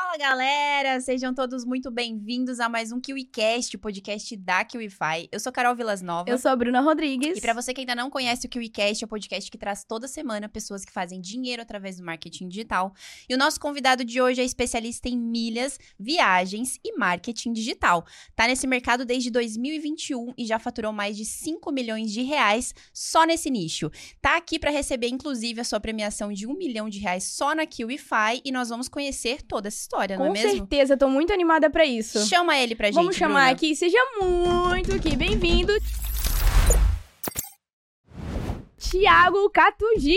Fala, galera! Sejam todos muito bem-vindos a mais um KiwiCast, o podcast da KiwiFi. Eu sou Carol Vilas Nova. Eu sou a Bruna Rodrigues. E pra você que ainda não conhece o KiwiCast, é o podcast que traz toda semana pessoas que fazem dinheiro através do marketing digital. E o nosso convidado de hoje é especialista em milhas, viagens e marketing digital. Tá nesse mercado desde 2021 e já faturou mais de 5 milhões de reais só nesse nicho. Tá aqui pra receber, inclusive, a sua premiação de R$1 milhão só na KiwiFi e nós vamos conhecer toda essa história, não é mesmo? Com certeza, tô muito animada pra isso. Chama ele pra gente, Vamos chamar Bruna. aqui, seja muito aqui bem-vindo, Thiago Catugi!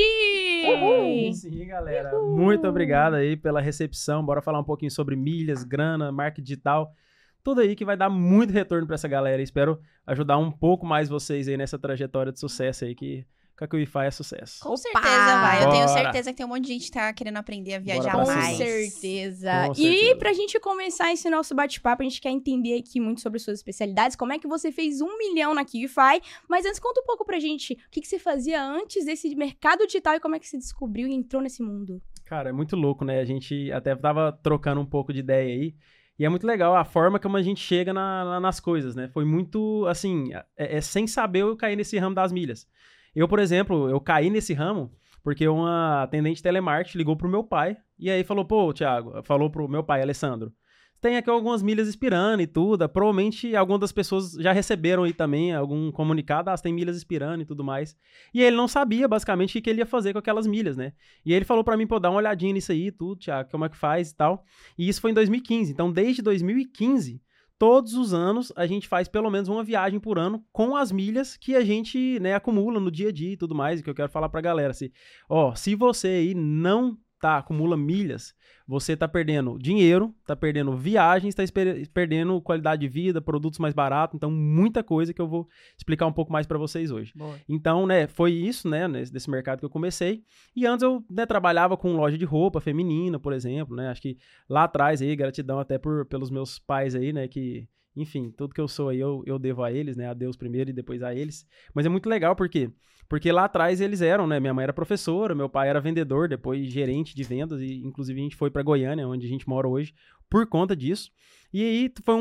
Uhul. Sim, galera. Uhul. Muito obrigado aí pela recepção. Bora falar um pouquinho sobre milhas, grana, marketing digital. Tudo aí que vai dar muito retorno pra essa galera. Espero ajudar um pouco mais vocês aí nessa trajetória de sucesso aí que a KiwiFi é sucesso. Com Opa! certeza vai. Eu tenho Bora. certeza que tem um monte de gente que tá querendo aprender a viajar Bora pra Com mais. cima. certeza. Com E certeza. pra gente começar esse nosso bate-papo, a gente quer entender aqui muito sobre suas especialidades, como é que você fez 1 milhão na KiwiFi, mas antes conta um pouco pra gente o que você fazia antes desse mercado digital e como é que você descobriu e entrou nesse mundo. Cara, é muito louco, né? A gente até tava trocando um pouco de ideia aí. E é muito legal a forma como a gente chega nas coisas, né? Foi muito, assim, sem saber eu caí nesse ramo das milhas. Eu, por exemplo, eu caí nesse ramo porque uma atendente de telemarketing ligou pro meu pai e aí falou, pô, Thiago, falou pro meu pai, Alessandro, tem aqui algumas milhas expirando e tudo, provavelmente algumas das pessoas já receberam aí também algum comunicado, tem milhas expirando e tudo mais. E ele não sabia, basicamente, o que ele ia fazer com aquelas milhas, né? E aí ele falou pra mim, pô, dá uma olhadinha nisso aí, tudo, Thiago, como é que faz e tal. E isso foi em 2015, então desde 2015... todos os anos, a gente faz pelo menos uma viagem por ano com as milhas que a gente, né, acumula no dia a dia e tudo mais, e que eu quero falar pra galera. Se você aí não acumula milhas, você tá perdendo dinheiro, tá perdendo viagens, tá perdendo qualidade de vida, produtos mais baratos, então muita coisa que eu vou explicar um pouco mais pra vocês hoje. Boa. Então, né, foi isso, né, desse mercado que eu comecei. E antes eu, né, trabalhava com loja de roupa feminina, por exemplo, né, acho que lá atrás aí, gratidão até pelos meus pais aí, né, que, enfim, tudo que eu sou aí eu devo a eles, né, a Deus primeiro e depois a eles. Mas é muito legal, por quê? Porque lá atrás eles eram, né, minha mãe era professora, meu pai era vendedor, depois gerente de vendas, e inclusive a gente foi pra Goiânia, onde a gente mora hoje, por conta disso. E aí foi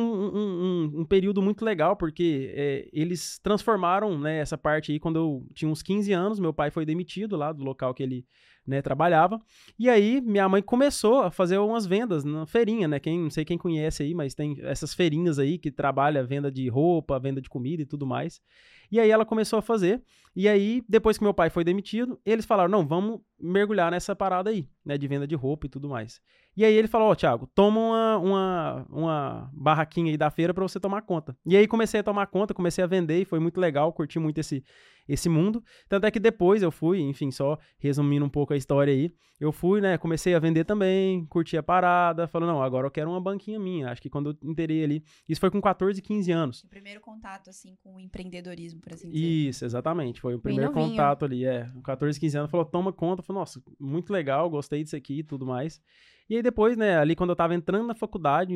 um período muito legal, porque eles transformaram, né, essa parte aí, quando eu tinha uns 15 anos, meu pai foi demitido lá do local que ele, né, trabalhava, e aí minha mãe começou a fazer umas vendas na feirinha, né, não sei quem conhece aí, mas tem essas feirinhas aí que trabalha venda de roupa, venda de comida e tudo mais, e aí ela começou a fazer, e aí depois que meu pai foi demitido, eles falaram, não, vamos mergulhar nessa parada aí, né, de venda de roupa e tudo mais. E aí ele falou, Thiago, toma uma barraquinha aí da feira pra você tomar conta. E aí comecei a tomar conta, comecei a vender e foi muito legal, curti muito esse mundo. Tanto é que depois eu fui, enfim, só resumindo um pouco a história aí, eu fui, né, comecei a vender também, curti a parada, falando, não, agora eu quero uma banquinha minha. Acho que quando eu inteirei ali, isso foi com 14, 15 anos. O primeiro contato, assim, com o empreendedorismo, por assim dizer. Isso, exatamente, foi o Bem primeiro novinho. contato ali, 14, 15 anos, falou, toma conta, falei, nossa, muito legal, gostei disso aqui e tudo mais. E aí depois, né, ali quando eu tava entrando na faculdade, em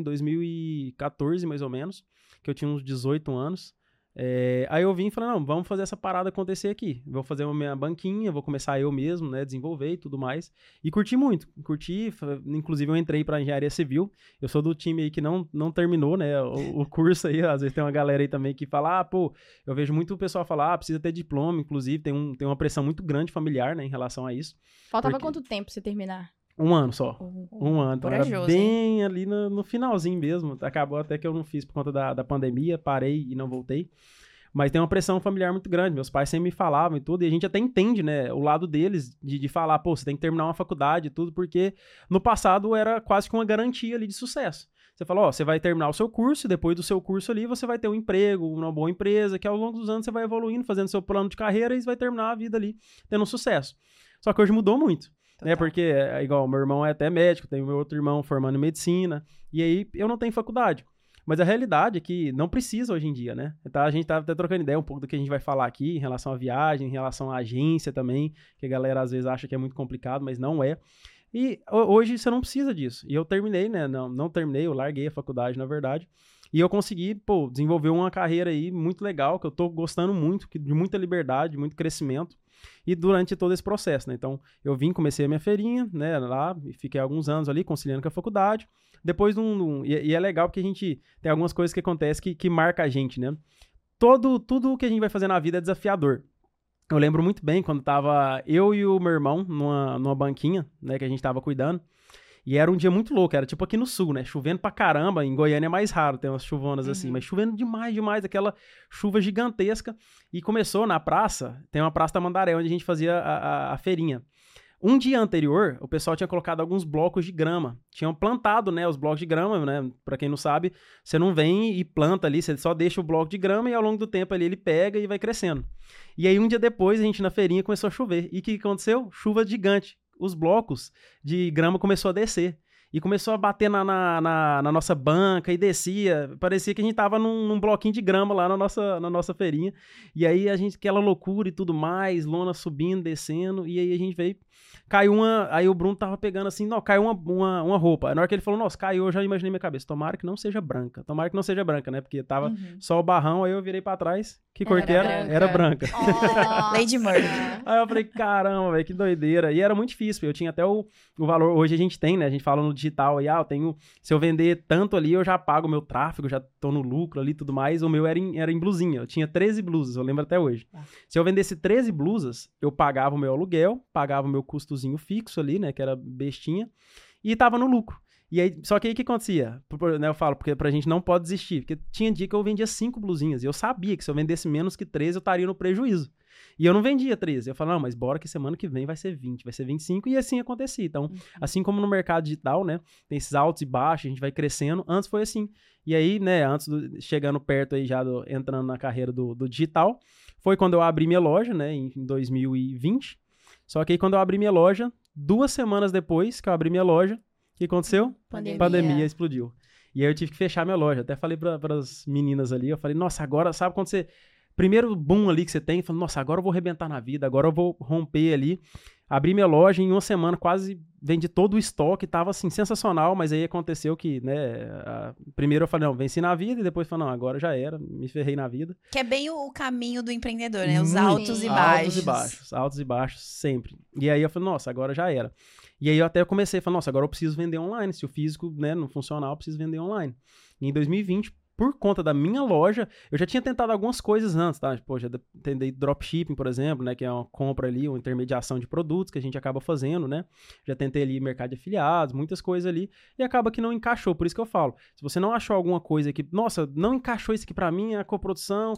2014 mais ou menos, que eu tinha uns 18 anos, aí eu vim e falei, não, vamos fazer essa parada acontecer aqui. Vou fazer uma minha banquinha, vou começar eu mesmo, né, desenvolver e tudo mais. E curti muito, inclusive eu entrei pra engenharia civil, eu sou do time aí que não terminou, né, o curso aí, às vezes tem uma galera aí também que fala, pô, eu vejo muito o pessoal falar, precisa ter diploma, inclusive tem uma pressão muito grande familiar, né, em relação a isso. Faltava Porque- quanto tempo pra você terminar? Um ano só. Um ano, então era Corajoso, bem ali no finalzinho mesmo. Acabou até que eu não fiz por conta da pandemia, parei e não voltei. Mas tem uma pressão familiar muito grande. Meus pais sempre me falavam e tudo, e a gente até entende, né, o lado deles de falar, pô, você tem que terminar uma faculdade e tudo, porque no passado era quase que uma garantia ali de sucesso. Você fala, você vai terminar o seu curso, e depois do seu curso ali você vai ter um emprego, uma boa empresa, que ao longo dos anos você vai evoluindo, fazendo seu plano de carreira e você vai terminar a vida ali tendo sucesso. Só que hoje mudou muito. Né, Total. porque, igual, meu irmão é até médico, tem o meu outro irmão formando em medicina, e aí eu não tenho faculdade. Mas a realidade é que não precisa hoje em dia, né? Então, a gente tá até trocando ideia um pouco do que a gente vai falar aqui, em relação à viagem, em relação à agência também, que a galera às vezes acha que é muito complicado, mas não é. E hoje você não precisa disso. E eu terminei, né? Não terminei, eu larguei a faculdade, na verdade. E eu consegui, desenvolver uma carreira aí muito legal, que eu tô gostando muito, de muita liberdade, muito crescimento. e durante todo esse processo, né? Então, eu comecei a minha feirinha, né, lá, e fiquei alguns anos ali conciliando com a faculdade. Depois, e é legal porque a gente tem algumas coisas que acontecem que marca a gente, né? Tudo que a gente vai fazer na vida é desafiador. Eu lembro muito bem quando tava eu e o meu irmão numa banquinha, né, que a gente tava cuidando. E era um dia muito louco, era tipo aqui no sul, né? Chovendo pra caramba, em Goiânia é mais raro ter umas chuvonas assim, mas chovendo demais, aquela chuva gigantesca. E começou na praça, tem uma praça Tamandaré, onde a gente fazia a feirinha. Um dia anterior, o pessoal tinha colocado alguns blocos de grama. Tinham plantado, né, os blocos de grama, né? Pra quem não sabe, você não vem e planta ali, você só deixa o bloco de grama e ao longo do tempo ali ele pega e vai crescendo. E aí um dia depois, a gente na feirinha começou a chover. E o que aconteceu? Chuva gigante. Os blocos de grama começou a descer. E começou a bater na nossa banca e descia. Parecia que a gente tava num bloquinho de grama lá na nossa feirinha. E aí aquela loucura e tudo mais, lona subindo, descendo. E aí a gente veio, aí o Bruno tava pegando assim, não, caiu uma roupa. Aí na hora que ele falou, nossa, caiu, eu já imaginei minha cabeça. Tomara que não seja branca, né? Porque tava só o barrão, aí eu virei pra trás. Que cor que era? Era branca. Oh, Lady Murphy. Aí eu falei, caramba, velho, que doideira. E era muito difícil, eu tinha até o valor, hoje a gente tem, né? A gente fala no digital aí, eu tenho, se eu vender tanto ali, eu já pago o meu tráfego, já tô no lucro ali e tudo mais. O meu era em blusinha, eu tinha 13 blusas, eu lembro até hoje. Se eu vendesse 13 blusas, eu pagava o meu aluguel, pagava o meu custozinho fixo ali, né? Que era bestinha, e tava no lucro. E aí, só que aí o que acontecia? Eu falo, porque pra gente não pode desistir. Porque tinha dia que eu vendia 5 blusinhas. E eu sabia que se eu vendesse menos que 13, eu estaria no prejuízo. E eu não vendia 13. Eu falava, não, mas bora que semana que vem vai ser 20, vai ser 25. E assim acontecia. Então, assim como no mercado digital, né? Tem esses altos e baixos, a gente vai crescendo. Antes foi assim. E aí, né, chegando perto aí já, entrando na carreira do digital, foi quando eu abri minha loja, né, em 2020. Só que aí quando eu abri minha loja, 2 semanas depois que eu abri minha loja, o que aconteceu? Pandemia explodiu. E aí eu tive que fechar minha loja. Até falei para as meninas ali, eu falei, nossa, agora, sabe quando você... Primeiro boom ali que você tem, falando, nossa, agora eu vou arrebentar na vida, agora eu vou romper ali. Abri minha loja, em uma semana quase vendi todo o estoque, tava assim, sensacional, mas aí aconteceu que, né, primeiro eu falei, não, venci na vida, e depois falei, não, agora já era, me ferrei na vida. Que é bem o caminho do empreendedor, né, os altos e baixos. Altos e baixos, sempre. E aí eu falei, nossa, agora já era. E aí eu até comecei a falar, nossa, agora eu preciso vender online, se o físico, né, não funcionar, eu preciso vender online. E em 2020, por conta da minha loja, eu já tinha tentado algumas coisas antes, tá? Pô, já tentei dropshipping, por exemplo, né? Que é uma compra ali, uma intermediação de produtos que a gente acaba fazendo, né? Já tentei ali mercado de afiliados, muitas coisas ali, e acaba que não encaixou. Por isso que eu falo, se você não achou alguma coisa que, nossa, não encaixou isso aqui pra mim, é coprodução,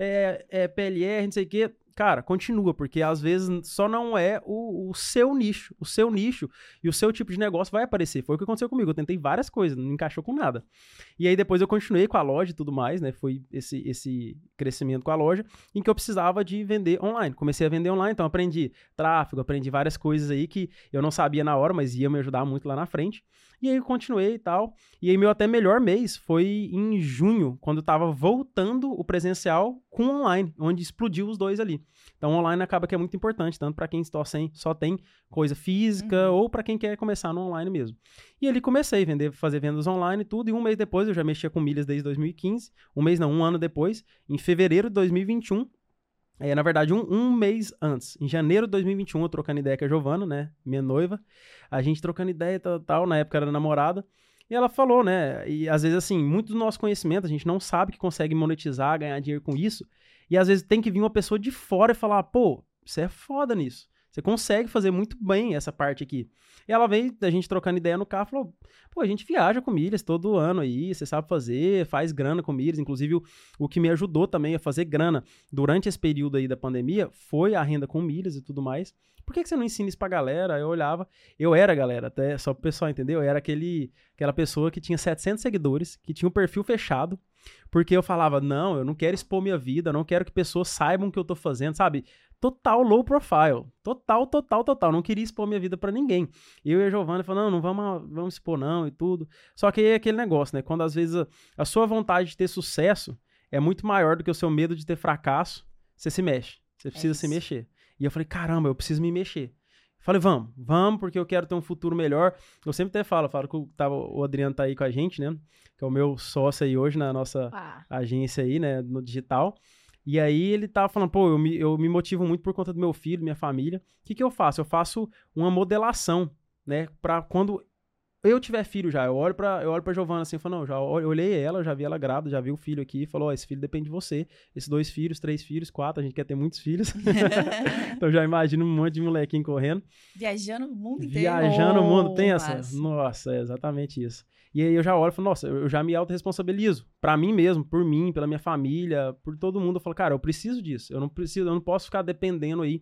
é PLR, não sei o quê... Cara, continua, porque às vezes só não é o seu nicho. O seu nicho e o seu tipo de negócio vai aparecer. Foi o que aconteceu comigo. Eu tentei várias coisas, não encaixou com nada. E aí depois eu continuei com a loja e tudo mais, né? Foi esse crescimento com a loja, em que eu precisava de vender online. Comecei a vender online, então aprendi tráfego, aprendi várias coisas aí que eu não sabia na hora, mas ia me ajudar muito lá na frente. E aí eu continuei e tal. E aí meu até melhor mês foi em junho, quando eu tava voltando o presencial com o online, onde explodiu os dois ali. Então o online acaba que é muito importante, tanto para quem só tem coisa física ou para quem quer começar no online mesmo. E ali comecei a fazer vendas online e tudo, e um mês depois eu já mexia com milhas desde 2015, um ano depois, em fevereiro de 2021, na verdade, um mês antes, em janeiro de 2021, eu trocando ideia com a Giovana, né, minha noiva, a gente trocando ideia e tal, na época era namorada, e ela falou, né, e às vezes assim, muito do nosso conhecimento, a gente não sabe que consegue monetizar, ganhar dinheiro com isso, e às vezes tem que vir uma pessoa de fora e falar, pô, você é foda nisso, você consegue fazer muito bem essa parte aqui. E ela veio, a gente trocando ideia no carro, falou, pô, a gente viaja com milhas todo ano aí, você sabe fazer, faz grana com milhas. Inclusive, o que me ajudou também a fazer grana durante esse período aí da pandemia foi a renda com milhas e tudo mais. Por que você não ensina isso pra galera? Eu olhava, eu era, galera, até só pro pessoal entender, eu era aquela pessoa que tinha 700 seguidores, que tinha um perfil fechado, porque eu falava, não, eu não quero expor minha vida, eu não quero que pessoas saibam o que eu tô fazendo, sabe? Total low profile. Total. Não queria expor minha vida pra ninguém. Eu e a Giovana falando, não vamos expor não e tudo. Só que aí é aquele negócio, né? Quando às vezes a sua vontade de ter sucesso é muito maior do que o seu medo de ter fracasso, você se mexe. Você precisa se mexer. E eu falei, caramba, eu preciso me mexer. Falei, vamos, porque eu quero ter um futuro melhor. Eu sempre até falo que o Adriano tá aí com a gente, né? Que é o meu sócio aí hoje na nossa agência aí, né? No digital. E aí ele tava falando, pô, eu me motivo muito por conta do meu filho, minha família. O que eu faço? Eu faço uma modelação, né? Pra quando eu tiver filho já, eu olho pra Giovana assim, falo, não, eu olhei ela, já vi ela grávida, já vi o filho aqui, falou, esse filho depende de você, esses 2 filhos, 3 filhos, 4, a gente quer ter muitos filhos, então já imagino um monte de molequinho correndo. Viajando o mundo inteiro. Viajando o mundo, pensa, Massa. nossa, é exatamente isso. E aí eu já olho e falo, nossa, eu já me autorresponsabilizo, pra mim mesmo, por mim, pela minha família, por todo mundo, eu falo, cara, eu preciso disso, eu não posso ficar dependendo aí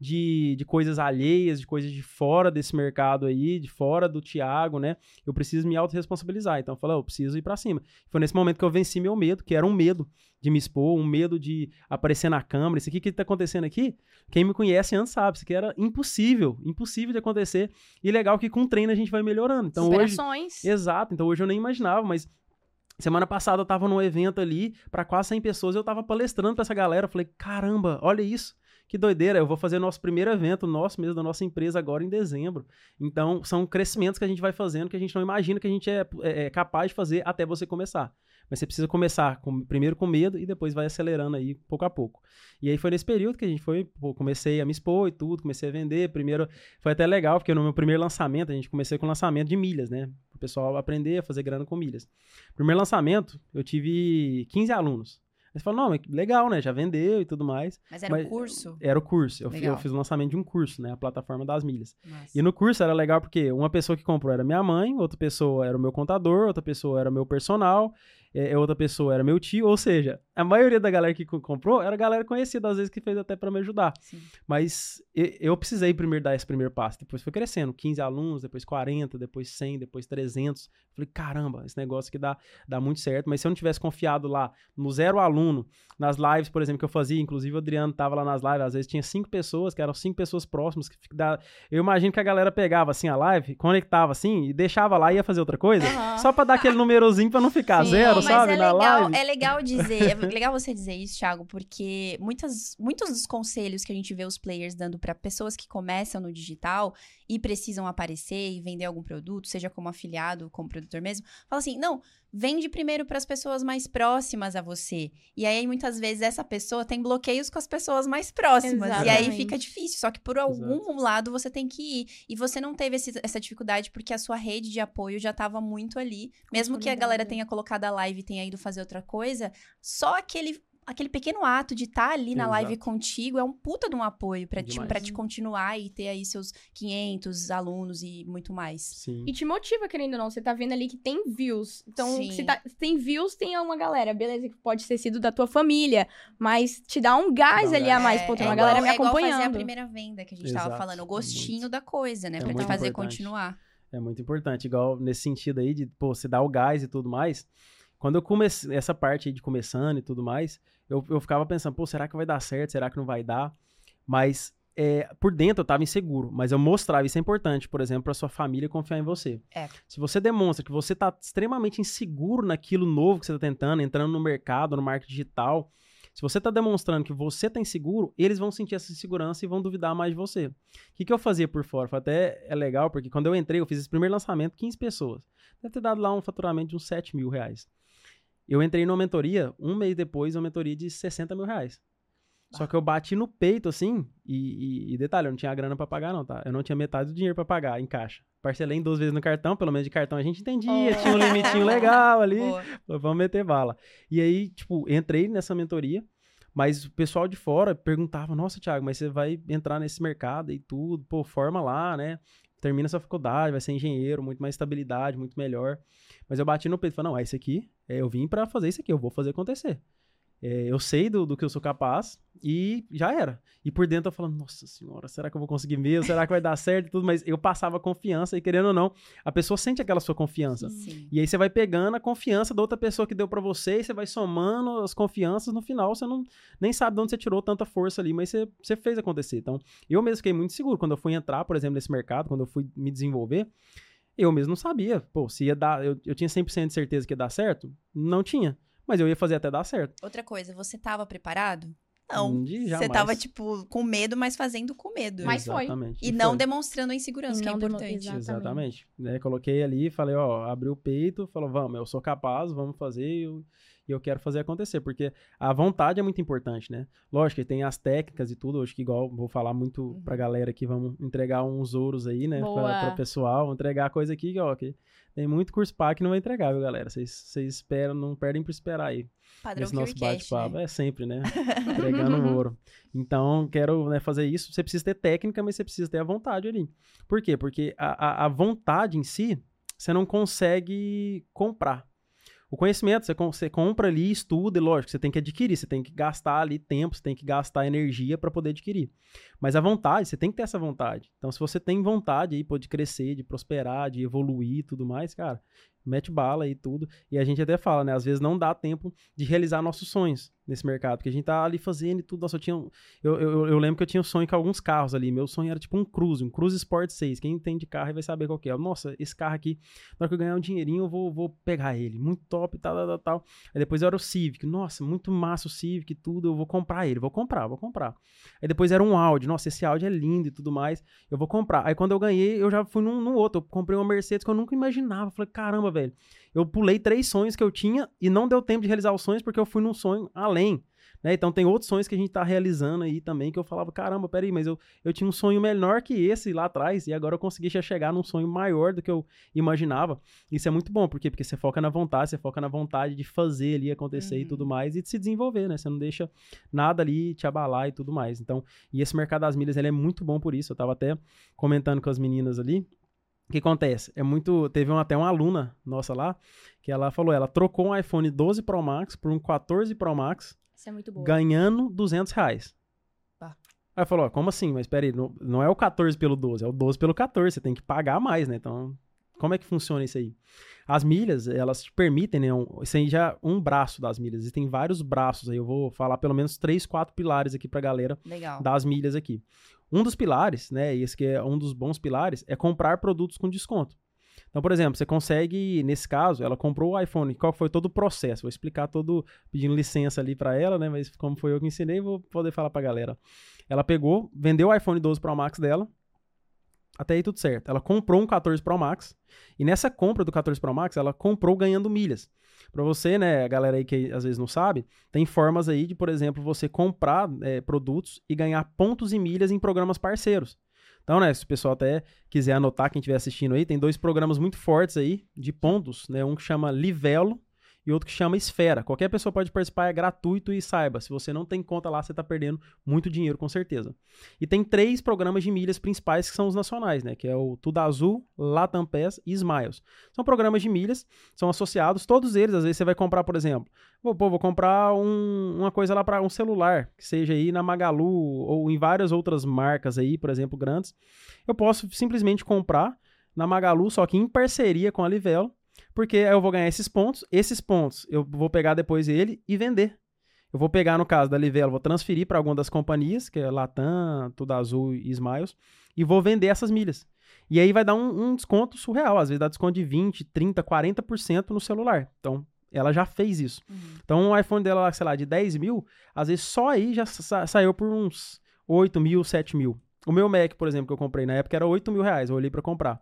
de coisas alheias, de coisas de fora desse mercado aí, de fora do Thiago, né? Eu preciso me autorresponsabilizar. Então eu falei, eu preciso ir pra cima. Foi nesse momento que eu venci meu medo, que era um medo de me expor, um medo de aparecer na câmera. Isso aqui que tá acontecendo aqui, quem me conhece antes sabe, isso aqui era impossível de acontecer. E legal que com o treino a gente vai melhorando. Então Superações. hoje, exato, então hoje eu nem imaginava, mas semana passada eu tava num evento ali pra quase 100 pessoas, eu tava palestrando pra essa galera, eu falei, caramba, olha isso. Que doideira, eu vou fazer nosso primeiro evento, nosso mesmo, da nossa empresa agora em dezembro. Então, são crescimentos que a gente vai fazendo que a gente não imagina que a gente é capaz de fazer até você começar. Mas você precisa começar primeiro com medo e depois vai acelerando aí pouco a pouco. E aí foi nesse período que a gente comecei a me expor e tudo, comecei a vender. Primeiro, foi até legal, porque no meu primeiro lançamento, a gente comecei com lançamento de milhas, né? Para o pessoal aprender a fazer grana com milhas. Primeiro lançamento, eu tive 15 alunos. Aí você fala, não, mas legal, né? Já vendeu e tudo mais. Mas era um curso? Era o curso. Eu fiz o lançamento de um curso, né? A plataforma das milhas. Nossa. E no curso era legal porque uma pessoa que comprou era minha mãe, outra pessoa era o meu contador, outra pessoa era o meu personal, outra pessoa era meu tio. Ou seja, a maioria da galera que comprou era galera conhecida, às vezes que fez até pra me ajudar. Sim. Mas eu precisei primeiro dar esse primeiro passo. Depois foi crescendo. 15 alunos, depois 40, depois 100, depois 300. Falei, caramba, esse negócio aqui dá muito certo. Mas se eu não tivesse confiado lá no 0 aluno, nas lives, por exemplo, que eu fazia, inclusive o Adriano tava lá nas lives, às vezes tinha 5 pessoas, que eram 5 pessoas próximas, eu imagino que a galera pegava assim a live, conectava assim e deixava lá e ia fazer outra coisa, só pra dar aquele númerozinho pra não ficar zero, sabe, na live. É legal dizer, é legal você dizer isso, Thiago, porque muitos dos conselhos que a gente vê os players dando pra pessoas que começam no digital e precisam aparecer e vender algum produto, seja como afiliado, como produtor mesmo, fala assim, não, vende primeiro para as pessoas mais próximas a você. E aí, muitas vezes, essa pessoa tem bloqueios com as pessoas mais próximas. Exatamente. E aí fica difícil. Só que por algum lado você tem que ir. E você não teve essa dificuldade porque a sua rede de apoio já estava muito ali. Mesmo que a galera tenha colocado a live e tenha ido fazer outra coisa, só aquele pequeno ato de estar ali na live contigo é um puta de um apoio pra te continuar e ter aí seus 500 alunos e muito mais. Sim. E te motiva, querendo ou não. Você tá vendo ali que tem views. Então, se tem views, tem uma galera. Beleza, que pode ter sido da tua família, mas te dá um gás ali a mais. Pô, tem uma galera me acompanhando. É igual fazer a primeira venda que a gente tava falando. O gostinho da coisa, né? Pra te fazer continuar. É muito importante. Igual nesse sentido aí de, você dar o gás e tudo mais. Quando eu comecei, essa parte aí de começando e tudo mais, eu ficava pensando, será que vai dar certo? Será que não vai dar? Mas por dentro eu tava inseguro, mas eu mostrava, isso é importante, por exemplo, pra sua família confiar em você. Se você demonstra que você tá extremamente inseguro naquilo novo que você tá tentando, entrando no mercado, no marketing digital, se você tá demonstrando que você tá inseguro, eles vão sentir essa insegurança e vão duvidar mais de você. O que eu fazia por fora? Até é legal, porque quando eu entrei, eu fiz esse primeiro lançamento, 15 pessoas. Deve ter dado lá um faturamento de uns 7 mil reais. Eu entrei numa mentoria, um mês depois, uma mentoria de 60 mil reais. Só que eu bati no peito, assim, e detalhe, eu não tinha grana pra pagar não, tá? Eu não tinha metade do dinheiro pra pagar em caixa. Parcelei em 2 vezes no cartão, pelo menos de cartão a gente entendia, tinha um limitinho legal ali, vamos meter bala. E aí, entrei nessa mentoria, mas o pessoal de fora perguntava, nossa, Thiago, mas você vai entrar nesse mercado e tudo, forma lá, né? Termina sua faculdade, vai ser engenheiro, muito mais estabilidade, muito melhor. Mas eu bati no peito e falei, não, esse aqui, eu vim pra fazer isso aqui, eu vou fazer acontecer. Eu sei do que eu sou capaz e já era. E por dentro eu falando, nossa senhora, será que eu vou conseguir mesmo? Será que vai dar certo e tudo? Mas eu passava confiança e querendo ou não, a pessoa sente aquela sua confiança. Sim. E aí você vai pegando a confiança da outra pessoa que deu pra você e você vai somando as confianças. No final você nem sabe de onde você tirou tanta força ali, mas você fez acontecer. Então eu mesmo fiquei muito seguro quando eu fui entrar, por exemplo, nesse mercado, quando eu fui me desenvolver. Eu mesmo não sabia, se ia dar, eu tinha 100% de certeza que ia dar certo? Não tinha. Mas eu ia fazer até dar certo. Outra coisa, você estava preparado? Não, Jamais. você tava, tipo, com medo, mas fazendo com medo. Mas foi. Exatamente. E não foi. demonstrando a insegurança, E que é não demo- importante. Exatamente. Né, coloquei ali, falei, ó, abri o peito, falou, vamos, eu sou capaz, vamos fazer, e eu quero fazer acontecer, porque a vontade é muito importante, né? Lógico que tem as técnicas e tudo, acho que igual vou falar muito pra galera aqui, vamos entregar uns ouros aí, né, Boa. pra pessoal, vou entregar coisa aqui, ó, que tem muito curso pago que não vai entregar, viu, galera? Vocês esperam, não perdem por esperar aí. Padrão Esse nosso QICast, bate-papo né? é sempre, né? Entregando ouro. Então, quero, né, fazer isso. Você precisa ter técnica, mas você precisa ter a vontade ali. Por quê? Porque a vontade em si, você não consegue comprar. O conhecimento, você compra ali, estuda, e lógico, você tem que adquirir, você tem que gastar ali tempo, você tem que gastar energia para poder adquirir. Mas a vontade, você tem que ter essa vontade. Então, se você tem vontade aí, pode crescer, de prosperar, de evoluir e tudo mais, cara, mete bala aí tudo. E a gente até fala, né? Às vezes não dá tempo de realizar nossos sonhos nesse mercado, porque a gente tá ali fazendo e tudo. Nossa, eu lembro que eu tinha um sonho com alguns carros ali. Meu sonho era tipo um Cruze Sport 6. Quem entende de carro vai saber qual que é. Nossa, esse carro aqui, na hora que eu ganhar um dinheirinho, eu vou pegar ele. Muito top, tal. Aí depois era o Civic. Nossa, muito massa o Civic e tudo. Eu vou comprar ele. Vou comprar. Aí depois era um Audi. Nossa, esse Audi é lindo e tudo mais. Eu vou comprar. Aí quando eu ganhei, eu já fui num outro. Eu comprei uma Mercedes que eu nunca imaginava. Falei, caramba, velho. Eu pulei 3 sonhos que eu tinha e não deu tempo de realizar os sonhos porque eu fui num sonho além, né? Então tem outros sonhos que a gente tá realizando aí também que eu falava, caramba, peraí, mas eu tinha um sonho menor que esse lá atrás e agora eu consegui já chegar num sonho maior do que eu imaginava. Isso é muito bom, por quê? Porque você foca na vontade de fazer ali acontecer e tudo mais e de se desenvolver, né? Você não deixa nada ali te abalar e tudo mais. Então, e esse mercado das milhas, ele é muito bom por isso. Eu tava até comentando com as meninas ali. O que acontece? Teve até uma aluna nossa lá, que ela falou, ela trocou um iPhone 12 Pro Max por um 14 Pro Max, Isso é muito boa. ganhando R$200. Tá. Aí falou, ó, como assim? Mas peraí, não é o 14 pelo 12, é o 12 pelo 14, você tem que pagar mais, né? Então, como é que funciona isso aí? As milhas, elas te permitem, né? Isso aí já é um braço das milhas, existem vários braços aí, eu vou falar pelo menos 3, 4 pilares aqui pra galera Legal. das milhas aqui. Um dos pilares, né, esse que é um dos bons pilares, é comprar produtos com desconto. Então, por exemplo, você consegue, nesse caso, ela comprou o iPhone, qual foi todo o processo? Vou explicar todo, pedindo licença ali pra ela, né, mas como foi eu que ensinei, vou poder falar pra galera. Ela pegou, vendeu o iPhone 12 Pro Max dela, até aí tudo certo. Ela comprou um 14 Pro Max, e nessa compra do 14 Pro Max, ela comprou ganhando milhas. Pra você, né, a galera aí que às vezes não sabe, tem formas aí de, por exemplo, você comprar produtos e ganhar pontos e milhas em programas parceiros. Então, né, se o pessoal até quiser anotar, quem estiver assistindo aí, tem 2 programas muito fortes aí de pontos, né, um que chama Livelo e outro que chama Esfera. Qualquer pessoa pode participar, é gratuito e saiba, se você não tem conta lá, você tá perdendo muito dinheiro, com certeza. E tem 3 programas de milhas principais que são os nacionais, né, que é o Tudo Azul, Latam Pass e Smiles. São programas de milhas, são associados, todos eles, às vezes você vai comprar, por exemplo, vou comprar uma coisa lá para um celular, que seja aí na Magalu ou em várias outras marcas aí, por exemplo, grandes. Eu posso simplesmente comprar na Magalu, só que em parceria com a Livelo, porque eu vou ganhar esses pontos eu vou pegar depois ele e vender. Eu vou pegar, no caso da Livelo, vou transferir para alguma das companhias, que é Latam, Tudo Azul e Smiles, e vou vender essas milhas. E aí vai dar um desconto surreal, às vezes dá desconto de 20%, 30%, 40% no celular. Então, ela já fez isso. Então, o iPhone dela, sei lá, de 10 mil, às vezes só aí já saiu por uns 8 mil, 7 mil. O meu Mac, por exemplo, que eu comprei na época, era 8 mil reais, eu olhei para comprar.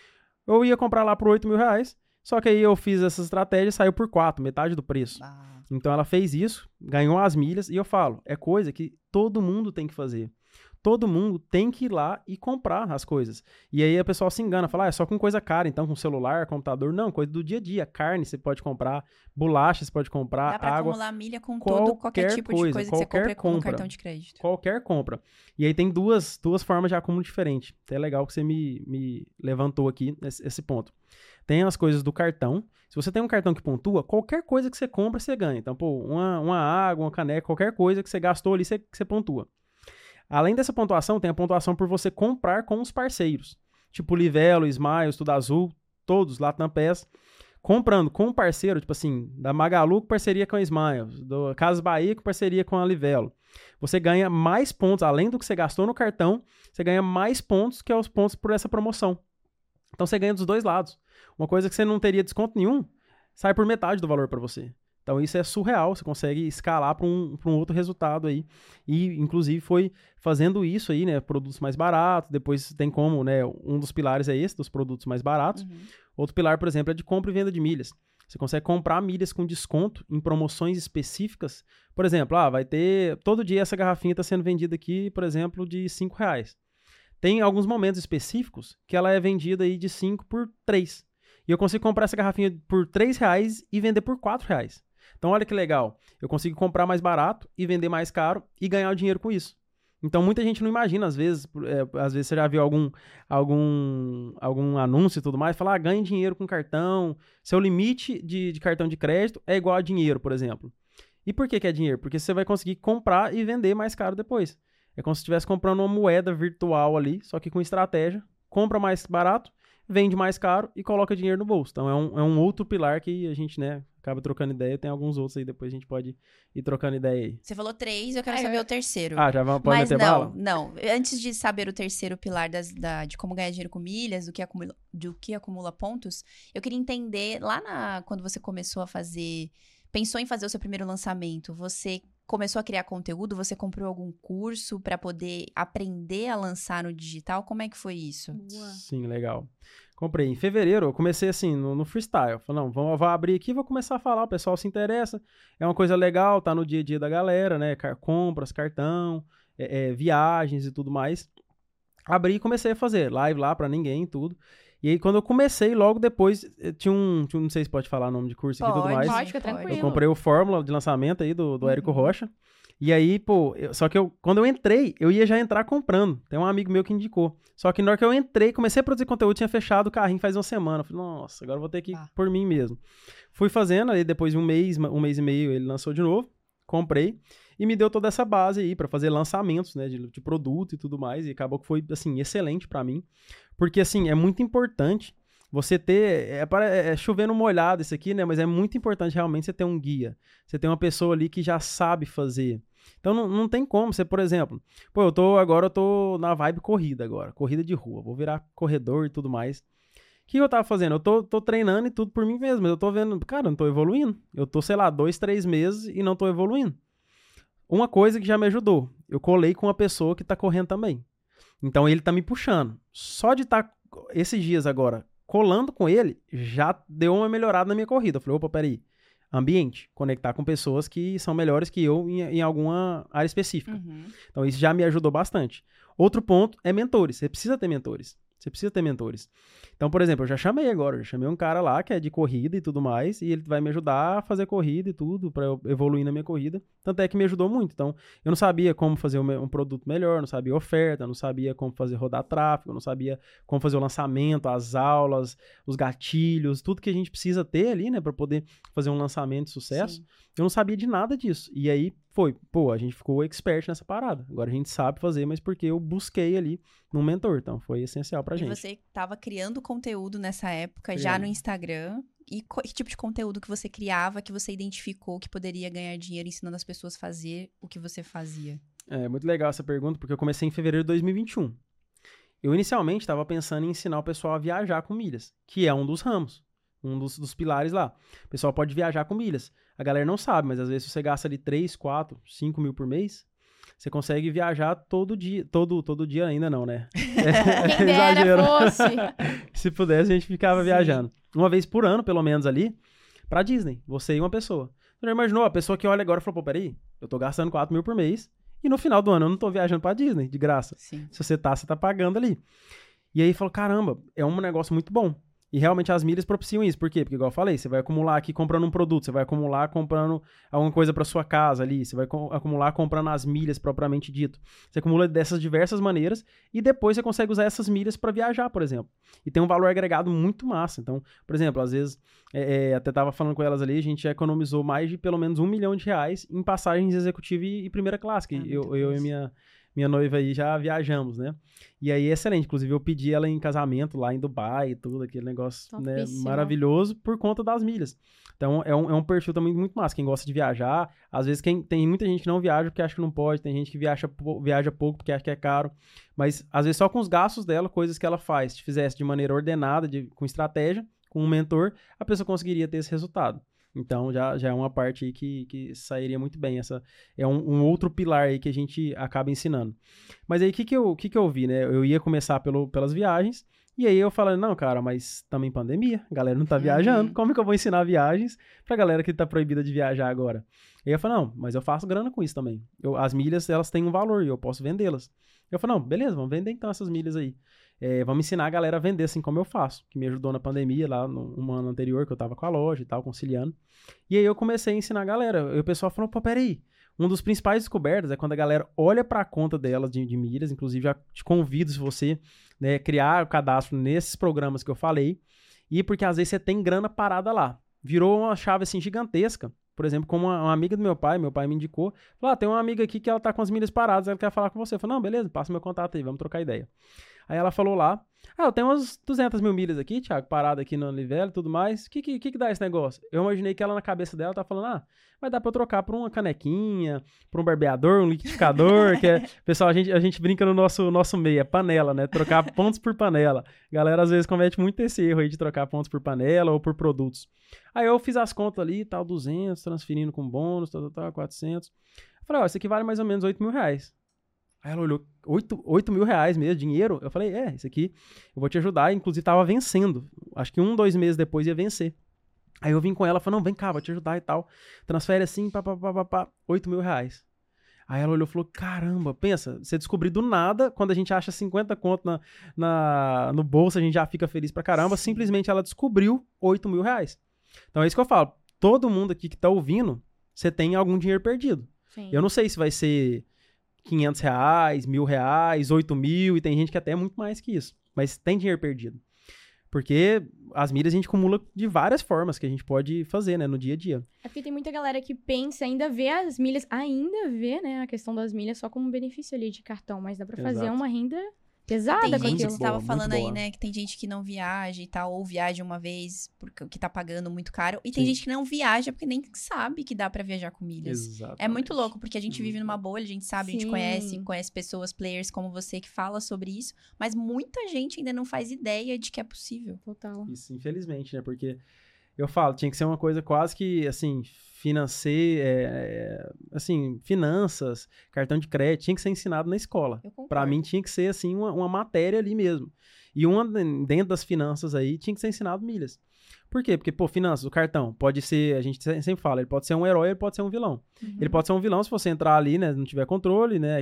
Eu ia comprar lá por 8 mil reais, só que aí eu fiz essa estratégia e saiu por 4, metade do preço. Então ela fez isso, ganhou as milhas, e eu falo, é coisa que todo mundo tem que fazer. Todo mundo tem que ir lá e comprar as coisas. E aí a pessoa se engana, fala, é só com coisa cara, então com celular, computador. Não, coisa do dia a dia. Carne você pode comprar, bolacha você pode comprar, Dá pra água. acumular milha com qualquer tipo de coisa que você compra com cartão de crédito. Qualquer compra. E aí tem duas formas de acúmulo diferentes. É legal que você me levantou aqui esse ponto. Tem as coisas do cartão. Se você tem um cartão que pontua, qualquer coisa que você compra, você ganha. Então, pô, uma água, uma caneca, qualquer coisa que você gastou ali, você pontua. Além dessa pontuação, tem a pontuação por você comprar com os parceiros. Tipo Livelo, Smiles, Tudo Azul, todos, Latam Pass. Comprando com um parceiro, tipo assim, da Magalu com parceria com a Smiles, do Casas Bahia com parceria com a Livelo. Você ganha mais pontos, além do que você gastou no cartão, você ganha mais pontos que é os pontos por essa promoção. Então você ganha dos dois lados. Uma coisa que você não teria desconto nenhum, sai por metade do valor para você. Então isso é surreal, você consegue escalar para um outro resultado aí. E inclusive foi fazendo isso aí, né, produtos mais baratos, depois tem como, né, um dos pilares é esse, dos produtos mais baratos. Outro pilar, por exemplo, é de compra e venda de milhas. Você consegue comprar milhas com desconto em promoções específicas. Por exemplo, vai ter, todo dia essa garrafinha está sendo vendida aqui, por exemplo, de R$5. Tem alguns momentos específicos que ela é vendida aí de 5 por 3. E eu consigo comprar essa garrafinha por R$3 e vender por R$4. Então, olha que legal. Eu consigo comprar mais barato e vender mais caro e ganhar o dinheiro com isso. Então, muita gente não imagina, às vezes você já viu algum anúncio e tudo mais, falar, ganhe dinheiro com cartão, seu limite de cartão de crédito é igual a dinheiro, por exemplo. E por que é dinheiro? Porque você vai conseguir comprar e vender mais caro depois. É como se estivesse comprando uma moeda virtual ali, só que com estratégia, compra mais barato, vende mais caro e coloca dinheiro no bolso. Então, é um outro pilar que a gente, né, acaba trocando ideia. Tem alguns outros aí, depois a gente pode ir trocando ideia aí. Você falou 3, eu quero saber o terceiro. Já pode meter bala? Não. Antes de saber o terceiro pilar de como ganhar dinheiro com milhas, do que acumula pontos, eu queria entender, quando você começou a pensou em fazer o seu primeiro lançamento, você começou a criar conteúdo? Você comprou algum curso para poder aprender a lançar no digital? Como é que foi isso? Sim, legal. Comprei. Em fevereiro, eu comecei assim, no freestyle. Falei, não, vou abrir aqui e vou começar a falar. O pessoal se interessa. É uma coisa legal, tá no dia a dia da galera, né? Compras, cartão, viagens e tudo mais. Abri e comecei a fazer live lá pra ninguém e tudo. E aí, quando eu comecei, logo depois, tinha não sei se pode falar o nome de curso aqui e tudo mais. Pode, fica tranquilo. Eu comprei o Fórmula de lançamento aí do Érico Rocha. E aí, só que quando eu entrei, eu ia já entrar comprando. Tem um amigo meu que indicou. Só que na hora que eu entrei, comecei a produzir conteúdo, tinha fechado o carrinho faz uma semana. Eu falei, nossa, agora eu vou ter que ir por mim mesmo. Fui fazendo, aí depois de um mês e meio, ele lançou de novo. Comprei. E me deu toda essa base aí pra fazer lançamentos, né, de produto e tudo mais. E acabou que foi, assim, excelente pra mim. Porque, assim, é muito importante você ter... É chovendo molhado isso aqui, né? Mas é muito importante realmente você ter um guia. Você ter uma pessoa ali que já sabe fazer. Então, não tem como. Você, por exemplo... eu tô na vibe corrida agora. Corrida de rua. Vou virar corredor e tudo mais. O que eu tava fazendo? Eu tô treinando e tudo por mim mesmo. Mas eu tô vendo... Cara, eu não tô evoluindo. Eu tô, sei lá, 2, 3 meses e não tô evoluindo. Uma coisa que já me ajudou. Eu colei com uma pessoa que tá correndo também. Então, ele tá me puxando. Só de estar esses dias agora colando com ele, já deu uma melhorada na minha corrida. Eu falei, opa, peraí. Ambiente. Conectar com pessoas que são melhores que eu em alguma área específica. Então, isso já me ajudou bastante. Outro ponto é mentores. Você precisa ter mentores. Então, por exemplo, eu já chamei um cara lá que é de corrida e tudo mais, e ele vai me ajudar a fazer corrida e tudo, pra eu evoluir na minha corrida. Tanto é que me ajudou muito. Então, eu não sabia como fazer um produto melhor, não sabia oferta, não sabia como fazer rodar tráfego, não sabia como fazer o lançamento, as aulas, os gatilhos, tudo que a gente precisa ter ali, né, pra poder fazer um lançamento de sucesso. Sim. Eu não sabia de nada disso. E aí, a gente ficou expert nessa parada. Agora a gente sabe fazer, mas porque eu busquei ali num mentor. Então, foi essencial pra gente. E você estava criando conteúdo nessa época, já no Instagram. E que tipo de conteúdo que você criava, que você identificou que poderia ganhar dinheiro ensinando as pessoas a fazer o que você fazia? É muito legal essa pergunta, porque eu comecei em fevereiro de 2021. Eu inicialmente estava pensando em ensinar o pessoal a viajar com milhas, que é um dos ramos. Um dos pilares lá. O pessoal pode viajar com milhas. A galera não sabe, mas às vezes você gasta ali 3, 4, 5 mil por mês, você consegue viajar todo dia. Todo dia ainda não, né? Quem dera fosse. Se pudesse, a gente ficava viajando. Uma vez por ano, pelo menos ali, pra Disney. Você e uma pessoa. Você já imaginou? A pessoa que olha agora falou, peraí, eu tô gastando 4 mil por mês e no final do ano eu não tô viajando pra Disney, de graça. Sim. Se você tá pagando ali. E aí falou, caramba, é um negócio muito bom. E realmente as milhas propiciam isso. Por quê? Porque, igual eu falei, você vai acumular aqui comprando um produto, você vai acumular comprando alguma coisa para sua casa ali, você vai acumular comprando as milhas propriamente dito. Você acumula dessas diversas maneiras e depois você consegue usar essas milhas para viajar, por exemplo. E tem um valor agregado muito massa. Então, por exemplo, às vezes, até tava falando com elas ali, a gente já economizou mais de pelo menos R$1 milhão em passagens executiva e primeira classe, que eu e minha noiva aí já viajamos, né? E aí é excelente. Inclusive, eu pedi ela em casamento lá em Dubai e tudo, aquele negócio, né, maravilhoso por conta das milhas. Então, é um perfil também muito massa. Quem gosta de viajar, às vezes tem muita gente que não viaja porque acha que não pode, tem gente que viaja pouco porque acha que é caro, mas às vezes só com os gastos dela, coisas que ela faz, se fizesse de maneira ordenada, com estratégia, com um mentor, a pessoa conseguiria ter esse resultado. Então, já é uma parte aí que sairia muito bem. Essa é um outro pilar aí que a gente acaba ensinando. Mas aí, o que eu vi, né? Eu ia começar pelas viagens, e aí eu falei, não, cara, mas estamos em pandemia, a galera não tá viajando, como que eu vou ensinar viagens pra galera que tá proibida de viajar agora? E aí eu falei, não, mas eu faço grana com isso também. As milhas, elas têm um valor e eu posso vendê-las. Eu falei, não, beleza, vamos vender então essas milhas aí. Vamos ensinar a galera a vender assim como eu faço, que me ajudou na pandemia lá no ano anterior, que eu tava com a loja e tal, conciliando. E aí eu comecei a ensinar a galera. E o pessoal falou, pô, peraí, uma das principais descobertas é quando a galera olha para a conta delas de milhas, inclusive já te convido se você, né, criar o cadastro nesses programas que eu falei, e porque às vezes você tem grana parada lá. Virou uma chave assim gigantesca. Por exemplo, como uma amiga do meu pai me indicou, falou, tem uma amiga aqui que ela tá com as milhas paradas, ela quer falar com você. Eu falei, não, beleza, passa meu contato aí, vamos trocar ideia. Aí ela falou lá, eu tenho umas 200 mil milhas aqui, Thiago, parada aqui no Livelo e tudo mais. O que dá esse negócio? Eu imaginei que ela na cabeça dela tá falando, vai dar pra eu trocar por uma canequinha, por um barbeador, um liquidificador, pessoal, a gente brinca no nosso meio, é panela, né? Trocar pontos por panela. A galera às vezes comete muito esse erro aí de trocar pontos por panela ou por produtos. Aí eu fiz as contas ali, 200, transferindo com bônus, 400. Eu falei, isso aqui vale mais ou menos 8 mil reais. Aí ela olhou, 8 mil reais mesmo, dinheiro? Eu falei, isso aqui eu vou te ajudar. Inclusive tava vencendo. Acho que 2 meses depois ia vencer. Aí eu vim com ela, falei, não, vem cá, vou te ajudar e tal. Transfere assim, 8 mil reais. Aí ela olhou e falou, caramba, pensa, você descobriu do nada, quando a gente acha 50 conto no bolso, a gente já fica feliz pra caramba. Sim. Simplesmente ela descobriu 8 mil reais. Então é isso que eu falo, todo mundo aqui que tá ouvindo, você tem algum dinheiro perdido. Sim. Eu não sei se vai ser 500 reais, 1.000 reais, 8 mil, e tem gente que até é muito mais que isso. Mas tem dinheiro perdido. Porque as milhas a gente acumula de várias formas que a gente pode fazer, né, no dia a dia. É porque tem muita galera que pensa, ainda vê, né, a questão das milhas só como benefício ali de cartão, mas dá pra fazer uma renda pesada com aquilo. Tem gente que estava falando aí, né, que tem gente que não viaja e tal, ou viaja uma vez porque tá pagando muito caro, e tem gente que não viaja porque nem sabe que dá pra viajar com milhas. Exatamente. É muito louco, porque a gente vive numa bolha, a gente sabe, Sim. a gente conhece pessoas, players como você que fala sobre isso, mas muita gente ainda não faz ideia de que é possível. Total. Isso, infelizmente, né, porque eu falo, tinha que ser uma coisa quase que, assim, finanças, cartão de crédito, tinha que ser ensinado na escola. Pra mim tinha que ser, assim, uma matéria ali mesmo. E dentro das finanças aí, tinha que ser ensinado milhas. Por quê? Porque, finanças, o cartão pode ser, a gente sempre fala, ele pode ser um herói, ele pode ser um vilão. Uhum. Ele pode ser um vilão se você entrar ali, né, não tiver controle, né,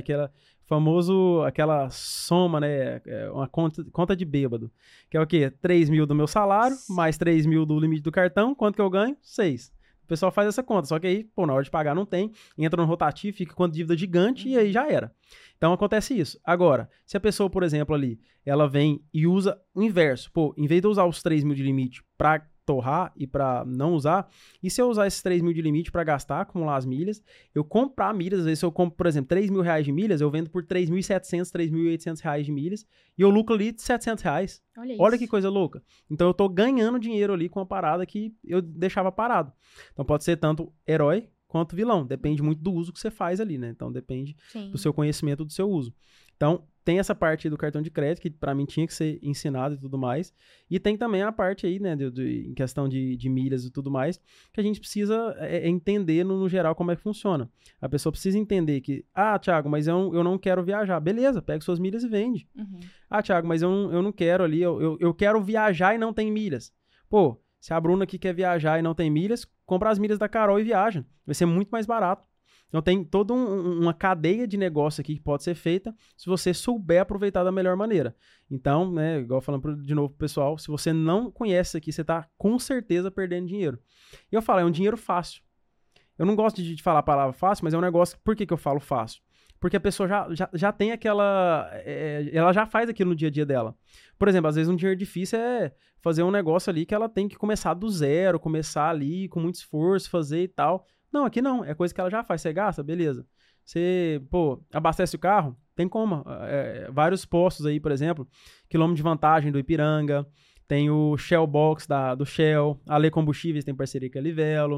aquela soma, né, uma conta de bêbado, que é o quê? 3 mil do meu salário, mais 3 mil do limite do cartão, quanto que eu ganho? 6. O pessoal faz essa conta, só que aí, na hora de pagar não tem, entra no rotativo, fica com a dívida gigante e aí já era. Então acontece isso. Agora, se a pessoa, por exemplo, ali, ela vem e usa o inverso, em vez de usar os 3 mil de limite para torrar e para não usar, e se eu usar esses 3 mil de limite para gastar, acumular as milhas, eu comprar milhas, às vezes se eu compro, por exemplo, 3 mil reais de milhas, eu vendo por 3.700, 3.800 reais de milhas, e eu lucro ali de 700 reais. Olha que coisa louca. Então eu tô ganhando dinheiro ali com uma parada que eu deixava parado. Então pode ser tanto herói quanto vilão, depende muito do uso que você faz ali, né? Então depende do seu conhecimento, do seu uso. Então tem essa parte aí do cartão de crédito, que pra mim tinha que ser ensinado e tudo mais. E tem também a parte aí, né, em questão de milhas e tudo mais, que a gente precisa entender no geral como é que funciona. A pessoa precisa entender que, Thiago, mas eu não quero viajar. Beleza, pega suas milhas e vende. Uhum. Thiago, mas eu não quero ali, eu quero viajar e não tem milhas. Se a Bruna aqui quer viajar e não tem milhas, compra as milhas da Carol e viaja. Vai ser muito mais barato. Então tem toda uma cadeia de negócio aqui que pode ser feita se você souber aproveitar da melhor maneira. Então, né, igual falando de novo pro pessoal, se você não conhece isso aqui, você tá com certeza perdendo dinheiro. E eu falo, é um dinheiro fácil. Eu não gosto de falar a palavra fácil, mas é um negócio... Por que eu falo fácil? Porque a pessoa já tem aquela... ela já faz aquilo no dia a dia dela. Por exemplo, às vezes um dinheiro difícil é fazer um negócio ali que ela tem que começar do zero, começar ali com muito esforço, fazer e tal. Não, aqui não. É coisa que ela já faz. Você gasta? Beleza. Você, abastece o carro? Tem como. Vários postos aí, por exemplo, quilômetro de vantagem do Ipiranga, tem o Shell Box do Shell, a Lê Combustíveis tem parceria com a Livelo,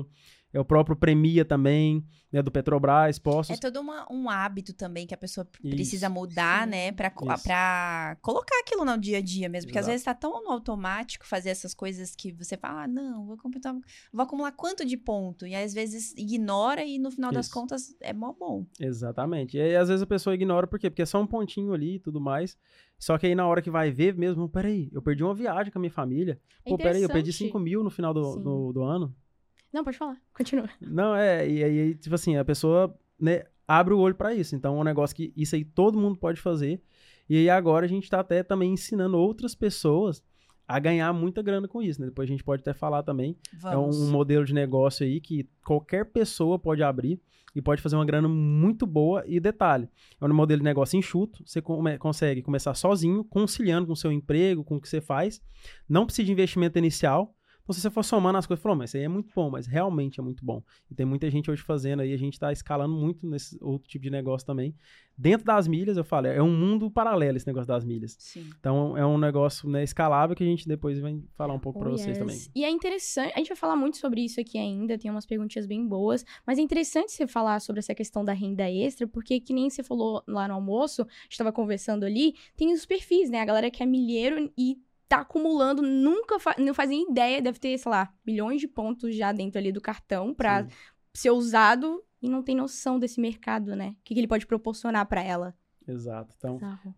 É o próprio Premia também, né, do Petrobras, Postos. É todo um hábito também que a pessoa precisa Isso. mudar, Sim. né? Pra Isso. colocar aquilo no dia a dia mesmo. Porque às Exato. vezes tá tão no automático fazer essas coisas que você fala, não, vou acumular quanto de ponto? E aí, às vezes ignora e no final das Isso. contas é mó bom. Exatamente. E aí, às vezes, a pessoa ignora, por quê? Porque é só um pontinho ali e tudo mais. Só que aí, na hora que vai ver mesmo, peraí, eu perdi uma viagem com a minha família. É Pô, peraí, eu perdi interessante. 5 mil no final Sim. do ano. Não, pode falar. Continua. Não, e aí, tipo assim, a pessoa, né, abre o olho pra isso. Então, é um negócio que isso aí todo mundo pode fazer. E aí, agora, a gente tá até também ensinando outras pessoas a ganhar muita grana com isso, né? Depois a gente pode até falar também. Vamos. É um modelo de negócio aí que qualquer pessoa pode abrir e pode fazer uma grana muito boa. E detalhe, é um modelo de negócio enxuto, você consegue começar sozinho, conciliando com o seu emprego, com o que você faz. Não precisa de investimento inicial. Então, se você for somando as coisas, falou, mas isso aí é muito bom, mas realmente é muito bom. E tem muita gente hoje fazendo aí, a gente tá escalando muito nesse outro tipo de negócio também. Dentro das milhas, eu falo, é um mundo paralelo esse negócio das milhas. Sim. Então, é um negócio, né, escalável que a gente depois vai falar um pouco pra vocês yes. também. E é interessante, a gente vai falar muito sobre isso aqui ainda, tem umas perguntinhas bem boas, mas é interessante você falar sobre essa questão da renda extra, porque que nem você falou lá no almoço, a gente tava conversando ali, tem os perfis, né? A galera que é milheiro e tá acumulando, não faz nem ideia, deve ter, sei lá, milhões de pontos já dentro ali do cartão pra Sim. ser usado e não tem noção desse mercado, né? O que ele pode proporcionar pra ela. Exato. Então, Bizarro.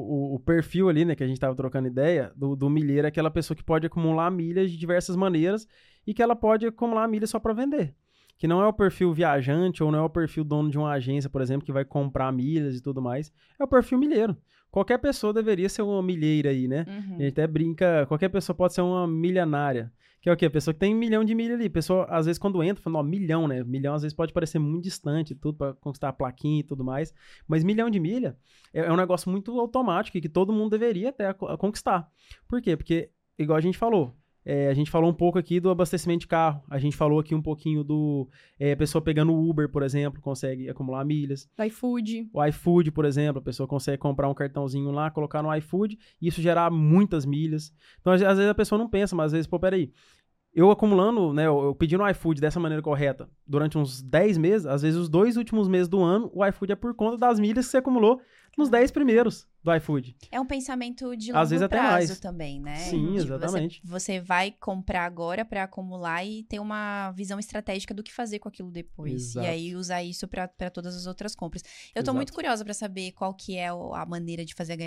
o perfil ali, né, que a gente tava trocando ideia, do milheiro é aquela pessoa que pode acumular milhas de diversas maneiras e que ela pode acumular milhas só para vender. Que não é o perfil viajante ou não é o perfil dono de uma agência, por exemplo, que vai comprar milhas e tudo mais. É o perfil milheiro. Qualquer pessoa deveria ser uma milheira aí, né? Uhum. A gente até brinca, qualquer pessoa pode ser uma milionária. Que é o quê? A pessoa que tem 1 milhão de milha ali. A pessoa, às vezes, quando entra, fala, 1 milhão, né? 1 milhão, às vezes, pode parecer muito distante e tudo, pra conquistar a plaquinha e tudo mais. Mas 1 milhão de milha é um negócio muito automático e que todo mundo deveria até conquistar. Por quê? Porque, igual a gente falou um pouco aqui do abastecimento de carro. A gente falou aqui um pouquinho do pessoa pegando Uber, por exemplo, consegue acumular milhas. O iFood. O iFood, por exemplo, a pessoa consegue comprar um cartãozinho lá, colocar no iFood e isso gerar muitas milhas. Então, às vezes a pessoa não pensa, mas às vezes, pô, peraí, eu acumulando, né, eu pedindo o iFood dessa maneira correta durante uns 10 meses, às vezes os 2 últimos meses do ano, o iFood é por conta das milhas que você acumulou nos 10 primeiros do iFood. É um pensamento de Às vezes longo até prazo mais. também, né? Sim, Tipo, exatamente. Você vai comprar agora pra acumular e ter uma visão estratégica do que fazer com aquilo depois. Exato. E aí usar isso pra todas as outras compras. Eu tô Exato. muito curiosa pra saber qual que é a maneira de fazer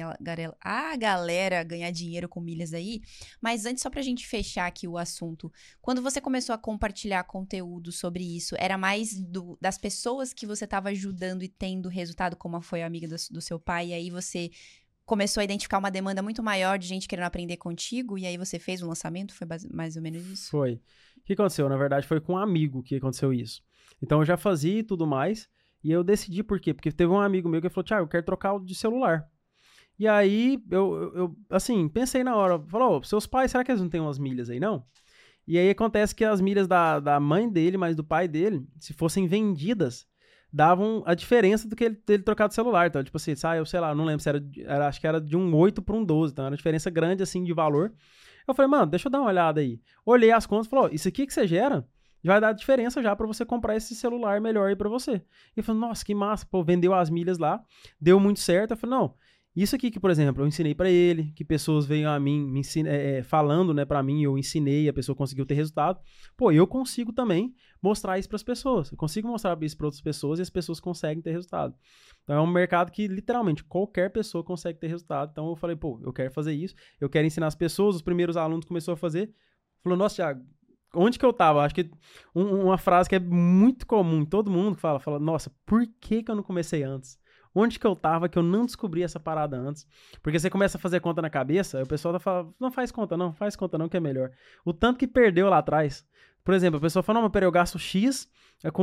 a galera ganhar dinheiro com milhas aí. Mas antes, só pra gente fechar aqui o assunto. Quando você começou a compartilhar conteúdo sobre isso, era mais das pessoas que você tava ajudando e tendo resultado, como foi a amiga do seu pai, e aí você começou a identificar uma demanda muito maior de gente querendo aprender contigo, e aí você fez um lançamento? Foi mais ou menos isso? Foi. O que aconteceu? Na verdade, foi com um amigo que aconteceu isso. Então, eu já fazia e tudo mais, e eu decidi por quê? Porque teve um amigo meu que falou, Thiago, eu quero trocar o de celular. E aí, eu assim, pensei na hora, falou, seus pais, será que eles não têm umas milhas aí, não? E aí, acontece que as milhas da mãe dele, mas do pai dele, se fossem vendidas, davam a diferença do que ele trocar de celular. Então, tipo assim, eu sei lá, não lembro se acho que era de um 8 para um 12, então era uma diferença grande, assim, de valor. Eu falei, mano, deixa eu dar uma olhada aí. Olhei as contas e falei, isso aqui que você gera, já vai dar diferença já pra você comprar esse celular melhor aí pra você. E eu falei, nossa, que massa, pô, vendeu as milhas lá, deu muito certo. Eu falei, não, isso aqui que, por exemplo, eu ensinei pra ele, que pessoas veio a mim me falando, né, pra mim, eu ensinei, a pessoa conseguiu ter resultado. Pô, eu consigo também mostrar isso pras pessoas. Eu consigo mostrar isso pra outras pessoas e as pessoas conseguem ter resultado. Então, é um mercado que, literalmente, qualquer pessoa consegue ter resultado. Então, eu falei, pô, eu quero fazer isso, eu quero ensinar as pessoas. Os primeiros alunos começaram a fazer. Falou, nossa, Thiago, onde que eu tava? Acho que uma frase que é muito comum, todo mundo fala, nossa, por que eu não comecei antes? Onde que eu tava que eu não descobri essa parada antes? Porque você começa a fazer conta na cabeça, aí o pessoal fala, não faz conta não, que é melhor. O tanto que perdeu lá atrás. Por exemplo, a pessoa fala, não, mas peraí, eu gasto X,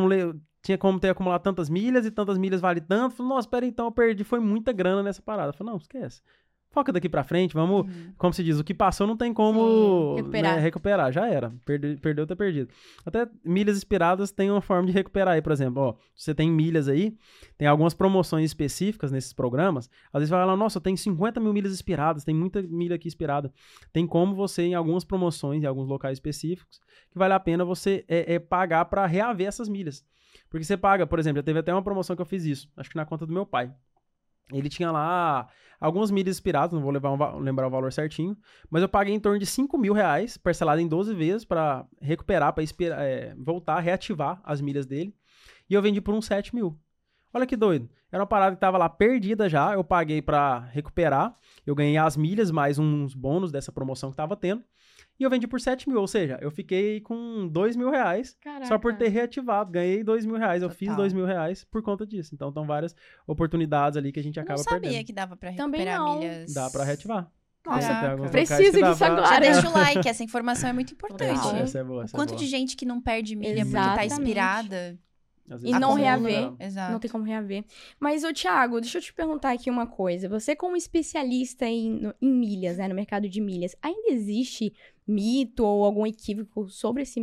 tinha como ter acumulado tantas milhas e tantas milhas vale tanto. Falei, nossa, peraí, então eu perdi, foi muita grana nessa parada. Eu falei, não, esquece. foca daqui pra frente, vamos, como se diz, o que passou não tem como recuperar, já era, perdeu, tá perdido. Até milhas expiradas tem uma forma de recuperar aí, por exemplo, ó, você tem milhas aí, tem algumas promoções específicas nesses programas, às vezes vai falar, nossa, tem 50 mil milhas expiradas, tem muita milha aqui expirada, tem como você, em algumas promoções, em alguns locais específicos, que vale a pena você pagar pra reaver essas milhas, porque você paga, por exemplo, já teve até uma promoção que eu fiz isso, acho que na conta do meu pai. Ele tinha lá algumas milhas expiradas, não vou lembrar o valor certinho, mas eu paguei em torno de R$5.000, parcelado em 12 vezes, para recuperar, para voltar, reativar as milhas dele. E eu vendi por uns 7 mil. Olha que doido. Era uma parada que tava lá perdida já, eu paguei para recuperar, eu ganhei as milhas mais uns bônus dessa promoção que tava tendo. E eu vendi por 7 mil, ou seja, eu fiquei com R$2.000 só por ter reativado. Ganhei R$2.000, eu fiz R$2.000 por conta disso. Então, estão várias oportunidades ali que a gente acaba perdendo. Não sabia que dava pra recuperar milhas. Dá pra reativar. Nossa, preciso disso agora. Já deixa o like, essa informação é muito importante. Essa é boa, o quanto de gente que não perde milha porque tá expirada. E não reaver. Exato. Não tem como reaver. Mas, ô Thiago, deixa eu te perguntar aqui uma coisa. Você, como especialista em milhas, né, no mercado de milhas, ainda existe mito ou algum equívoco sobre esse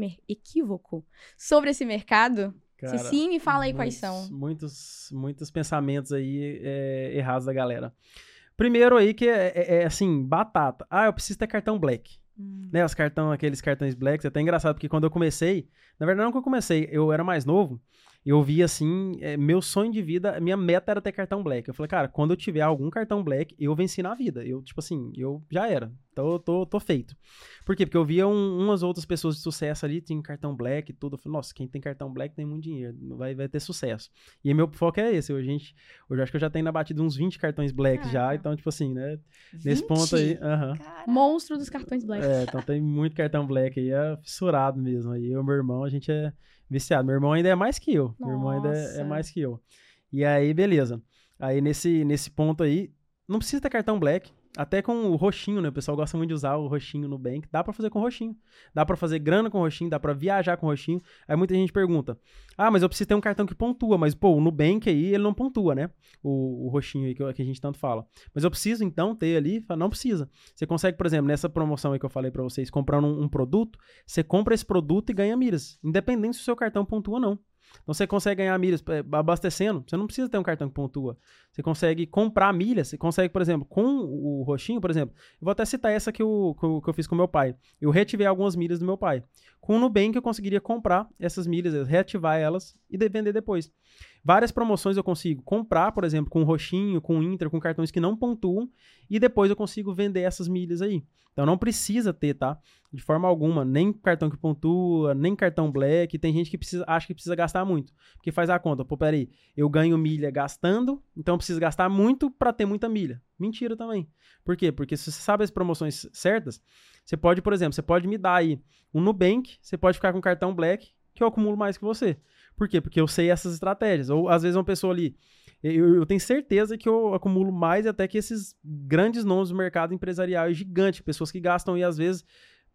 mercado? Cara, Se sim, me fala aí quais são. Muitos pensamentos aí errados da galera. Primeiro aí que é assim, batata. Eu preciso ter cartão Black. Né, aqueles cartões Black, é até engraçado, porque quando eu comecei, na verdade não que eu comecei, eu era mais novo, eu vi assim, meu sonho de vida, minha meta era ter cartão Black. Eu falei, cara, quando eu tiver algum cartão Black, eu venci na vida. Eu, tipo assim, eu já era. Então eu tô feito. Por quê? Porque eu via umas outras pessoas de sucesso ali, tinham cartão Black e tudo. Eu falei, nossa, quem tem cartão Black tem muito dinheiro, vai ter sucesso. E meu foco é esse. Hoje acho que eu já tenho na batida uns 20 cartões Black já. Então, tipo assim, né? 20? Nesse ponto aí. Monstro dos cartões Black. Então tem muito cartão Black aí, é fissurado mesmo. Aí eu e meu irmão, a gente é viciado. Meu irmão ainda é mais que eu. Nossa. Meu irmão ainda é mais que eu. E aí, beleza. Aí nesse ponto aí, não precisa ter cartão Black. Até com o roxinho, né? O pessoal gosta muito de usar o roxinho no Nubank. Dá pra fazer com roxinho. Dá pra fazer grana com roxinho, dá pra viajar com roxinho. Aí muita gente pergunta, mas eu preciso ter um cartão que pontua. Mas, pô, o Nubank aí, ele não pontua, né? O roxinho aí que a gente tanto fala. Mas eu preciso, então, ter ali? Não precisa. Você consegue, por exemplo, nessa promoção aí que eu falei pra vocês, comprando um produto, você compra esse produto e ganha milhas. Independente se o seu cartão pontua ou não. Então você consegue ganhar milhas abastecendo, você não precisa ter um cartão que pontua. Você consegue comprar milhas, você consegue, por exemplo, com o roxinho, por exemplo, eu vou até citar essa que eu fiz com meu pai. Eu reativei algumas milhas do meu pai. Com o Nubank eu conseguiria comprar essas milhas, reativar elas e vender depois. Várias promoções eu consigo comprar, por exemplo, com o roxinho, com o Inter, com cartões que não pontuam e depois eu consigo vender essas milhas aí. Então não precisa ter, tá? De forma alguma, nem cartão que pontua, nem cartão Black. Tem gente que acha que precisa gastar muito. Porque faz a conta, pô, peraí, eu ganho milha gastando, então eu preciso gastar muito para ter muita milha. Mentira também. Por quê? Porque se você sabe as promoções certas, você pode, por exemplo, você pode me dar aí um Nubank, você pode ficar com cartão Black, que eu acumulo mais que você. Por quê? Porque eu sei essas estratégias. Ou às vezes uma pessoa ali, eu tenho certeza que eu acumulo mais até que esses grandes nomes do mercado empresarial gigante, pessoas que gastam aí às vezes,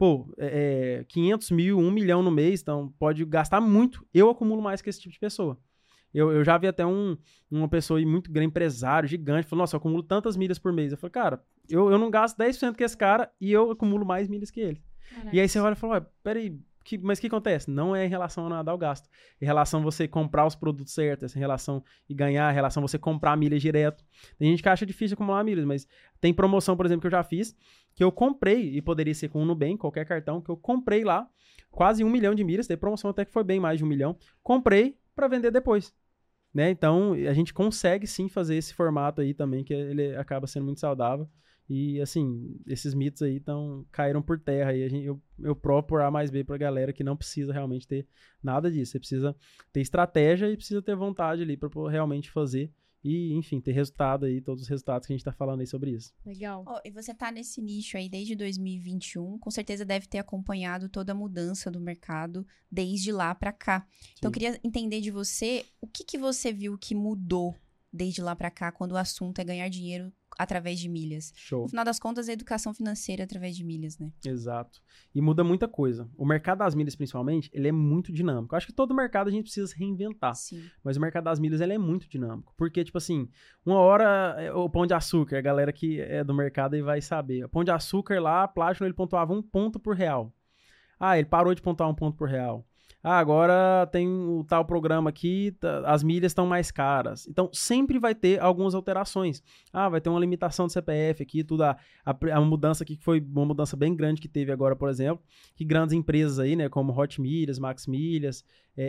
500 mil, 1 milhão no mês, então pode gastar muito. Eu acumulo mais que esse tipo de pessoa. Eu já vi até uma pessoa aí muito grande, empresário, gigante, falou, nossa, eu acumulo tantas milhas por mês. Eu falei, cara, eu não gasto 10% que esse cara e eu acumulo mais milhas que ele. Caraca. E aí você olha e fala, peraí, mas o que acontece? Não é em relação a nada ao gasto. É em relação a você comprar os produtos certos, em relação e ganhar, em relação a você comprar milhas direto. Tem gente que acha difícil acumular milhas, mas tem promoção, por exemplo, que eu já fiz, que eu comprei, e poderia ser com o Nubank, qualquer cartão, que eu comprei lá, quase 1 milhão de milhas, tem promoção até que foi bem mais de 1 milhão, comprei para vender depois. Né? Então, a gente consegue sim fazer esse formato aí também, que ele acaba sendo muito saudável. E, assim, esses mitos aí caíram por terra. E eu provo por A mais B pra galera que não precisa realmente ter nada disso. Você precisa ter estratégia e precisa ter vontade ali pra realmente fazer. E, enfim, ter resultado aí, todos os resultados que a gente tá falando aí sobre isso. Legal. E você tá nesse nicho aí desde 2021, com certeza deve ter acompanhado toda a mudança do mercado desde lá pra cá. Sim. Então, eu queria entender de você, o que você viu que mudou desde lá pra cá, quando o assunto é ganhar dinheiro através de milhas. Show. No final das contas, é educação financeira através de milhas, né? Exato. E muda muita coisa. O mercado das milhas, principalmente, ele é muito dinâmico. Eu acho que todo mercado a gente precisa se reinventar. Sim. Mas o mercado das milhas, ele é muito dinâmico. Porque, tipo assim, uma hora o Pão de Açúcar, a galera que é do mercado aí vai saber. O Pão de Açúcar lá, a Platinum, ele pontuava 1 ponto por real. Ah, ele parou de pontuar 1 ponto por real. Ah, agora tem o tal programa aqui, as milhas estão mais caras. Então, sempre vai ter algumas alterações. Ah, vai ter uma limitação do CPF aqui, tudo a mudança aqui, que foi uma mudança bem grande que teve agora, por exemplo, que grandes empresas aí, né, como Hot Milhas, Max Milhas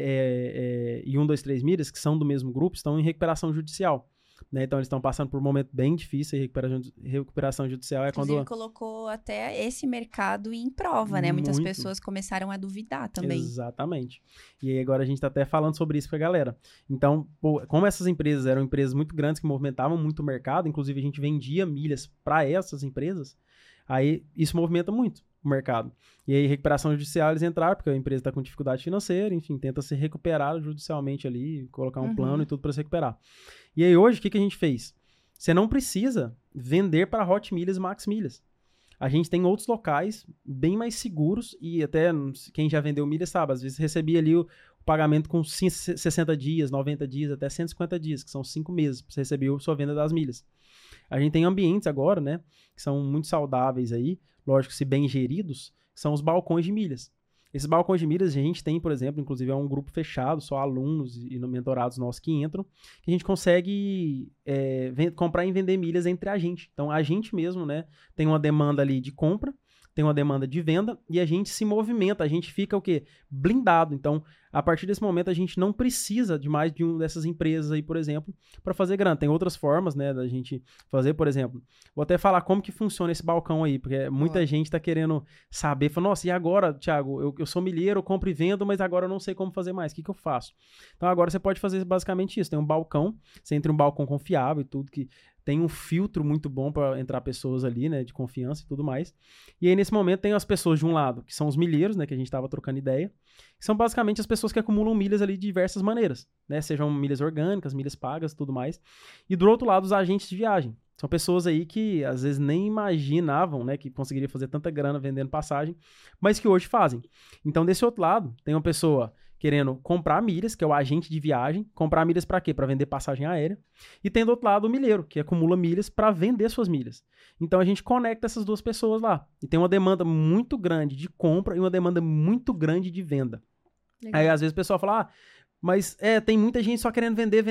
e 123 Milhas, que são do mesmo grupo, estão em recuperação judicial. Né? Então, eles estão passando por um momento bem difícil. Recuperação judicial é Inclusive, quando... colocou até esse mercado em prova, né? Muitas Muito. pessoas começaram a duvidar também. Exatamente. E aí agora a gente tá até falando sobre isso com a galera. Então, pô, como essas empresas eram empresas muito grandes que movimentavam muito o mercado, inclusive a gente vendia milhas para essas empresas, aí isso movimenta muito o mercado. E aí, recuperação judicial, eles entraram, porque a empresa está com dificuldade financeira, enfim, tenta se recuperar judicialmente ali, colocar um plano e tudo para se recuperar. E aí, hoje, o que a gente fez? Você não precisa vender para Hot Milhas e Max Milhas. A gente tem outros locais bem mais seguros e até quem já vendeu milhas sabe, às vezes recebia ali o pagamento com 60 dias, 90 dias, até 150 dias, que são 5 meses para você receber a sua venda das milhas. A gente tem ambientes agora, né, que são muito saudáveis aí, lógico, se bem geridos, que são os balcões de milhas. Esses balcões de milhas a gente tem, por exemplo, inclusive é um grupo fechado, só alunos e mentorados nossos que entram, que a gente consegue comprar e vender milhas entre a gente. Então, a gente mesmo, né, tem uma demanda ali de compra, tem uma demanda de venda e a gente se movimenta, a gente fica o quê? Blindado. Então, a partir desse momento, a gente não precisa de mais de uma dessas empresas aí, por exemplo, para fazer grana. Tem outras formas, né, da gente fazer, por exemplo, vou até falar como que funciona esse balcão aí, porque muita gente está querendo saber, fala, nossa, e agora, Thiago, eu sou milheiro, eu compro e vendo, mas agora eu não sei como fazer mais, o que eu faço? Então, agora você pode fazer basicamente isso, tem um balcão, você entra em um balcão confiável e tudo, que tem um filtro muito bom para entrar pessoas ali, né, de confiança e tudo mais. E aí, nesse momento, tem as pessoas de um lado, que são os milheiros, né, que a gente estava trocando ideia, que são basicamente as pessoas que acumulam milhas ali de diversas maneiras, né, sejam milhas orgânicas, milhas pagas, tudo mais. E do outro lado, os agentes de viagem. São pessoas aí que, às vezes, nem imaginavam, né, que conseguiria fazer tanta grana vendendo passagem, mas que hoje fazem. Então, desse outro lado, tem uma pessoa querendo comprar milhas, que é o agente de viagem. Comprar milhas para quê? Para vender passagem aérea. E tem do outro lado o milheiro, que acumula milhas para vender suas milhas. Então a gente conecta essas duas pessoas lá. E tem uma demanda muito grande de compra e uma demanda muito grande de venda. Legal. Aí às vezes o pessoal fala, mas tem muita gente só querendo vender.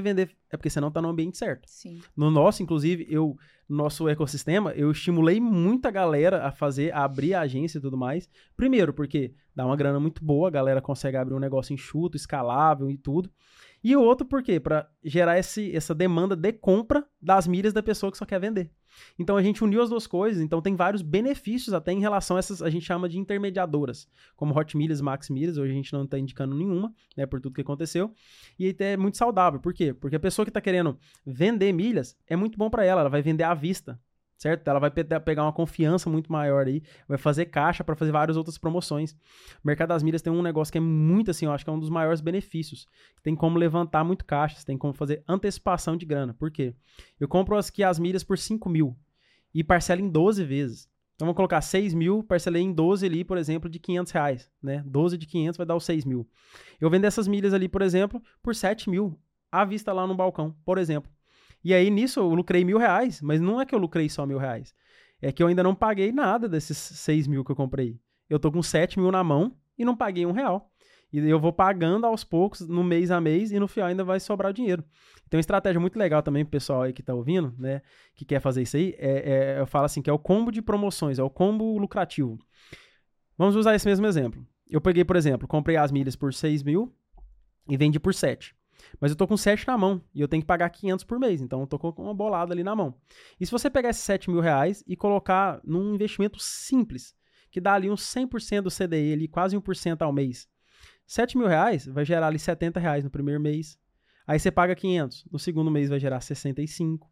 É porque você não está no ambiente certo. Sim. No nosso, inclusive, no nosso ecossistema, eu estimulei muita galera a abrir a agência e tudo mais. Primeiro, porque dá uma grana muito boa, a galera consegue abrir um negócio enxuto, escalável e tudo. E o outro, por quê? Para gerar essa demanda de compra das milhas da pessoa que só quer vender. Então, a gente uniu as duas coisas. Então, tem vários benefícios até em relação a essas, a gente chama de intermediadoras, como Hot Milhas, Max Milhas. Hoje a gente não está indicando nenhuma, né, por tudo que aconteceu. E até é muito saudável. Por quê? Porque a pessoa que está querendo vender milhas é muito bom para ela vai vender à vista. Certo? Ela vai pegar uma confiança muito maior aí, vai fazer caixa para fazer várias outras promoções. O mercado das milhas tem um negócio que é muito assim, eu acho que é um dos maiores benefícios. Tem como levantar muito caixa, tem como fazer antecipação de grana. Por quê? Eu compro aqui as milhas por 5 mil e parcelo em 12 vezes. Então, vamos colocar 6 mil, parcelei em 12 ali, por exemplo, de R$500, né? 12 de 500 vai dar os 6 mil. Eu vendo essas milhas ali, por exemplo, por 7 mil, à vista lá no balcão, por exemplo. E aí, nisso, eu lucrei R$1.000, mas não é que eu lucrei só R$1.000. É que eu ainda não paguei nada desses 6 mil que eu comprei. Eu tô com 7 mil na mão e não paguei R$1. E eu vou pagando aos poucos, no mês a mês, e no final ainda vai sobrar dinheiro. Tem uma estratégia muito legal também pro pessoal aí que tá ouvindo, né, que quer fazer isso aí, eu falo assim, que é o combo de promoções, é o combo lucrativo. Vamos usar esse mesmo exemplo. Eu peguei, por exemplo, comprei as milhas por 6 mil e vendi por 7. Mas eu tô com 7 na mão e eu tenho que pagar 500 por mês, então eu tô com uma bolada ali na mão. E se você pegar esses 7 mil reais e colocar num investimento simples, que dá ali uns 100% do CDI, ali, quase 1% ao mês, 7 mil reais vai gerar ali 70 reais no primeiro mês, aí você paga 500, no segundo mês vai gerar 65,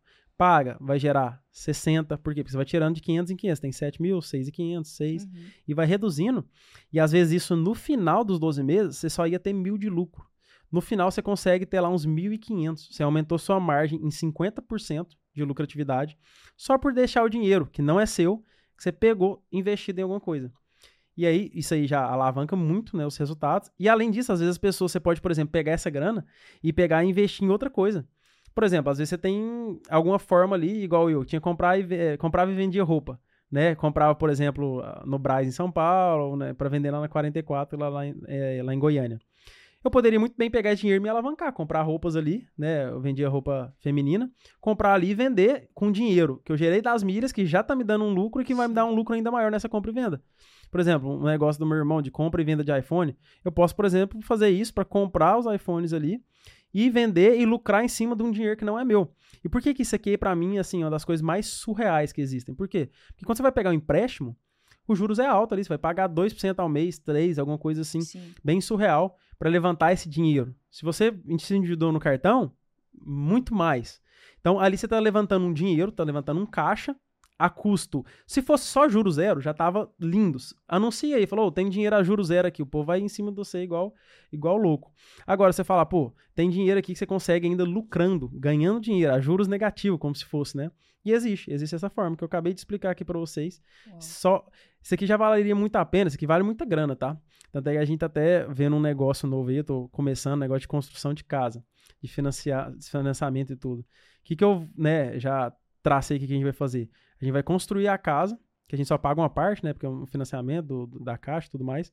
vai gerar 60, por quê? Porque você vai tirando de 500 em 500, tem 7 mil, 6.500, 6, e vai reduzindo, e às vezes isso no final dos 12 meses, você só ia ter 1.000 de lucro. no final você consegue ter lá uns 1.500. Você aumentou sua margem em 50% de lucratividade só por deixar o dinheiro, que não é seu, que você pegou investido em alguma coisa. E aí, isso aí já alavanca muito, né, os resultados. E além disso, às vezes as pessoas, você pode, por exemplo, pegar essa grana e pegar e investir em outra coisa. Por exemplo, às vezes você tem alguma forma ali, igual eu, tinha comprava e vendia roupa, né? Comprava, por exemplo, no Brás em São Paulo, né, para vender lá na 44, lá em Goiânia. Eu poderia muito bem pegar esse dinheiro e me alavancar, comprar roupas ali, né? Eu vendia roupa feminina, comprar ali e vender com dinheiro que eu gerei das milhas, que já tá me dando um lucro e que vai me dar um lucro ainda maior nessa compra e venda. Por exemplo, um negócio do meu irmão de compra e venda de iPhone, eu posso, por exemplo, fazer isso para comprar os iPhones ali e vender e lucrar em cima de um dinheiro que não é meu. E por que isso aqui, para mim, assim, é uma das coisas mais surreais que existem? Por quê? Porque quando você vai pegar um empréstimo, os juros é alto ali, você vai pagar 2% ao mês, 3%, alguma coisa assim, Sim. bem surreal, para levantar esse dinheiro. Se você se endividou no cartão, muito mais. Então, ali você está levantando um dinheiro, está levantando um caixa, a custo. Se fosse só juro zero, já tava lindos. Anuncia aí, falou, tem dinheiro a juro zero aqui, o povo vai em cima de você igual louco. Agora você fala, pô, tem dinheiro aqui que você consegue ainda lucrando, ganhando dinheiro, a juros negativo, como se fosse, né? E existe essa forma que eu acabei de explicar aqui pra vocês. Só, isso aqui já valeria muito a pena, isso aqui vale muita grana, tá? Tanto é que a gente tá até vendo um negócio novo aí, eu tô começando um negócio de construção de casa, de financiamento e tudo. O que eu, né, já tracei aqui que a gente vai fazer? A gente vai construir a casa, que a gente só paga uma parte, né? Porque é um financiamento da Caixa e tudo mais.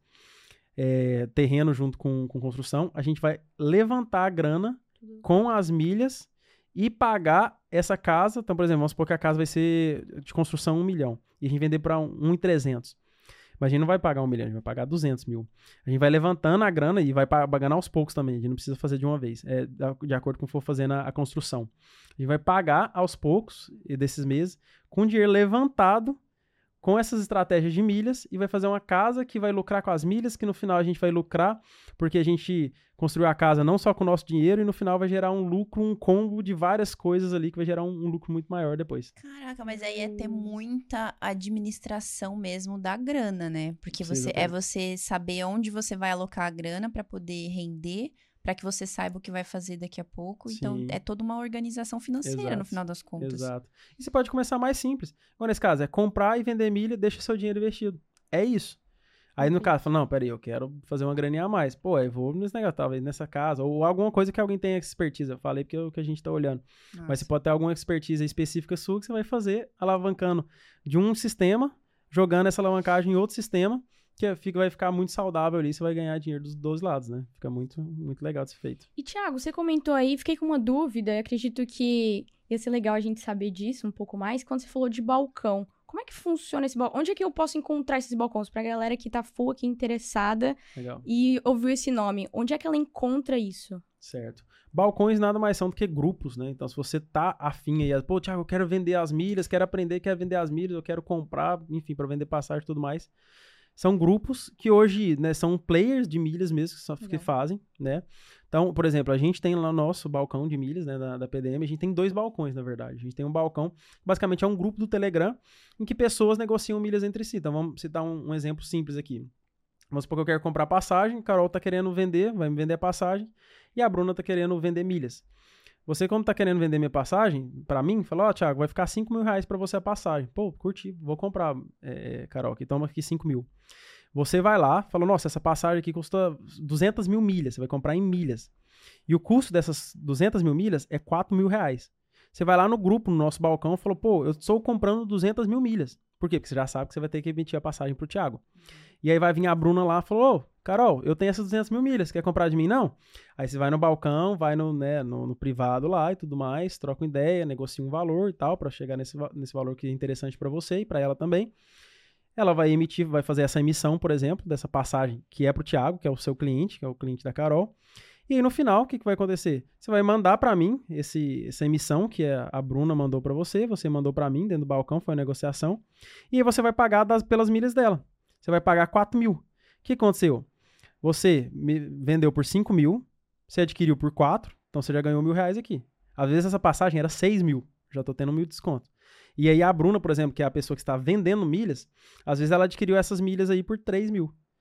Terreno junto com construção. A gente vai levantar a grana com as milhas e pagar essa casa. Então, por exemplo, vamos supor que a casa vai ser de construção 1 milhão. E a gente vender para 1.300. Mas a gente não vai pagar 1 milhão, a gente vai pagar 200 mil. A gente vai levantando a grana e vai pagando aos poucos também. A gente não precisa fazer de uma vez. De acordo com o que for fazendo a construção. A gente vai pagar aos poucos desses meses com dinheiro levantado com essas estratégias de milhas e vai fazer uma casa que vai lucrar com as milhas, que no final a gente vai lucrar porque a gente construiu a casa não só com o nosso dinheiro e no final vai gerar um lucro, um combo de várias coisas ali que vai gerar um lucro muito maior depois. Caraca, mas aí é ter muita administração mesmo da grana, né? Porque você saber onde você vai alocar a grana para poder render, para que você saiba o que vai fazer daqui a pouco. Sim. Então, é toda uma organização financeira no final das contas. Exato. E você pode começar mais simples. Agora, nesse caso, é comprar e vender milha, deixa seu dinheiro investido. É isso. Aí, no caso, fala, não, peraí, eu quero fazer uma graninha a mais. Pô, eu vou nesse negócio, talvez nessa casa, ou alguma coisa que alguém tenha expertise. Eu falei porque é o que a gente tá olhando. Nossa. Mas você pode ter alguma expertise específica sua que você vai fazer alavancando de um sistema, jogando essa alavancagem em outro sistema, que vai ficar muito saudável ali, você vai ganhar dinheiro dos dois lados, né? Fica muito, muito legal de ser feito. E, Thiago, você comentou aí, fiquei com uma dúvida, acredito que ia ser legal a gente saber disso um pouco mais, quando você falou de balcão. Como é que funciona esse balcão? Onde é que eu posso encontrar esses balcões? Pra galera que tá full aqui interessada e ouviu esse nome, onde é que ela encontra isso? Certo. Balcões nada mais são do que grupos, né? Então, se você tá afim aí, pô, Thiago, eu quero vender as milhas, quero aprender, quero vender as milhas, eu quero comprar, enfim, para vender passagem e tudo mais. São grupos que hoje, né, são players de milhas mesmo que fazem, né? Então, por exemplo, a gente tem lá o nosso balcão de milhas, né, da PDM, a gente tem 2 balcões, na verdade. A gente tem um balcão, basicamente é um grupo do Telegram, em que pessoas negociam milhas entre si. Então, vamos citar um exemplo simples aqui. Vamos supor que eu quero comprar passagem, Carol tá querendo vender, vai me vender a passagem, e a Bruna tá querendo vender milhas. Você, quando tá querendo vender minha passagem, pra mim, fala, Thiago, vai ficar 5 mil reais pra você a passagem. Pô, curti, vou comprar, Carol, aqui, toma aqui 5 mil. Você vai lá, fala, nossa, essa passagem aqui custa 200 mil milhas, você vai comprar em milhas. E o custo dessas 200 mil milhas é 4 mil reais. Você vai lá no grupo, no nosso balcão, e falou, pô, eu estou comprando 200 mil milhas. Por quê? Porque você já sabe que você vai ter que emitir a passagem pro Thiago. E aí vai vir a Bruna lá e falou, Carol, eu tenho essas 200 mil milhas, quer comprar de mim, não? Aí você vai no balcão, vai no privado lá e tudo mais, troca uma ideia, negocia um valor e tal, para chegar nesse valor que é interessante para você e para ela também. Ela vai emitir, vai fazer essa emissão, por exemplo, dessa passagem que é pro Thiago, que é o seu cliente, que é o cliente da Carol. E aí no final, o que vai acontecer? Você vai mandar para mim essa emissão que a Bruna mandou para você mandou para mim dentro do balcão, foi a negociação. E aí você vai pagar pelas milhas dela. Você vai pagar 4 mil. O que aconteceu? Você me vendeu por 5 mil, você adquiriu por 4, então você já ganhou 1.000 reais aqui. Às vezes essa passagem era 6 mil, já tô tendo 1.000 de desconto. E aí a Bruna, por exemplo, que é a pessoa que está vendendo milhas, às vezes ela adquiriu essas milhas aí por 3 mil.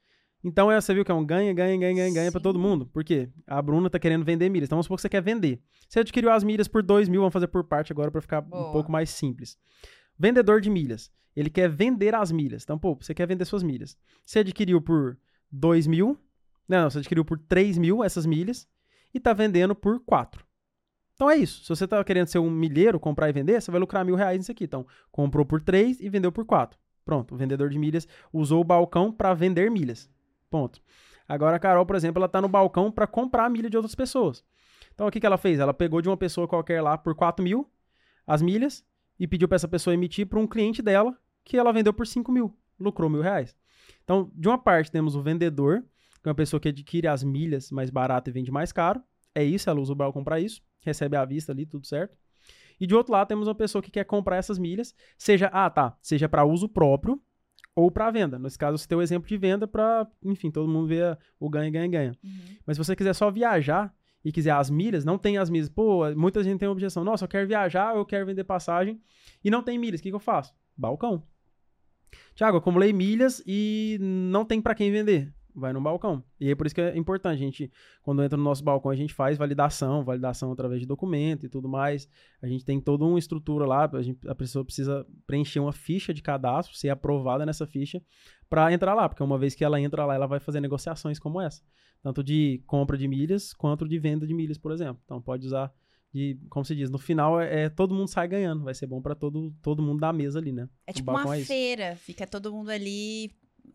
Então, você viu que é um ganha pra todo mundo. Por quê? A Bruna tá querendo vender milhas. Então, vamos supor que você quer vender. Você adquiriu as milhas por 2.000, vamos fazer por parte agora pra ficar um pouco mais simples. Vendedor de milhas. Ele quer vender as milhas. Então, pô, você quer vender suas milhas. Você adquiriu por 2.000. Não, você adquiriu por 3.000 essas milhas e tá vendendo por 4. Então é isso. Se você tá querendo ser um milheiro, comprar e vender, você vai lucrar R$1.000 nisso aqui. Então, comprou por 3 e vendeu por 4. Pronto, o vendedor de milhas usou o balcão para vender milhas. Ponto. Agora a Carol, por exemplo, ela tá no balcão para comprar a milha de outras pessoas. Então o que ela fez? Ela pegou de uma pessoa qualquer lá por 4.000 as milhas e pediu para essa pessoa emitir para um cliente dela que ela vendeu por 5.000. Lucrou R$1.000. Então, de uma parte temos o vendedor, que é uma pessoa que adquire as milhas mais barato e vende mais caro. É isso, ela usa o balcão para isso. Recebe à vista ali, tudo certo. E de outro lado temos uma pessoa que quer comprar essas milhas, seja para uso próprio ou para venda. Nesse caso, você tem o exemplo de venda para, enfim, todo mundo ver o ganha. Mas se você quiser só viajar e quiser as milhas, não tem as milhas. Pô, muita gente tem uma objeção. Nossa, eu quero viajar, eu quero vender passagem e não tem milhas. O que eu faço? Balcão. Tiago, eu acumulei milhas e não tem para quem vender. Vai no balcão. E é por isso que é importante, a gente, quando entra no nosso balcão, a gente faz validação através de documento e tudo mais. A gente tem toda uma estrutura lá, a pessoa precisa preencher uma ficha de cadastro, ser aprovada nessa ficha para entrar lá, porque uma vez que ela entra lá, ela vai fazer negociações como essa. Tanto de compra de milhas, quanto de venda de milhas, por exemplo. Então pode usar como se diz, no final todo mundo sai ganhando, vai ser bom para todo mundo da mesa ali, né? É tipo uma feira, fica todo mundo ali...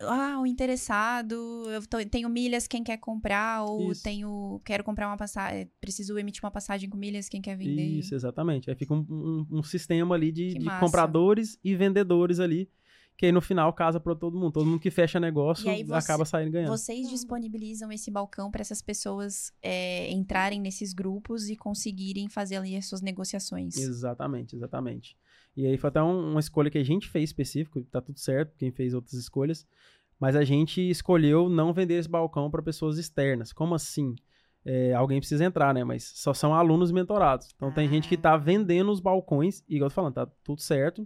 o interessado, eu tenho milhas, quem quer comprar, ou quero comprar uma passagem, preciso emitir uma passagem com milhas, quem quer vender. Isso, exatamente. Aí fica um sistema ali de compradores e vendedores ali, que aí no final casa para todo mundo que fecha negócio acaba saindo ganhando. Vocês disponibilizam esse balcão para essas pessoas entrarem nesses grupos e conseguirem fazer ali as suas negociações. Exatamente. E aí foi até uma escolha que a gente fez específico, tá tudo certo, quem fez outras escolhas, mas a gente escolheu não vender esse balcão para pessoas externas. Como assim? Alguém precisa entrar, né? Mas só são alunos mentorados. Então tem gente que tá vendendo os balcões, igual eu tô falando, tá tudo certo,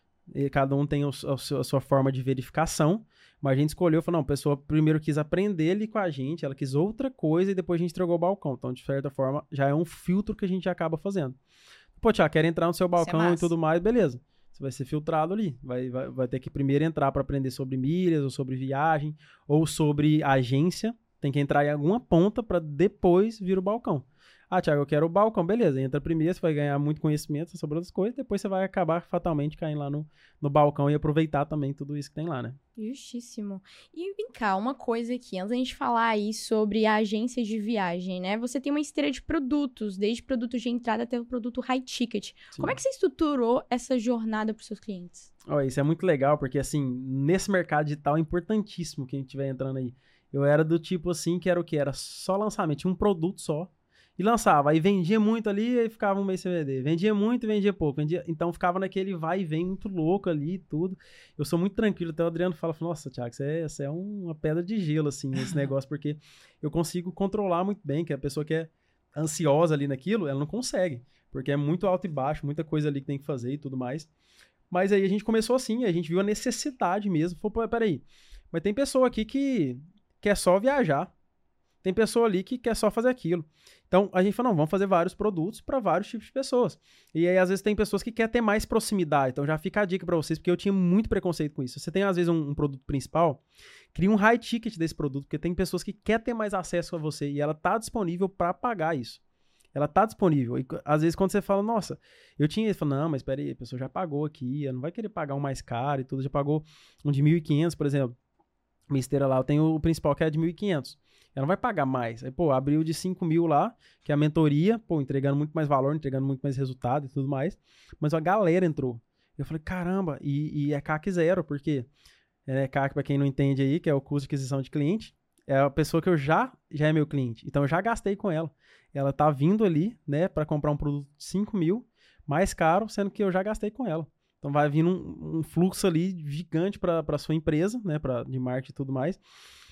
e cada um tem a sua forma de verificação, mas a gente escolheu, falou, não, a pessoa primeiro quis aprender ali com a gente, ela quis outra coisa e depois a gente entregou o balcão. Então, de certa forma, já é um filtro que a gente acaba fazendo. Pô, Tiago, quer entrar no seu balcão e tudo mais, beleza. Você vai ser filtrado ali. Vai ter que primeiro entrar para aprender sobre milhas, ou sobre viagem, ou sobre agência. Tem que entrar em alguma ponta para depois vir o balcão. Ah, Tiago, eu quero o balcão. Beleza, entra primeiro, você vai ganhar muito conhecimento sobre outras coisas, depois você vai acabar fatalmente caindo lá no balcão e aproveitar também tudo isso que tem lá, né? Justíssimo. E vem cá, uma coisa aqui, antes da gente falar aí sobre agências de viagem, né? Você tem uma esteira de produtos, desde produtos de entrada até o produto high ticket. Sim. Como é que você estruturou essa jornada para os seus clientes? Isso é muito legal, porque assim, nesse mercado digital é importantíssimo quem estiver entrando aí. Eu era do tipo assim, que era o quê? Era só lançamento, tinha um produto só. E lançava, aí vendia muito ali, aí ficava um mês sem vender. Vendia muito e vendia pouco. Então ficava naquele vai e vem muito louco ali e tudo. Eu sou muito tranquilo, até o Adriano fala, nossa, Thiago, você é uma pedra de gelo, assim, esse negócio, porque eu consigo controlar muito bem, que a pessoa que é ansiosa ali naquilo, ela não consegue, porque é muito alto e baixo, muita coisa ali que tem que fazer e tudo mais. Mas aí a gente começou assim, a gente viu a necessidade mesmo. Falou, pô, peraí, mas tem pessoa aqui que quer só viajar. Tem pessoa ali que quer só fazer aquilo. Então, a gente falou, não, vamos fazer vários produtos para vários tipos de pessoas. E aí, às vezes, tem pessoas que querem ter mais proximidade. Então, já fica a dica para vocês, porque eu tinha muito preconceito com isso. Você tem, às vezes, um produto principal, cria um high ticket desse produto, porque tem pessoas que querem ter mais acesso a você e ela tá disponível para pagar isso. Ela tá disponível. E, às vezes, quando você fala, nossa, eu tinha... Você fala, não, mas espera aí, a pessoa já pagou aqui, ela não vai querer pagar um mais caro e tudo. Já pagou um de 1.500, por exemplo. Minha esteira lá, eu tenho o principal que é de 1.500. Ela não vai pagar mais. Aí, pô, abriu de 5.000 lá, que é a mentoria, pô, entregando muito mais valor, entregando muito mais resultado e tudo mais. Mas a galera entrou. Eu falei, caramba, e é CAC zero, porque CAC, pra quem não entende aí, que é o custo de aquisição de cliente, é a pessoa que eu já é meu cliente. Então, eu já gastei com ela. Ela tá vindo ali, né, pra comprar um produto de 5.000, mais caro, sendo que eu já gastei com ela. Então, vai vindo um fluxo ali gigante pra sua empresa, né, de marketing e tudo mais.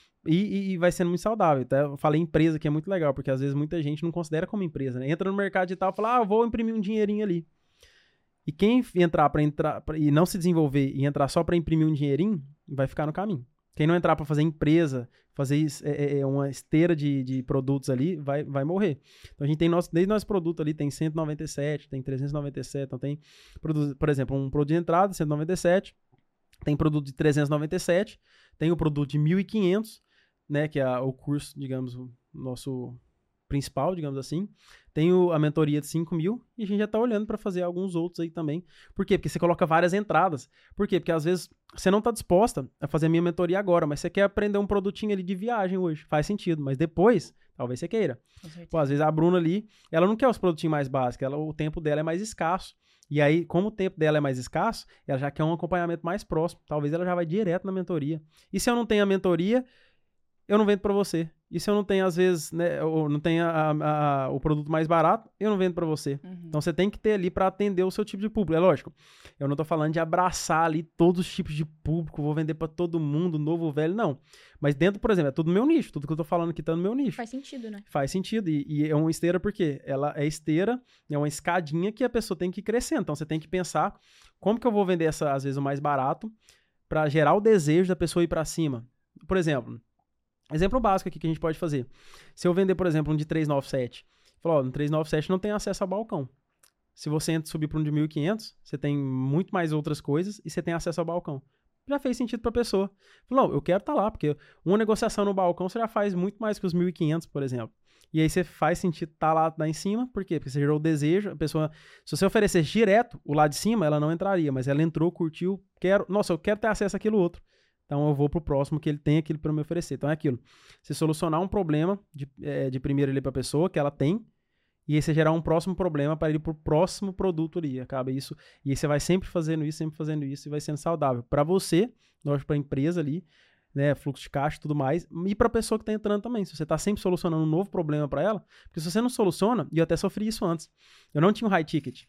E vai sendo muito saudável. Até eu falei empresa, que é muito legal, porque às vezes muita gente não considera como empresa, né? Entra no mercado digital e fala, eu vou imprimir um dinheirinho ali. E quem entrar e não se desenvolver e entrar só para imprimir um dinheirinho, vai ficar no caminho. Quem não entrar para fazer empresa, fazer uma esteira de produtos ali, vai morrer. Então a gente tem desde nosso produto ali, tem 197, tem 397, então tem produto, por exemplo, um produto de entrada, 197, tem produto de 397, tem o produto de 1.500, né, que é o curso, digamos, o nosso principal, digamos assim. Tem a mentoria de 5.000 e a gente já está olhando para fazer alguns outros aí também. Por quê? Porque você coloca várias entradas. Por quê? Porque às vezes você não está disposta a fazer a minha mentoria agora, mas você quer aprender um produtinho ali de viagem hoje. Faz sentido, mas depois, talvez você queira. Pô, às vezes a Bruna ali, ela não quer os produtinhos mais básicos, o tempo dela é mais escasso. E aí, como o tempo dela é mais escasso, ela já quer um acompanhamento mais próximo. Talvez ela já vai direto na mentoria. E se eu não tenho a mentoria, eu não vendo para você. E se eu não tenho, às vezes, né, ou não tenho o produto mais barato, eu não vendo para você. Então, você tem que ter ali para atender o seu tipo de público. É lógico, eu não tô falando de abraçar ali todos os tipos de público, vou vender para todo mundo, novo, velho, não. Mas dentro, por exemplo, é tudo no meu nicho. Tudo que eu tô falando aqui tá no meu nicho. Faz sentido, né? Faz sentido. E é uma esteira porque ela é esteira, é uma escadinha que a pessoa tem que ir crescendo. Então, você tem que pensar como que eu vou vender às vezes, o mais barato para gerar o desejo da pessoa ir para cima. Por exemplo... Exemplo básico aqui que a gente pode fazer. Se eu vender, por exemplo, um de 397, falar, no 397 não tem acesso a balcão. Se você subir para um de 1.500, você tem muito mais outras coisas e você tem acesso ao balcão. Já fez sentido para a pessoa. Falou, eu quero estar lá, porque uma negociação no balcão você já faz muito mais que os 1.500, por exemplo. E aí você faz sentido estar lá em cima, por quê? Porque você gerou o desejo, a pessoa, se você oferecesse direto o lado de cima, ela não entraria, mas ela entrou, curtiu, eu quero ter acesso àquilo outro. Então, eu vou pro próximo que ele tem aquilo para me oferecer. Então, é aquilo. Você solucionar um problema de primeiro ali para a pessoa, que ela tem, e aí você gerar um próximo problema para ir pro próximo produto ali. Acaba isso. E aí você vai sempre fazendo isso e vai sendo saudável. Para você, lógico, para a empresa ali, né, fluxo de caixa e tudo mais, e para a pessoa que está entrando também. Se você está sempre solucionando um novo problema para ela, porque se você não soluciona, e eu até sofri isso antes, eu não tinha um high ticket.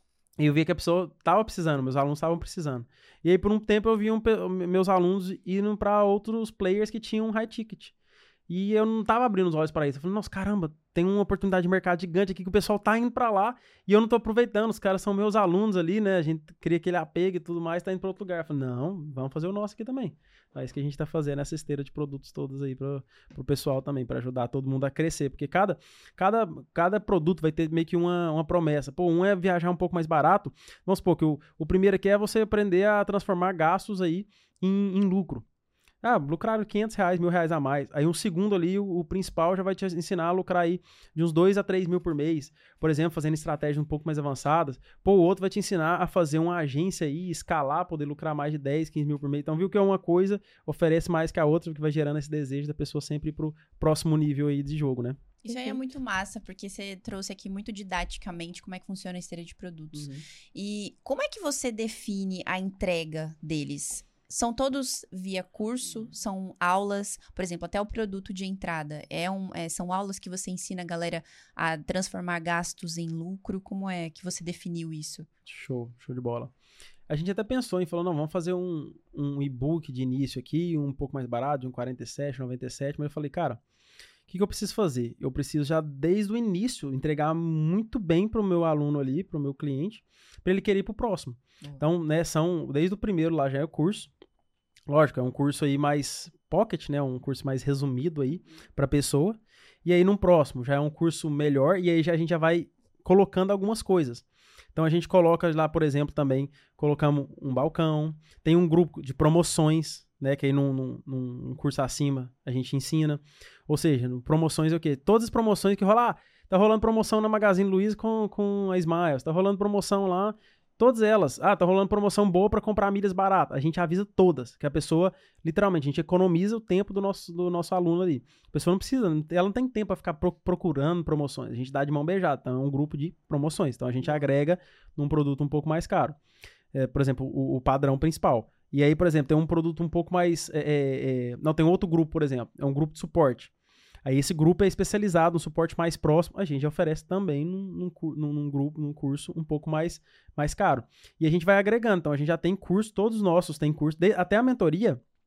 E eu vi que a pessoa estava precisando, meus alunos estavam precisando. E aí, por um tempo, eu vi meus alunos indo para outros players que tinham um high ticket. E eu não estava abrindo os olhos para isso. Eu falei, nossa, caramba, tem uma oportunidade de mercado gigante aqui que o pessoal tá indo para lá e eu não tô aproveitando. Os caras são meus alunos ali, né? A gente cria aquele apego e tudo mais, tá indo para outro lugar. Eu falei, não, vamos fazer o nosso aqui também. É isso que a gente tá fazendo, essa esteira de produtos todos aí pro pessoal também, para ajudar todo mundo a crescer. Porque cada produto vai ter meio que uma promessa. Pô, um é viajar um pouco mais barato. Vamos supor que o primeiro aqui é você aprender a transformar gastos aí em lucro. Lucrar R$500, R$1.000 a mais. Aí um segundo ali, o principal já vai te ensinar a lucrar aí de uns 2 a 3 mil por mês. Por exemplo, fazendo estratégias um pouco mais avançadas. Pô, o outro vai te ensinar a fazer uma agência aí, escalar, poder lucrar mais de 10, 15 mil por mês. Então, viu que é uma coisa, oferece mais que a outra, que vai gerando esse desejo da pessoa sempre ir pro próximo nível aí de jogo, né? Isso aí é muito massa, porque você trouxe aqui muito didaticamente como é que funciona a esteira de produtos. E como é que você define a entrega deles? São todos via curso? São aulas? Por exemplo, até o produto de entrada. São aulas que você ensina a galera a transformar gastos em lucro? Como é que você definiu isso? Show de bola. A gente até pensou em falar, não, vamos fazer um e-book de início aqui, um pouco mais barato, de um 47, 97, mas eu falei, cara, o que eu preciso fazer? Eu preciso já, desde o início, entregar muito bem para o meu aluno ali, para o meu cliente, para ele querer ir para o próximo. Então, né, desde o primeiro lá já é o curso. Lógico, é um curso aí mais pocket, né? Um curso mais resumido aí para a pessoa. E aí, num próximo, já é um curso melhor e aí a gente já vai colocando algumas coisas. Então, a gente coloca lá, por exemplo, também, colocamos um balcão, tem um grupo de promoções, né? Que aí num curso acima a gente ensina. Ou seja, promoções é o quê? Todas as promoções que rolam. Tá rolando promoção na Magazine Luiza com a Smiles, tá rolando promoção lá. Todas elas. Tá rolando promoção boa para comprar milhas baratas. A gente avisa todas, que a pessoa, literalmente, a gente economiza o tempo do nosso aluno ali. A pessoa não precisa, ela não tem tempo para ficar procurando promoções. A gente dá de mão beijada. Então, é um grupo de promoções. Então, a gente agrega num produto um pouco mais caro. Por exemplo, o padrão principal. E aí, por exemplo, tem um produto um pouco mais... Não, tem outro grupo, por exemplo. É um grupo de suporte. Aí esse grupo é especializado no suporte mais próximo, a gente oferece também num curso um pouco mais caro. E a gente vai agregando, então a gente já tem curso, todos os nossos têm curso, até a mentoria,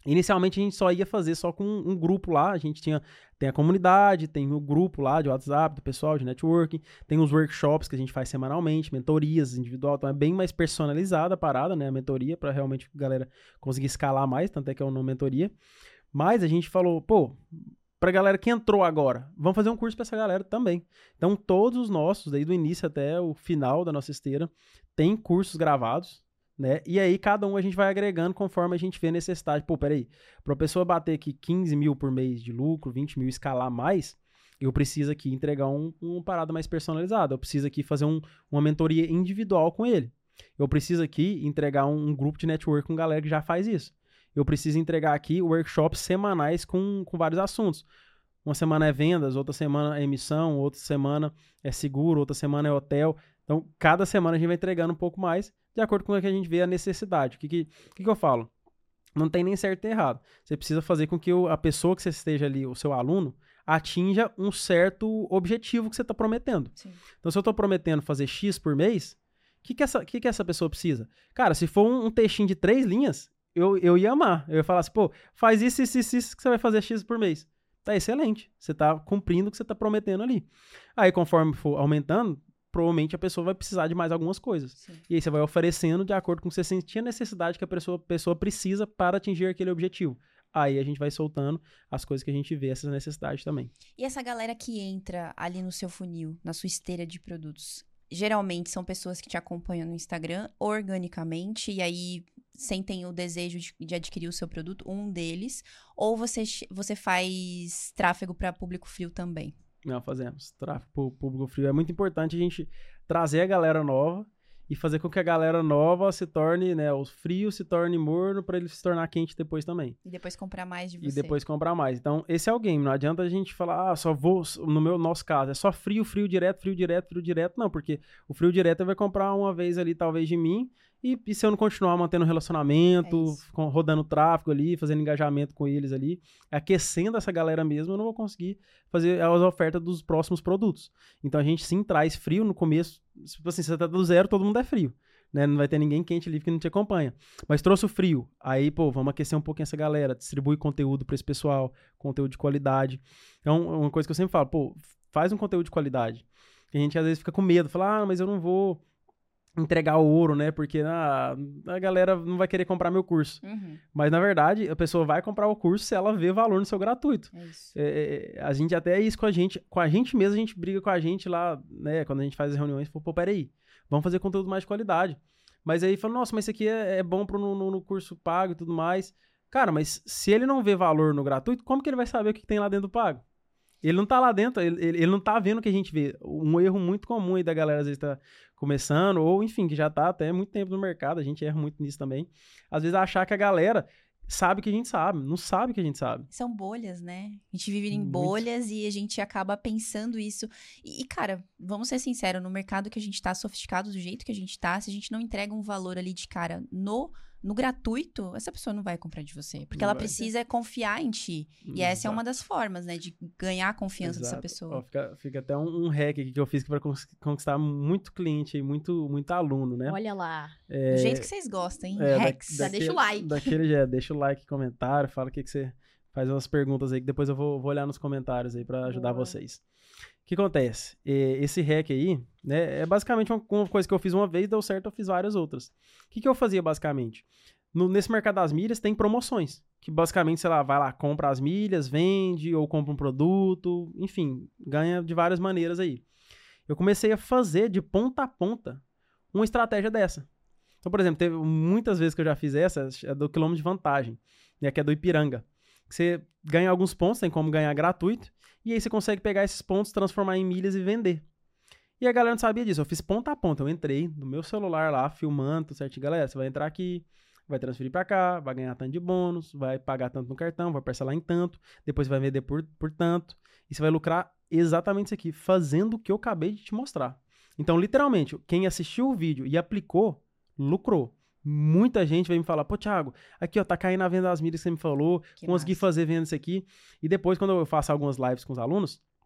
Inicialmente a gente só ia fazer só com um grupo lá, a gente tem a comunidade, tem o grupo lá de WhatsApp do pessoal, de networking, tem os workshops que a gente faz semanalmente, mentorias individual, então é bem mais personalizada a parada, né, a mentoria, para realmente a galera conseguir escalar mais, tanto é que é uma mentoria. Mas a gente falou, pô, pra galera que entrou agora, vamos fazer um curso pra essa galera também. Então todos os nossos, desde o início até o final da nossa esteira, tem cursos gravados, né? E aí cada um a gente vai agregando conforme a gente vê necessidade. Pô, peraí, pra pessoa bater aqui 15 mil por mês de lucro, 20 mil, escalar mais, eu preciso aqui entregar uma parada mais personalizada. Eu preciso aqui fazer uma mentoria individual com ele. Eu preciso aqui entregar um grupo de network com galera que já faz isso. Eu preciso entregar aqui workshops semanais com vários assuntos. Uma semana é vendas, outra semana é emissão, outra semana é seguro, outra semana é hotel. Então, cada semana a gente vai entregando um pouco mais, de acordo com o que a gente vê a necessidade. O que eu falo? Não tem nem certo nem errado. Você precisa fazer com que a pessoa que você esteja ali, o seu aluno, atinja um certo objetivo que você está prometendo. Sim. Então, se eu estou prometendo fazer X por mês, o que essa pessoa precisa? Cara, se for um textinho de 3 linhas, eu ia amar. Eu ia falar assim, pô, faz isso que você vai fazer X por mês. Tá excelente. Você tá cumprindo o que você tá prometendo ali. Aí, conforme for aumentando, provavelmente a pessoa vai precisar de mais algumas coisas. Sim. E aí você vai oferecendo de acordo com o que você sentir a necessidade que a pessoa precisa para atingir aquele objetivo. Aí a gente vai soltando as coisas que a gente vê, essas necessidades também. E essa galera que entra ali no seu funil, na sua esteira de produtos, geralmente são pessoas que te acompanham no Instagram organicamente e aí sentem o desejo de adquirir o seu produto, um deles, ou você faz tráfego para público frio também? Não, fazemos. Tráfego para o público frio. É muito importante a gente trazer a galera nova e fazer com que a galera nova se torne, né, o frio se torne morno para ele se tornar quente depois também. E depois comprar mais de você. E depois comprar mais. Então, esse é o game. Não adianta a gente falar, só vou, nosso caso, é só frio direto. Não, porque o frio direto vai comprar uma vez ali, talvez de mim, e se eu não continuar mantendo relacionamento, rodando tráfego ali, fazendo engajamento com eles ali, aquecendo essa galera mesmo, eu não vou conseguir fazer as ofertas dos próximos produtos. Então, a gente sim traz frio no começo. Tipo assim, se você tá do zero, todo mundo é frio. Né? Não vai ter ninguém quente ali que não te acompanha. Mas trouxe o frio. Aí, pô, vamos aquecer um pouquinho essa galera. Distribui conteúdo para esse pessoal. Conteúdo de qualidade. Então, uma coisa que eu sempre falo, pô, faz um conteúdo de qualidade. A gente às vezes fica com medo. Fala, mas eu não vou entregar o ouro, né? Porque a galera não vai querer comprar meu curso. Uhum. Mas, na verdade, a pessoa vai comprar o curso se ela vê valor no seu gratuito. É isso. A gente até é isso com a gente. Com a gente mesmo, a gente briga com a gente lá, né? Quando a gente faz as reuniões, pô, peraí. Vamos fazer conteúdo mais de qualidade. Mas aí fala, nossa, mas isso aqui é bom no curso pago e tudo mais. Cara, mas se ele não vê valor no gratuito, como que ele vai saber o que tem lá dentro do pago? Ele não tá lá dentro, ele não tá vendo o que a gente vê. Um erro muito comum aí da galera, às vezes tá começando, ou enfim, que já tá até muito tempo no mercado, a gente erra muito nisso também. Às vezes achar que a galera sabe o que a gente sabe, não sabe o que a gente sabe. São bolhas, né? A gente vive em Muito. bolhas e a gente acaba pensando isso. E, cara, vamos ser sinceros, no mercado que a gente tá, sofisticado do jeito que a gente tá, se a gente não entrega um valor ali de cara no gratuito, essa pessoa não vai comprar de você. Porque ela precisa confiar em ti. E essa é uma das formas, né? De ganhar a confiança dessa pessoa. Ó, fica até um hack aqui que eu fiz para conquistar muito cliente e muito aluno, né? Olha lá. Do jeito que vocês gostam, hein? Hacks. Já deixa o like. Deixa o like, comentário, fala o que você... Faz umas perguntas aí que depois eu vou olhar nos comentários aí para ajudar vocês. O que acontece? Esse hack aí, né, é basicamente uma coisa que eu fiz uma vez, deu certo, eu fiz várias outras. O que eu fazia basicamente? Nesse mercado das milhas tem promoções, que basicamente, sei lá, vai lá, compra as milhas, vende ou compra um produto, enfim, ganha de várias maneiras aí. Eu comecei a fazer de ponta a ponta uma estratégia dessa. Então, por exemplo, teve muitas vezes que eu já fiz essa, é do quilômetro de vantagem, né, que é do Ipiranga. Você ganha alguns pontos, tem como ganhar gratuito, e aí você consegue pegar esses pontos, transformar em milhas e vender. E a galera não sabia disso, eu fiz ponta a ponta, eu entrei no meu celular lá, filmando, tudo certinho, galera, você vai entrar aqui, vai transferir pra cá, vai ganhar tanto de bônus, vai pagar tanto no cartão, vai parcelar em tanto, depois vai vender por tanto, e você vai lucrar exatamente isso aqui, fazendo o que eu acabei de te mostrar. Então, literalmente, quem assistiu o vídeo e aplicou, lucrou. Muita gente vai me falar, pô, Thiago, aqui, ó, tá caindo a venda das milhas que você me falou, consegui fazer venda isso aqui. E depois, quando eu faço algumas lives com os alunos,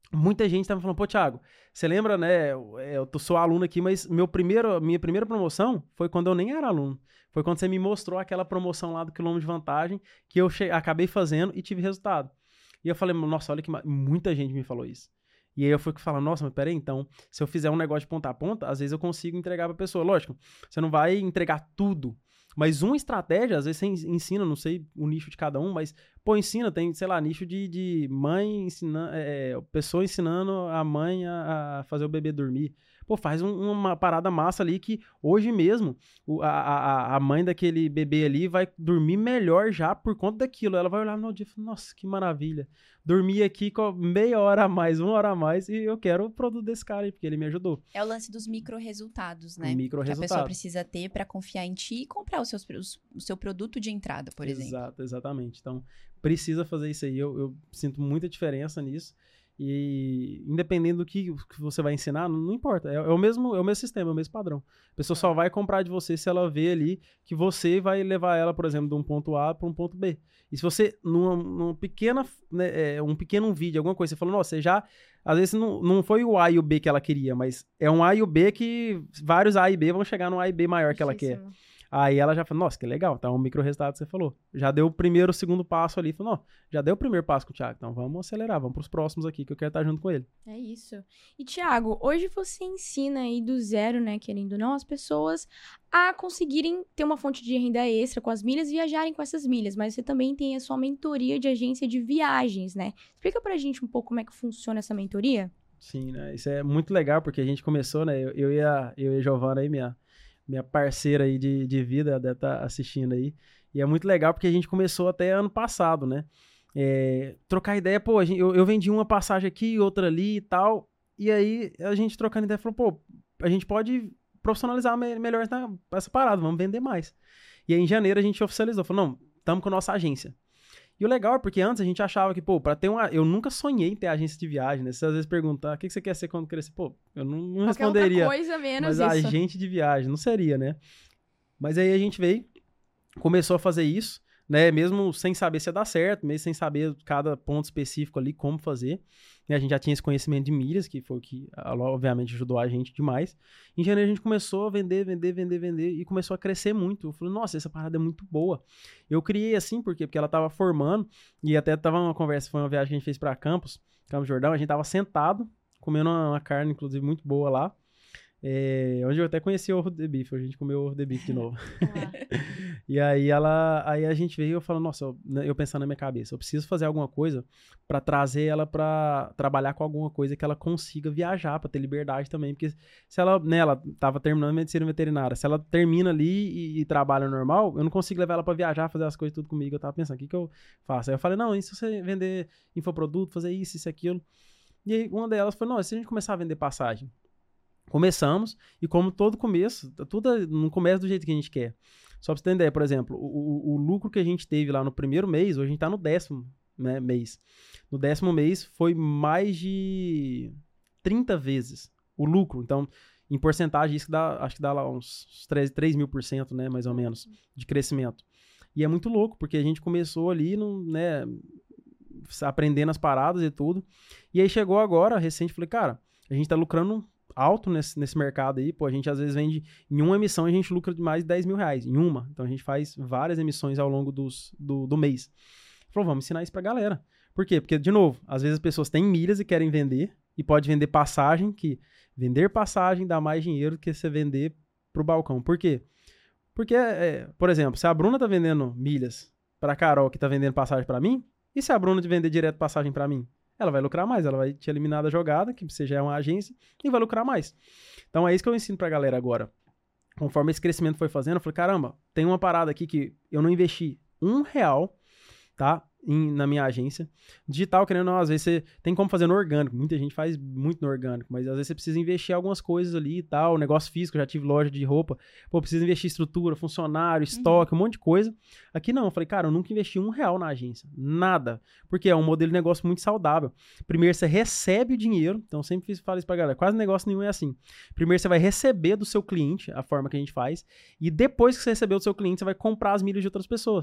muita gente tava falando, pô, Thiago, você lembra, né, eu sou aluno aqui, mas minha primeira promoção foi quando eu nem era aluno. Foi quando você me mostrou aquela promoção lá do quilômetro de vantagem que eu acabei fazendo e tive resultado. E eu falei, nossa, olha que muita gente me falou isso. E aí eu fui falar, nossa, mas peraí, então, se eu fizer um negócio de ponta a ponta, às vezes eu consigo entregar pra pessoa. Lógico, você não vai entregar tudo, mas uma estratégia, às vezes você ensina, não sei o nicho de cada um, mas, pô, ensina, tem, sei lá, nicho de mãe ensinando, pessoa ensinando a mãe a fazer o bebê dormir. Pô, faz uma parada massa ali que hoje mesmo a mãe daquele bebê ali vai dormir melhor já por conta daquilo. Ela vai olhar no dia e falar, nossa, que maravilha. Dormi aqui com meia hora a mais, 1 hora a mais e eu quero o produto desse cara aí, porque ele me ajudou. É o lance dos micro-resultados, né? Micro-resultados. Que a pessoa precisa ter pra confiar em ti e comprar o seu produto de entrada, por exemplo. Exatamente. Então, precisa fazer isso aí. Eu sinto muita diferença nisso. E independente do que você vai ensinar, não importa. É o mesmo sistema, é o mesmo padrão. A pessoa só vai comprar de você se ela vê ali que você vai levar ela, por exemplo, de um ponto A para um ponto B. E se você, numa pequena, né, um pequeno vídeo, alguma coisa, você falou, nossa, você já... Às vezes não foi o A e o B que ela queria, mas é um A e o B que vários A e B vão chegar no A e B maior que ela quer. Aí ela já falou, nossa, que legal, tá um micro resultado que você falou. Já deu o primeiro, o segundo passo ali, falou, não, já deu o primeiro passo com o Thiago, então vamos acelerar, vamos pros próximos aqui, que eu quero estar junto com ele. É isso. E, Thiago, hoje você ensina aí do zero, né, querendo ou não, as pessoas a conseguirem ter uma fonte de renda extra com as milhas e viajarem com essas milhas, mas você também tem a sua mentoria de agência de viagens, né? Explica pra gente um pouco como é que funciona essa mentoria. Sim, né, isso é muito legal, porque a gente começou, né, eu e a Giovana aí, minha parceira aí de vida, deve estar assistindo aí. E é muito legal porque a gente começou até ano passado, né? Trocar ideia, pô, eu vendi uma passagem aqui, outra ali e tal. E aí a gente trocando ideia falou, pô, a gente pode profissionalizar melhor essa parada, vamos vender mais. E aí em janeiro a gente oficializou, falou, não, estamos com a nossa agência. E o legal é porque antes a gente achava que, pô, pra ter eu nunca sonhei em ter agência de viagem, né? Você às vezes pergunta, o que você quer ser quando crescer? Pô, eu não responderia. Outra coisa menos mas isso. agente de viagem, não seria, né? Mas aí a gente veio, começou a fazer isso, né? Mesmo sem saber se ia dar certo, mesmo sem saber cada ponto específico ali, como fazer. E a gente já tinha esse conhecimento de milhas, que foi o que, obviamente, ajudou a gente demais. Em janeiro a gente começou a vender e começou a crescer muito. Eu falei, nossa, essa parada é muito boa. Eu criei assim, por quê? Porque ela tava formando, e até tava uma conversa, foi uma viagem que a gente fez pra Campos Jordão, a gente tava sentado, comendo uma carne, inclusive, muito boa lá. Onde eu até conheci o ovo de bife, a gente comeu o ovo de bife de novo. E aí a gente veio e eu falo, nossa, eu pensando na minha cabeça, eu preciso fazer alguma coisa pra trazer ela pra trabalhar com alguma coisa que ela consiga viajar, pra ter liberdade também, porque se ela, né, ela tava terminando medicina veterinária, se ela termina ali e trabalha normal, eu não consigo levar ela pra viajar, fazer as coisas tudo comigo, eu tava pensando, o que eu faço? Aí eu falei, não, e se você vender infoproduto, fazer isso, aquilo? E aí uma delas falou, não, se a gente começar a vender passagem? Começamos, e como todo começo, tudo não começa do jeito que a gente quer. Só pra você ter ideia, por exemplo, o lucro que a gente teve lá no primeiro mês, hoje a gente tá no 10º, né, mês. No 10º mês foi mais de 30 vezes o lucro. Então, em porcentagem, isso acho que dá lá uns 3.000%, né, mais ou menos, de crescimento. E é muito louco, porque a gente começou ali, né, aprendendo as paradas e tudo. E aí chegou agora, recente, falei, cara, a gente tá lucrando alto nesse mercado aí, pô, a gente às vezes vende, em uma emissão a gente lucra de mais de 10 mil reais, em uma, então a gente faz várias emissões ao longo do mês. Falou, vamos ensinar isso pra galera. Por quê? Porque, de novo, às vezes as pessoas têm milhas e querem vender, e pode vender passagem, que vender passagem dá mais dinheiro do que você vender pro balcão. Por quê? Porque, por exemplo, se a Bruna tá vendendo milhas pra Carol, que tá vendendo passagem pra mim, e se a Bruna vender direto passagem pra mim? Ela vai lucrar mais, ela vai te eliminar da jogada, que você já é uma agência, e vai lucrar mais. Então é isso que eu ensino pra galera agora. Conforme esse crescimento foi fazendo, eu falei, caramba, tem uma parada aqui que eu não investi R$1, tá? Na minha agência. Digital, querendo ou não, às vezes você tem como fazer no orgânico. Muita gente faz muito no orgânico, mas às vezes você precisa investir em algumas coisas ali e tal. Negócio físico, eu já tive loja de roupa. Pô, precisa investir em estrutura, funcionário, estoque, um monte de coisa. Aqui não, eu falei, cara, eu nunca investi R$1 na agência. Nada. Porque é um modelo de negócio muito saudável. Primeiro você recebe o dinheiro, então sempre falo isso pra galera, quase negócio nenhum é assim. Primeiro você vai receber do seu cliente, a forma que a gente faz, e depois que você recebeu do seu cliente, você vai comprar as milhas de outras pessoas.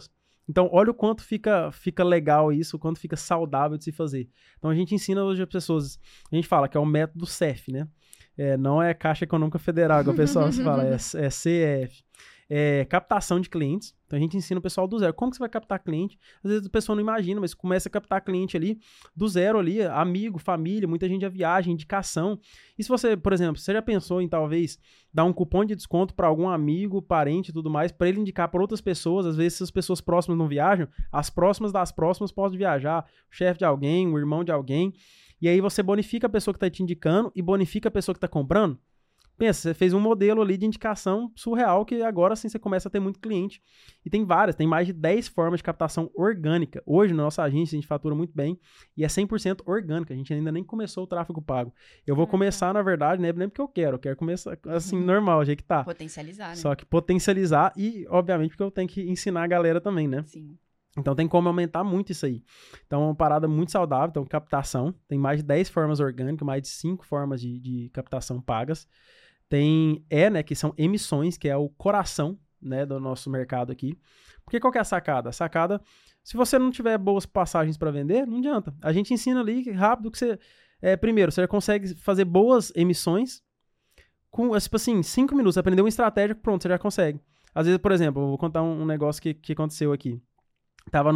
Então, olha o quanto fica legal isso, o quanto fica saudável de se fazer. Então, a gente ensina hoje as pessoas, a gente fala que é o método CEF, né? Não é Caixa Econômica Federal, que o pessoal se fala, é CEF. Captação de clientes. Então a gente ensina o pessoal do zero. Como que você vai captar cliente? Às vezes a pessoa não imagina, mas começa a captar cliente ali do zero ali, amigo, família, muita gente a viagem, indicação. E se você, por exemplo, você já pensou em talvez dar um cupom de desconto para algum amigo, parente e tudo mais, para ele indicar para outras pessoas? Às vezes se as pessoas próximas não viajam, as próximas das próximas podem viajar, o chefe de alguém, o irmão de alguém. E aí você bonifica a pessoa que está te indicando e bonifica a pessoa que está comprando. Pensa, você fez um modelo ali de indicação surreal que agora sim você começa a ter muito cliente. E tem várias, tem mais de 10 formas de captação orgânica. Hoje, na nossa agência, a gente fatura muito bem e é 100% orgânica. A gente ainda nem começou o tráfego pago. Eu vou começar, na verdade, né, nem porque eu quero começar assim, normal, o jeito que tá. Potencializar, né? Só que potencializar e, obviamente, porque eu tenho que ensinar a galera também, né? Sim. Então tem como aumentar muito isso aí. Então é uma parada muito saudável. Então captação, tem mais de 10 formas orgânicas, mais de 5 formas de captação pagas. Tem né, que são emissões, que é o coração, né, do nosso mercado aqui. Porque qual que é a sacada? A sacada, se você não tiver boas passagens para vender, não adianta. A gente ensina ali rápido que você... primeiro, você consegue fazer boas emissões com, tipo assim, 5 minutos. Aprender uma estratégia, pronto, você já consegue. Às vezes, por exemplo, eu vou contar um negócio que aconteceu aqui. Tava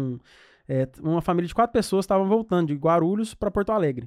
uma família de 4 pessoas estavam voltando de Guarulhos para Porto Alegre.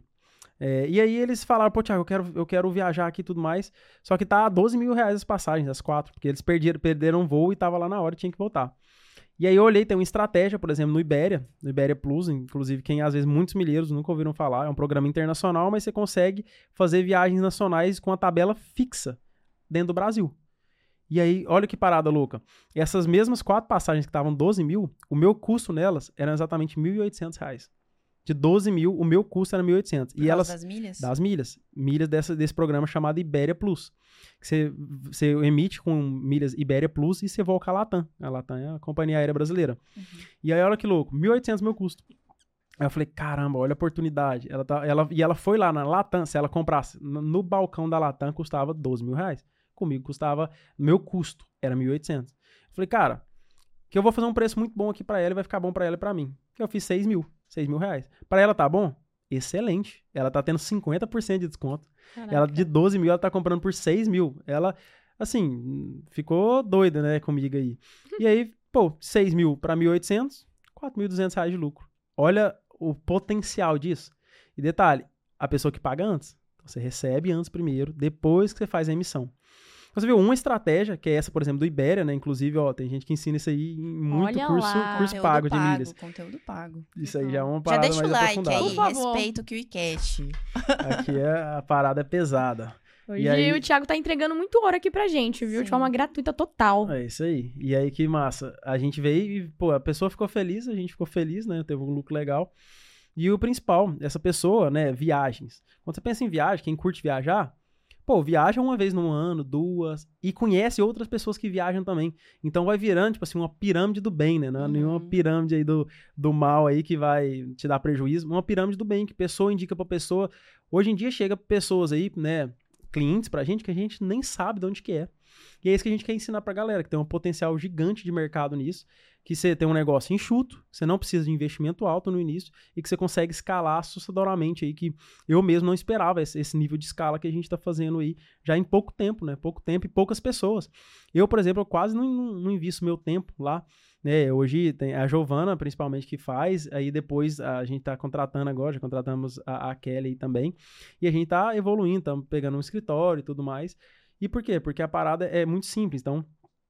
E aí eles falaram, pô, Thiago, eu quero viajar aqui e tudo mais, só que tá R$12 mil as passagens, as 4, porque eles perderam o voo e tava lá na hora e tinha que voltar. E aí eu olhei, tem uma estratégia, por exemplo, no Iberia Plus, inclusive quem às vezes muitos milheiros nunca ouviram falar, é um programa internacional, mas você consegue fazer viagens nacionais com a tabela fixa dentro do Brasil. E aí, olha que parada louca. Essas mesmas 4 passagens que estavam 12 mil, o meu custo nelas era exatamente R$1.800. De 12 mil, o meu custo era 1.800. E elas... das milhas? Das milhas. Milhas desse programa chamado Iberia Plus. Que você emite com milhas Iberia Plus e você voa com a Latam. A Latam é a companhia aérea brasileira. Uhum. E aí, olha que louco. 1.800 meu custo. Aí eu falei, caramba, olha a oportunidade. Ela foi lá na Latam, se ela comprasse no balcão da Latam, custava R$12 mil. Comigo custava, meu custo era 1.800. Eu falei, cara, que eu vou fazer um preço muito bom aqui pra ela e vai ficar bom pra ela e pra mim. Eu fiz 6 mil reais. Pra ela tá bom? Excelente. Ela tá tendo 50% de desconto. Caraca. Ela de 12 mil, ela tá comprando por 6 mil. Ela, assim, ficou doida, né, comigo aí. E aí, pô, 6 mil pra 1.800, 4.200 reais de lucro. Olha o potencial disso. E detalhe, a pessoa que paga antes. Você recebe antes primeiro, depois que você faz a emissão. Você viu uma estratégia, que é essa, por exemplo, do Iberia, né? Inclusive, ó, tem gente que ensina isso aí em muito curso pago de milhas. Conteúdo pago. Isso aí já é uma parada mais aprofundada. Já deixa o like aí, respeita o KiwiCast. Aqui a parada é pesada. Hoje aí... o Thiago tá entregando muito ouro aqui pra gente, viu? Sim. De forma gratuita total. É isso aí. E aí, que massa. A gente veio e, pô, a pessoa ficou feliz, a gente ficou feliz, né? Teve um lucro legal. E o principal, essa pessoa, né? Viagens. Quando você pensa em viagem, quem curte viajar... Pô, viaja uma vez no ano, 2, e conhece outras pessoas que viajam também. Então vai virando, tipo assim, uma pirâmide do bem, né? Não é nenhuma pirâmide aí do mal aí que vai te dar prejuízo. Uma pirâmide do bem, que pessoa indica pra pessoa. Hoje em dia chega pessoas aí, né? Clientes pra gente que a gente nem sabe de onde que é. E é isso que a gente quer ensinar pra galera, que tem um potencial gigante de mercado nisso, que você tem um negócio enxuto, você não precisa de investimento alto no início e que você consegue escalar assustadoramente aí, que eu mesmo não esperava esse nível de escala que a gente tá fazendo aí já em pouco tempo, né? Pouco tempo e poucas pessoas. Eu, por exemplo, eu quase não invisto meu tempo lá, né? Hoje tem a Giovana, principalmente, que faz, aí depois a gente tá contratando agora, já contratamos a Kelly aí também, e a gente tá evoluindo, estamos pegando um escritório e tudo mais. E por quê? Porque a parada é muito simples. Então,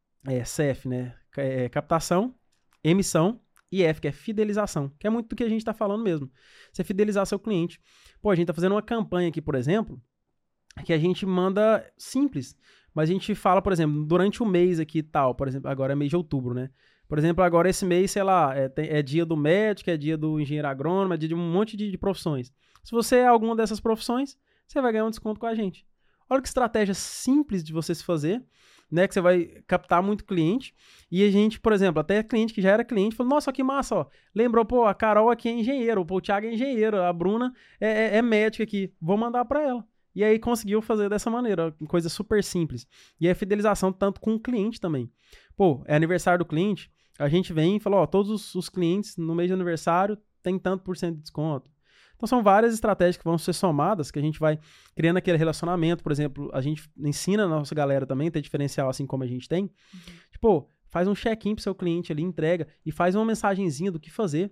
CEF, né? Captação, emissão, e F, que é fidelização, que é muito do que a gente está falando mesmo. Você fidelizar seu cliente. Pô, a gente tá fazendo uma campanha aqui, por exemplo, que a gente manda simples, mas a gente fala, por exemplo, durante o mês aqui e tal, por exemplo, agora é mês de outubro, né? Por exemplo, agora esse mês, sei lá, é dia do médico, é dia do engenheiro agrônomo, é dia de um monte de profissões. Se você é alguma dessas profissões, você vai ganhar um desconto com a gente. Olha que estratégia simples de você se fazer, né? Que você vai captar muito cliente. E a gente, por exemplo, até cliente que já era cliente, falou, nossa, que massa, ó. Lembrou, pô, a Carol aqui é engenheiro, pô, o Thiago é engenheiro, a Bruna é médica aqui. Vou mandar para ela. E aí conseguiu fazer dessa maneira, coisa super simples. E a fidelização tanto com o cliente também. Pô, é aniversário do cliente, a gente vem e fala, ó, todos os clientes no mês de aniversário tem tanto por cento de desconto. Então, são várias estratégias que vão ser somadas, que a gente vai criando aquele relacionamento. Por exemplo, a gente ensina a nossa galera também a ter diferencial, assim como a gente tem. Tipo, faz um check-in pro seu cliente ali, entrega e faz uma mensagenzinha do que fazer.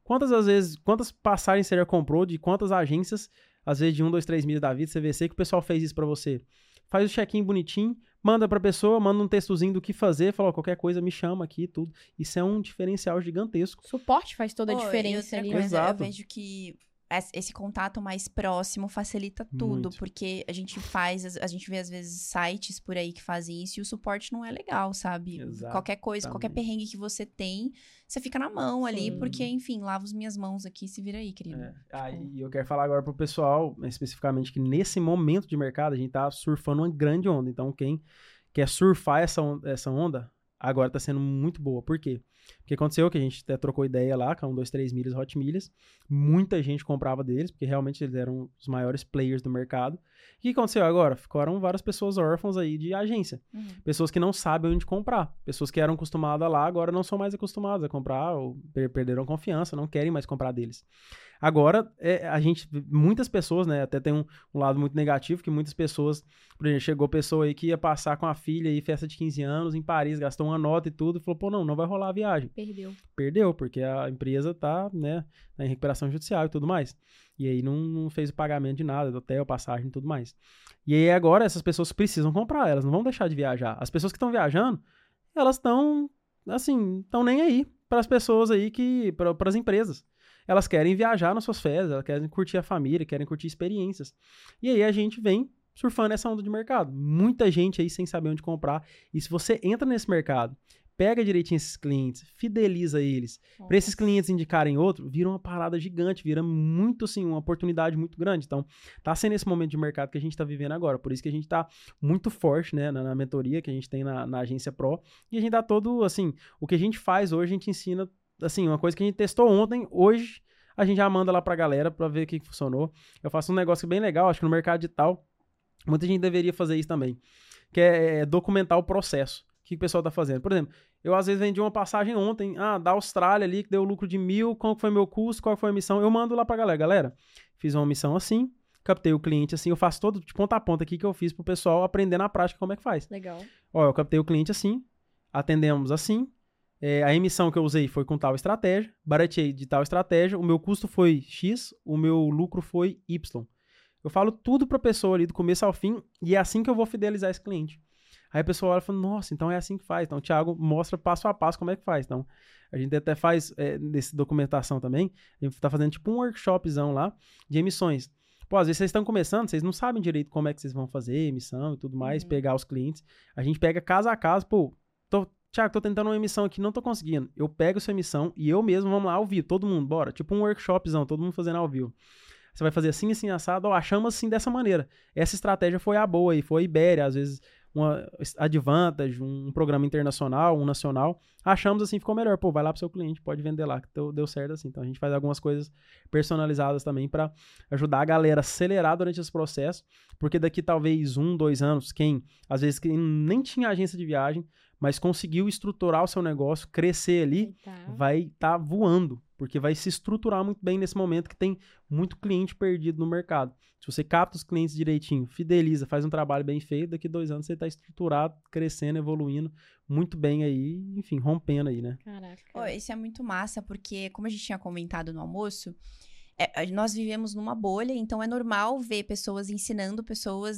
Quantas passagens você já comprou, de quantas agências, às vezes de 1, 2, 3 milhas da vida, CVC, que o pessoal fez isso pra você. Faz o check-in bonitinho, manda pra pessoa, manda um textozinho do que fazer, fala, ó, qualquer coisa me chama aqui, tudo. Isso é um diferencial gigantesco. Suporte faz toda a E diferença outra ali. coisa, eu Exato. vejo que esse contato mais próximo facilita tudo, Muito. porque a gente vê às vezes sites por aí que fazem isso e o suporte não é legal, sabe? Exatamente. Qualquer coisa, qualquer perrengue que você tem, você fica na mão ali, Sim. porque, enfim, lavo as minhas mãos aqui, se vira aí, querido. E eu quero falar agora pro pessoal, especificamente, que nesse momento de mercado, a gente tá surfando uma grande onda. Então, quem quer surfar essa onda, agora tá sendo muito boa. Por quê? Porque aconteceu que a gente até trocou ideia lá, com 1, 2, 3 milhas, Hot Milhas. Muita gente comprava deles, porque realmente eles eram os maiores players do mercado. O que aconteceu agora? Ficaram várias pessoas órfãos aí de agência. Pessoas que não sabem onde comprar. Pessoas que eram acostumadas lá, agora não são mais acostumadas a comprar, ou perderam confiança, não querem mais comprar deles. Agora, muitas pessoas, né, até tem um lado muito negativo, que muitas pessoas, por exemplo, chegou pessoa aí que ia passar com a filha aí, festa de 15 anos, em Paris, gastou uma nota e tudo, e falou, pô, não vai rolar a viagem. Perdeu, porque a empresa tá, né, em recuperação judicial e tudo mais. E aí não fez o pagamento de nada, do hotel, passagem e tudo mais. E aí agora essas pessoas precisam comprar, elas não vão deixar de viajar. As pessoas que estão viajando, elas estão, assim, estão nem aí para as pessoas aí para as empresas. Elas querem viajar nas suas férias, elas querem curtir a família, querem curtir experiências. E aí a gente vem surfando essa onda de mercado. Muita gente aí sem saber onde comprar. E se você entra nesse mercado, pega direitinho esses clientes, fideliza eles, para esses clientes indicarem outro, vira uma parada gigante, vira muito, assim, uma oportunidade muito grande. Então, tá sendo esse momento de mercado que a gente tá vivendo agora. Por isso que a gente tá muito forte, né, na mentoria que a gente tem na Agência Pro. E a gente dá todo, assim, o que a gente faz hoje, a gente ensina, assim, uma coisa que a gente testou ontem, hoje a gente já manda lá pra galera pra ver o que funcionou. Eu faço um negócio bem legal, acho que no mercado digital, muita gente deveria fazer isso também, que é documentar o processo. O que o pessoal tá fazendo? Por exemplo, eu às vezes vendi uma passagem ontem, da Austrália ali, que deu lucro de 1.000, qual foi meu custo, qual foi a missão, eu mando lá pra galera. Galera, fiz uma missão assim, captei o cliente assim, eu faço todo de ponta a ponta aqui que eu fiz pro pessoal aprender na prática como é que faz. Legal. Ó, eu captei o cliente assim, atendemos assim, a emissão que eu usei foi com tal estratégia, barateei de tal estratégia, o meu custo foi X, o meu lucro foi Y. Eu falo tudo pra pessoa ali do começo ao fim e é assim que eu vou fidelizar esse cliente. Aí a pessoa olha e fala, nossa, então é assim que faz. Então o Thiago mostra passo a passo como é que faz. Então a gente até faz nessa documentação também, a gente tá fazendo tipo um workshopzão lá de emissões. Pô, às vezes vocês estão começando, vocês não sabem direito como é que vocês vão fazer emissão e tudo mais, pegar os clientes. A gente pega caso a caso, pô, Thiago, tô tentando uma emissão aqui, não tô conseguindo. Eu pego essa emissão e eu mesmo, vamos lá, ao vivo, todo mundo, bora. Tipo um workshopzão, todo mundo fazendo ao vivo. Você vai fazer assim, assim, assado, ó, achamos assim dessa maneira. Essa estratégia foi a boa aí, foi a Ibéria, às vezes uma Advantage, um programa internacional, um nacional. Achamos assim, ficou melhor. Pô, vai lá pro seu cliente, pode vender lá, que deu certo assim. Então a gente faz algumas coisas personalizadas também para ajudar a galera a acelerar durante esse processo, porque daqui talvez 1, 2 anos, quem às vezes quem nem tinha agência de viagem, mas conseguiu estruturar o seu negócio, crescer ali, vai estar voando, porque vai se estruturar muito bem nesse momento que tem muito cliente perdido no mercado. Se você capta os clientes direitinho, fideliza, faz um trabalho bem feito, daqui 2 anos você está estruturado, crescendo, evoluindo muito bem aí, enfim, rompendo aí, né? Caraca. Isso é muito massa, porque como a gente tinha comentado no almoço, nós vivemos numa bolha, então é normal ver pessoas ensinando pessoas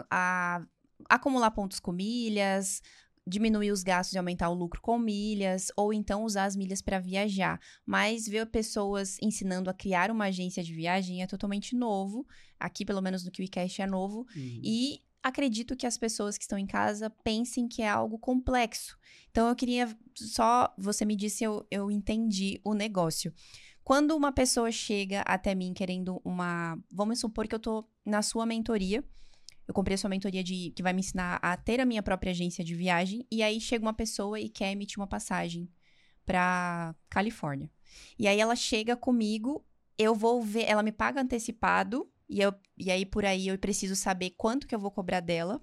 a acumular pontos com milhas, diminuir os gastos e aumentar o lucro com milhas, ou então usar as milhas para viajar. Mas ver pessoas ensinando a criar uma agência de viagem é totalmente novo. Aqui, pelo menos no KiwiCast, é novo. E acredito que as pessoas que estão em casa pensem que é algo complexo. Então, eu queria só... Você me disse, eu entendi o negócio. Quando uma pessoa chega até mim querendo uma... Vamos supor que eu tô na sua mentoria. Eu comprei a sua mentoria que vai me ensinar a ter a minha própria agência de viagem. E aí chega uma pessoa e quer emitir uma passagem pra Califórnia. E aí ela chega comigo, eu vou ver, ela me paga antecipado. E aí por aí eu preciso saber quanto que eu vou cobrar dela.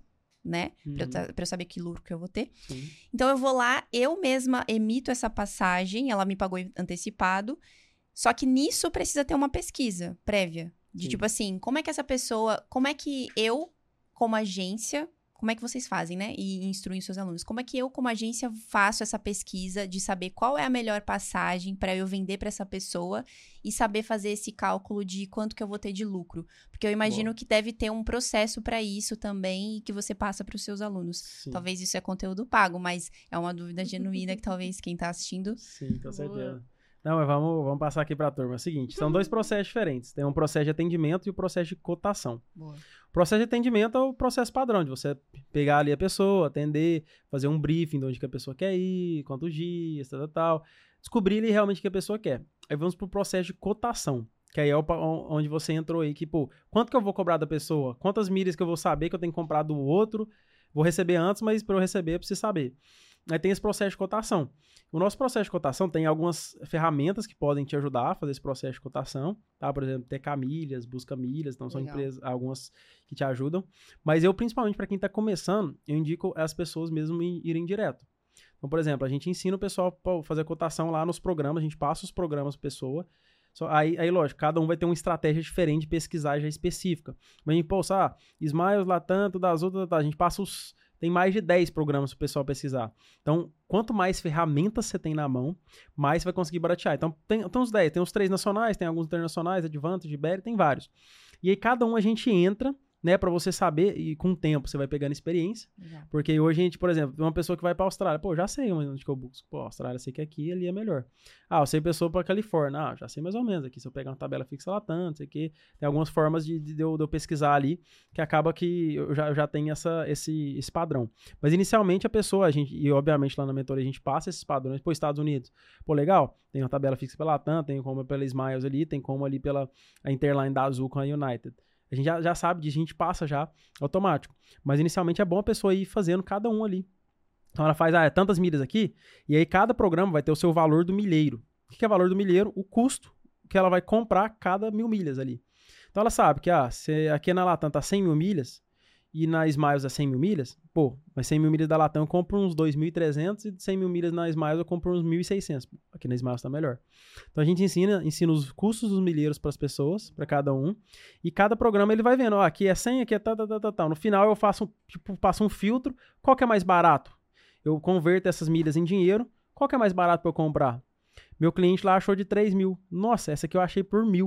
né? Pra eu saber que lucro que eu vou ter. Sim. Então, eu vou lá, eu mesma emito essa passagem, ela me pagou antecipado. Só que nisso precisa ter uma pesquisa prévia. De Sim. tipo assim, como é que essa pessoa... Como é que eu, como agência... Como é que vocês fazem, né? E instruem seus alunos. Como é que eu, como agência, faço essa pesquisa de saber qual é a melhor passagem para eu vender para essa pessoa e saber fazer esse cálculo de quanto que eu vou ter de lucro? Porque eu imagino que deve ter um processo para isso também e que você passa para os seus alunos. Sim. Talvez isso é conteúdo pago, mas é uma dúvida genuína que talvez quem tá assistindo... Sim, com certeza. Não, mas vamos passar aqui para a turma. É o seguinte, são 2 processos diferentes. Tem um processo de atendimento e o processo de cotação. Boa. O processo de atendimento é o processo padrão, de você pegar ali a pessoa, atender, fazer um briefing de onde que a pessoa quer ir, quantos dias, tal. Descobrir ali realmente o que a pessoa quer. Aí vamos pro processo de cotação, que aí é onde você entrou aí, que, pô, quanto que eu vou cobrar da pessoa? Quantas milhas que eu vou saber que eu tenho que comprar do outro? Vou receber antes, mas para eu receber eu preciso saber. Aí tem esse processo de cotação. O nosso processo de cotação tem algumas ferramentas que podem te ajudar a fazer esse processo de cotação, tá? Por exemplo, TK Milhas, Busca Milhas, então são empresas, algumas que te ajudam. Mas eu, principalmente para quem está começando, eu indico as pessoas mesmo irem direto. Então, por exemplo, a gente ensina o pessoal a fazer a cotação lá nos programas, a gente passa os programas para a pessoa. Aí, lógico, cada um vai ter uma estratégia diferente de pesquisagem específica. Mas a gente, Smiles lá tanto, das outras, a gente passa os... Tem mais de 10 programas para o pessoal pesquisar. Então, quanto mais ferramentas você tem na mão, mais você vai conseguir baratear. Então, tem uns 10. Tem os 3 nacionais, tem alguns internacionais, Advantage, Iberia, tem vários. E aí, cada um a gente entra, né, para você saber, e com o tempo você vai pegando experiência. Exato. Porque hoje a gente, por exemplo, uma pessoa que vai para a Austrália, já sei onde que eu busco. Austrália, sei que aqui, ali é melhor. Eu sei pessoa para Califórnia, já sei mais ou menos aqui, se eu pegar uma tabela fixa lá tanto, sei que tem algumas formas de eu pesquisar ali, que acaba que eu já tenho esse padrão. Mas inicialmente a pessoa, e obviamente lá na mentoria a gente passa esses padrões, Estados Unidos, legal, tem uma tabela fixa pela Latam, tem como pela Smiles ali, tem como ali pela a Interline da Azul com a United. A gente já sabe disso, a gente passa já automático. Mas inicialmente é bom a pessoa ir fazendo cada um ali. Então ela faz, tantas milhas aqui, e aí cada programa vai ter o seu valor do milheiro. O que é o valor do milheiro? O custo que ela vai comprar cada 1.000 milhas ali. Então ela sabe que, se aqui na Latam tá 100 mil milhas, e na Smiles é 100 mil milhas, mas 100 mil milhas da Latam eu compro uns 2.300 e 100 mil milhas na Smiles eu compro uns 1.600. Aqui na Smiles tá melhor. Então a gente ensina os custos dos milheiros para as pessoas, para cada um, e cada programa ele vai vendo, aqui é 100, aqui é tal. No final eu passo um filtro, qual que é mais barato? Eu converto essas milhas em dinheiro, qual que é mais barato para eu comprar? Meu cliente lá achou de 3 mil. Nossa, essa aqui eu achei por 1.000,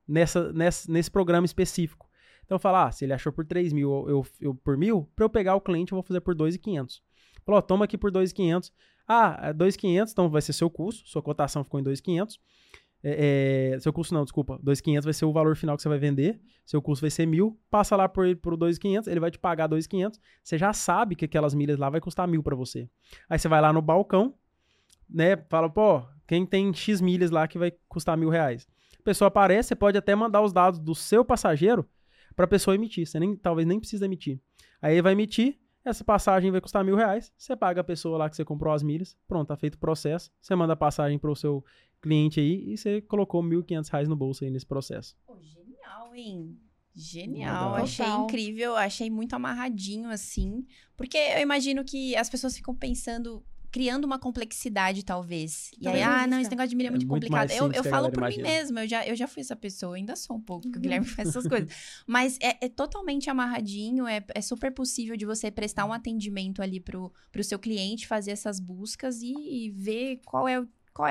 nesse programa específico. Então eu falo, se ele achou por 3 mil, eu por 1.000, para eu pegar o cliente eu vou fazer por 2.500. Falou, toma aqui por 2.500. 2.500, então vai ser seu custo, sua cotação ficou em 2.500. Seu custo não, desculpa, 2.500 vai ser o valor final que você vai vender, seu custo vai ser 1.000, passa lá por 2.500, ele vai te pagar 2.500, você já sabe que aquelas milhas lá vai custar 1.000 para você. Aí você vai lá no balcão, né, fala, quem tem X milhas lá que vai custar R$1.000. A pessoa aparece, você pode até mandar os dados do seu passageiro para a pessoa emitir. Você talvez nem precisa emitir. Aí ele vai emitir, essa passagem vai custar R$1.000, você paga a pessoa lá que você comprou as milhas, pronto, tá feito o processo, você manda a passagem para o seu cliente aí e você colocou R$1.500 no bolso aí nesse processo. Genial, hein? Genial, Total. achei incrível, achei muito amarradinho, assim, porque eu imagino que as pessoas ficam pensando... criando uma complexidade, talvez. E aí, não, esse negócio de milha é muito complicado. Eu falo por mim mesma, eu já fui essa pessoa, ainda sou um pouco, porque o Guilherme faz essas coisas. Mas é totalmente amarradinho, é super possível de você prestar um atendimento ali pro seu cliente, fazer essas buscas e ver qual é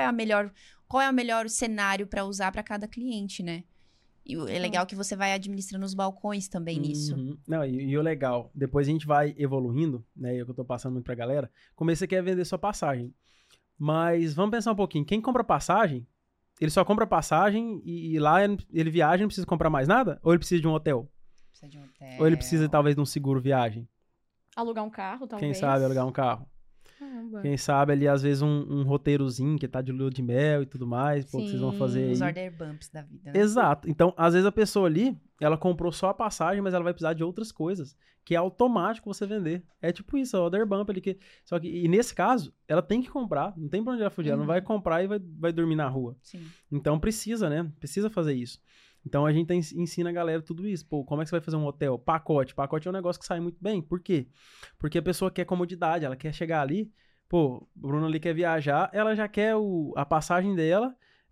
o melhor cenário para usar para cada cliente, né? E é legal que você vai administrando os balcões também nisso. Não, e o legal, depois a gente vai evoluindo, né? É o que eu tô passando muito pra galera. Como você quer vender sua passagem. Mas vamos pensar um pouquinho. Quem compra passagem, ele só compra passagem e lá ele viaja e não precisa comprar mais nada? Ou ele precisa de um hotel? Precisa de um hotel. Ou ele precisa, talvez, de um seguro viagem? Alugar um carro, talvez. Quem sabe alugar um carro? Caramba. Quem sabe ali, às vezes, um roteirozinho que tá de lua de mel e tudo mais, que vocês vão fazer aí. Os order bumps da vida, né? Exato. Então, às vezes a pessoa ali, ela comprou só a passagem, mas ela vai precisar de outras coisas, que é automático você vender. É tipo isso, o order bump ali. Só que, e nesse caso, ela tem que comprar, não tem pra onde ela fugir, ela não vai comprar e vai dormir na rua. Sim. Então, precisa, né? Precisa fazer isso. Então a gente ensina a galera tudo isso. Pô, como é que você vai fazer um hotel? Pacote. Pacote é um negócio que sai muito bem. Por quê? Porque a pessoa quer comodidade, ela quer chegar ali, pô, o Bruno ali quer viajar, ela já quer a passagem dela,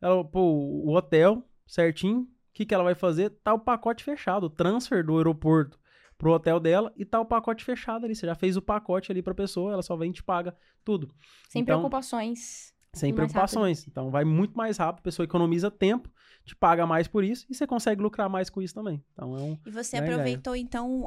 o hotel certinho, o que ela vai fazer? Tá o pacote fechado, o transfer do aeroporto pro hotel dela e tá o pacote fechado ali. Você já fez o pacote ali pra pessoa, ela só vem e te paga tudo. Sem Então, preocupações. sem mais preocupações. Então vai muito mais rápido, a pessoa economiza tempo, te paga mais por isso e você consegue lucrar mais com isso também. Então E você ganha-ganha. aproveitou, então,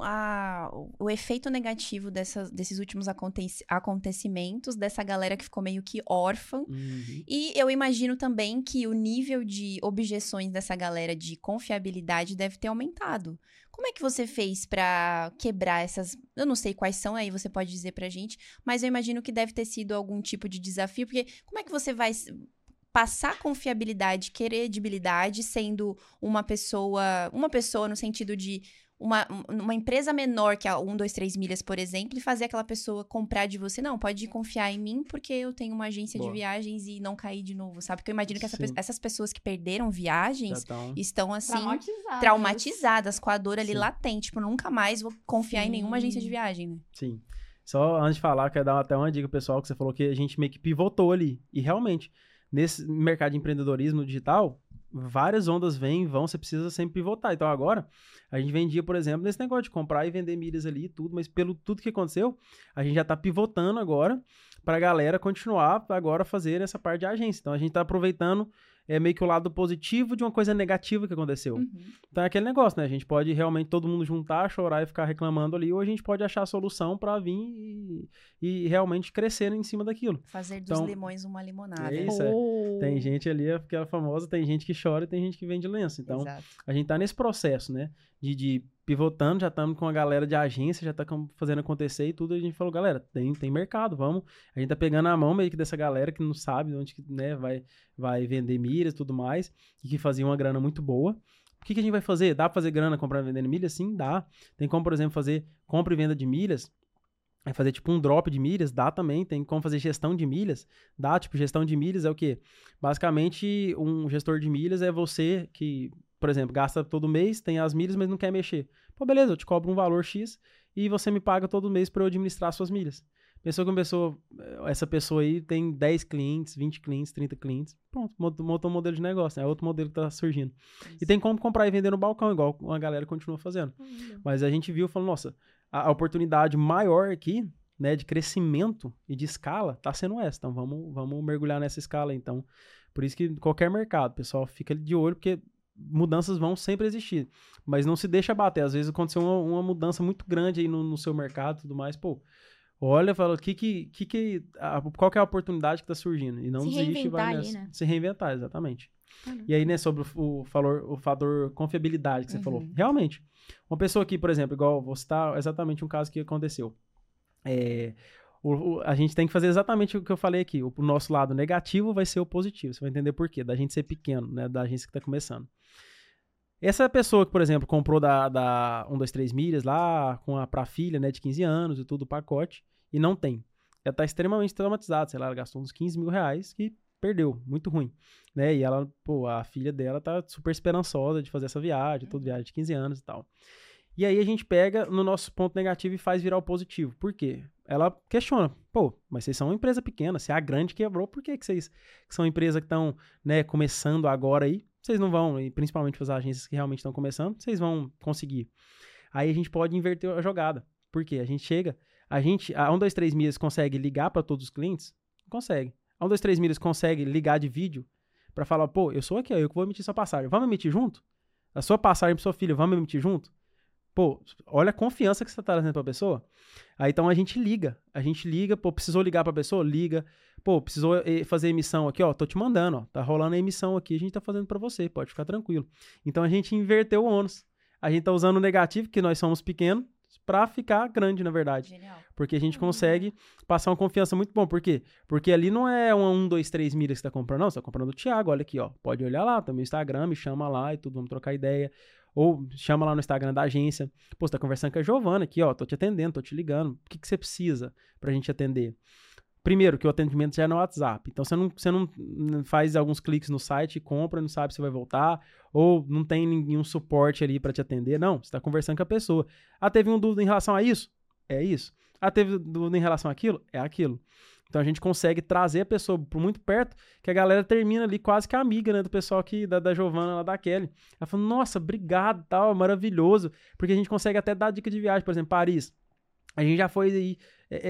o efeito negativo desses últimos acontecimentos, dessa galera que ficou meio que órfã. Uhum. E eu imagino também que o nível de objeções dessa galera de confiabilidade deve ter aumentado. Como é que você fez pra quebrar essas... Eu não sei quais são, aí você pode dizer pra gente, mas eu imagino que deve ter sido algum tipo de desafio, porque como é que você vai passar confiabilidade, credibilidade, sendo uma pessoa no sentido de uma empresa menor que a 123 milhas, por exemplo, e fazer aquela pessoa comprar de você? Não, pode confiar em mim porque eu tenho uma agência de viagens e não cair de novo, sabe? Porque eu imagino que essas pessoas que perderam viagens estão, assim, traumatizadas com a dor ali latente. Tipo, nunca mais vou confiar em nenhuma agência de viagem, né? Sim. Só antes de falar, quero dar até uma dica, pessoal, que você falou que a gente meio que pivotou ali. E realmente, nesse mercado de empreendedorismo digital, várias ondas vêm e vão, você precisa sempre pivotar. Então agora, a gente vendia, por exemplo, nesse negócio de comprar e vender milhas ali e tudo, mas pelo tudo que aconteceu, a gente já tá pivotando agora pra galera continuar agora fazer essa parte de agência. Então a gente tá aproveitando meio que o lado positivo de uma coisa negativa que aconteceu. Uhum. Então é aquele negócio, né? A gente pode realmente todo mundo juntar, chorar e ficar reclamando ali, ou a gente pode achar a solução pra vir e realmente crescer em cima daquilo. Fazer dos limões uma limonada. É isso, Tem gente ali, aquela famosa, tem gente que chora e tem gente que vende lenço. Então, a gente tá nesse processo, né? De pivotando, já estamos com a galera de agência, já tá fazendo acontecer e tudo. A gente falou, galera, tem mercado, vamos. A gente tá pegando a mão meio que dessa galera que não sabe onde que, né, vai vender milhas e tudo mais, e que fazia uma grana muito boa. O que a gente vai fazer? Dá pra fazer grana comprando e vendendo milhas? Sim, dá. Tem como, por exemplo, fazer compra e venda de milhas. Vai fazer tipo um drop de milhas? Dá também. Tem como fazer gestão de milhas? Dá. Tipo, gestão de milhas é o quê? Basicamente, um gestor de milhas é você que, por exemplo, gasta todo mês, tem as milhas, mas não quer mexer. Pô, beleza, eu te cobro um valor X e você me paga todo mês para eu administrar suas milhas. Pensou que essa pessoa aí tem 10 clientes, 20 clientes, 30 clientes. Pronto, montou um modelo de negócio, né? É outro modelo que tá surgindo. Isso. E tem como comprar e vender no balcão, igual a galera continua fazendo. Mas a gente viu e falou, nossa, a oportunidade maior aqui, né, de crescimento e de escala, tá sendo essa. Então vamos mergulhar nessa escala. Então, por isso que qualquer mercado, pessoal, fica de olho, porque mudanças vão sempre existir, mas não se deixa bater. Às vezes aconteceu uma mudança muito grande aí no seu mercado e tudo mais, pô, olha, fala, qual que é a oportunidade que tá surgindo? E não desiste, vai nessa. Né? Se reinventar, exatamente. E aí, né, sobre o fator confiabilidade que você falou. Realmente, uma pessoa aqui, por exemplo, igual vou citar exatamente um caso que aconteceu. A gente tem que fazer exatamente o que eu falei aqui. O nosso lado negativo vai ser o positivo. Você vai entender por quê. Da gente ser pequeno, né? Da agência que tá começando. Essa pessoa que, por exemplo, comprou da 123 milhas lá pra filha, né, de 15 anos e tudo, o pacote, e não tem. Ela tá extremamente traumatizada, sei lá, ela gastou uns 15 mil reais que perdeu, muito ruim, né, e ela, pô, a filha dela tá super esperançosa de fazer essa viagem, toda viagem de 15 anos e tal. E aí a gente pega no nosso ponto negativo e faz virar o positivo. Por quê? Ela questiona, pô, mas vocês são uma empresa pequena, se a grande quebrou, por que vocês, que são empresa que estão, né, começando agora aí, vocês não vão, e principalmente as agências que realmente estão começando, vocês vão conseguir. Aí a gente pode inverter a jogada. Por quê? A 123 milhas consegue ligar para todos os clientes? Consegue. A 123 milhas consegue ligar de vídeo para falar, pô, eu sou aqui, ó, eu que vou emitir sua passagem. Vamos emitir junto? A sua passagem para sua filha, vamos emitir junto? Pô, olha a confiança que você tá trazendo pra pessoa. Aí então a gente liga, pô, precisou ligar pra pessoa? Liga. Pô, precisou fazer emissão aqui, ó, tô te mandando, ó, tá rolando a emissão aqui, a gente tá fazendo pra você, pode ficar tranquilo. Então a gente inverteu o ônus. A gente tá usando o negativo, que nós somos pequenos, pra ficar grande, na verdade. Genial. Porque a gente consegue passar uma confiança muito bom. Por quê? Porque ali não é uma 1, 2, 3 milhas que você tá comprando, não, você tá comprando o Thiago, olha aqui, ó, pode olhar lá, tá no meu Instagram, me chama lá e tudo, vamos trocar ideia. Ou chama lá no Instagram da agência. Pô, você tá conversando com a Giovana aqui, ó, tô te atendendo, tô te ligando. O que você precisa pra gente atender? Primeiro, que o atendimento já é no WhatsApp. Então, você não faz alguns cliques no site, compra, não sabe se vai voltar, ou não tem nenhum suporte ali para te atender. Não, você está conversando com a pessoa. Ah, teve uma dúvida em relação a isso? É isso. Ah, teve dúvida em relação àquilo? É aquilo. Então, a gente consegue trazer a pessoa por muito perto, que a galera termina ali quase que amiga, né, do pessoal aqui, da Giovana, lá da Kelly. Ela fala, nossa, obrigado, tal, maravilhoso. Porque a gente consegue até dar dica de viagem, por exemplo, Paris. A gente já foi aí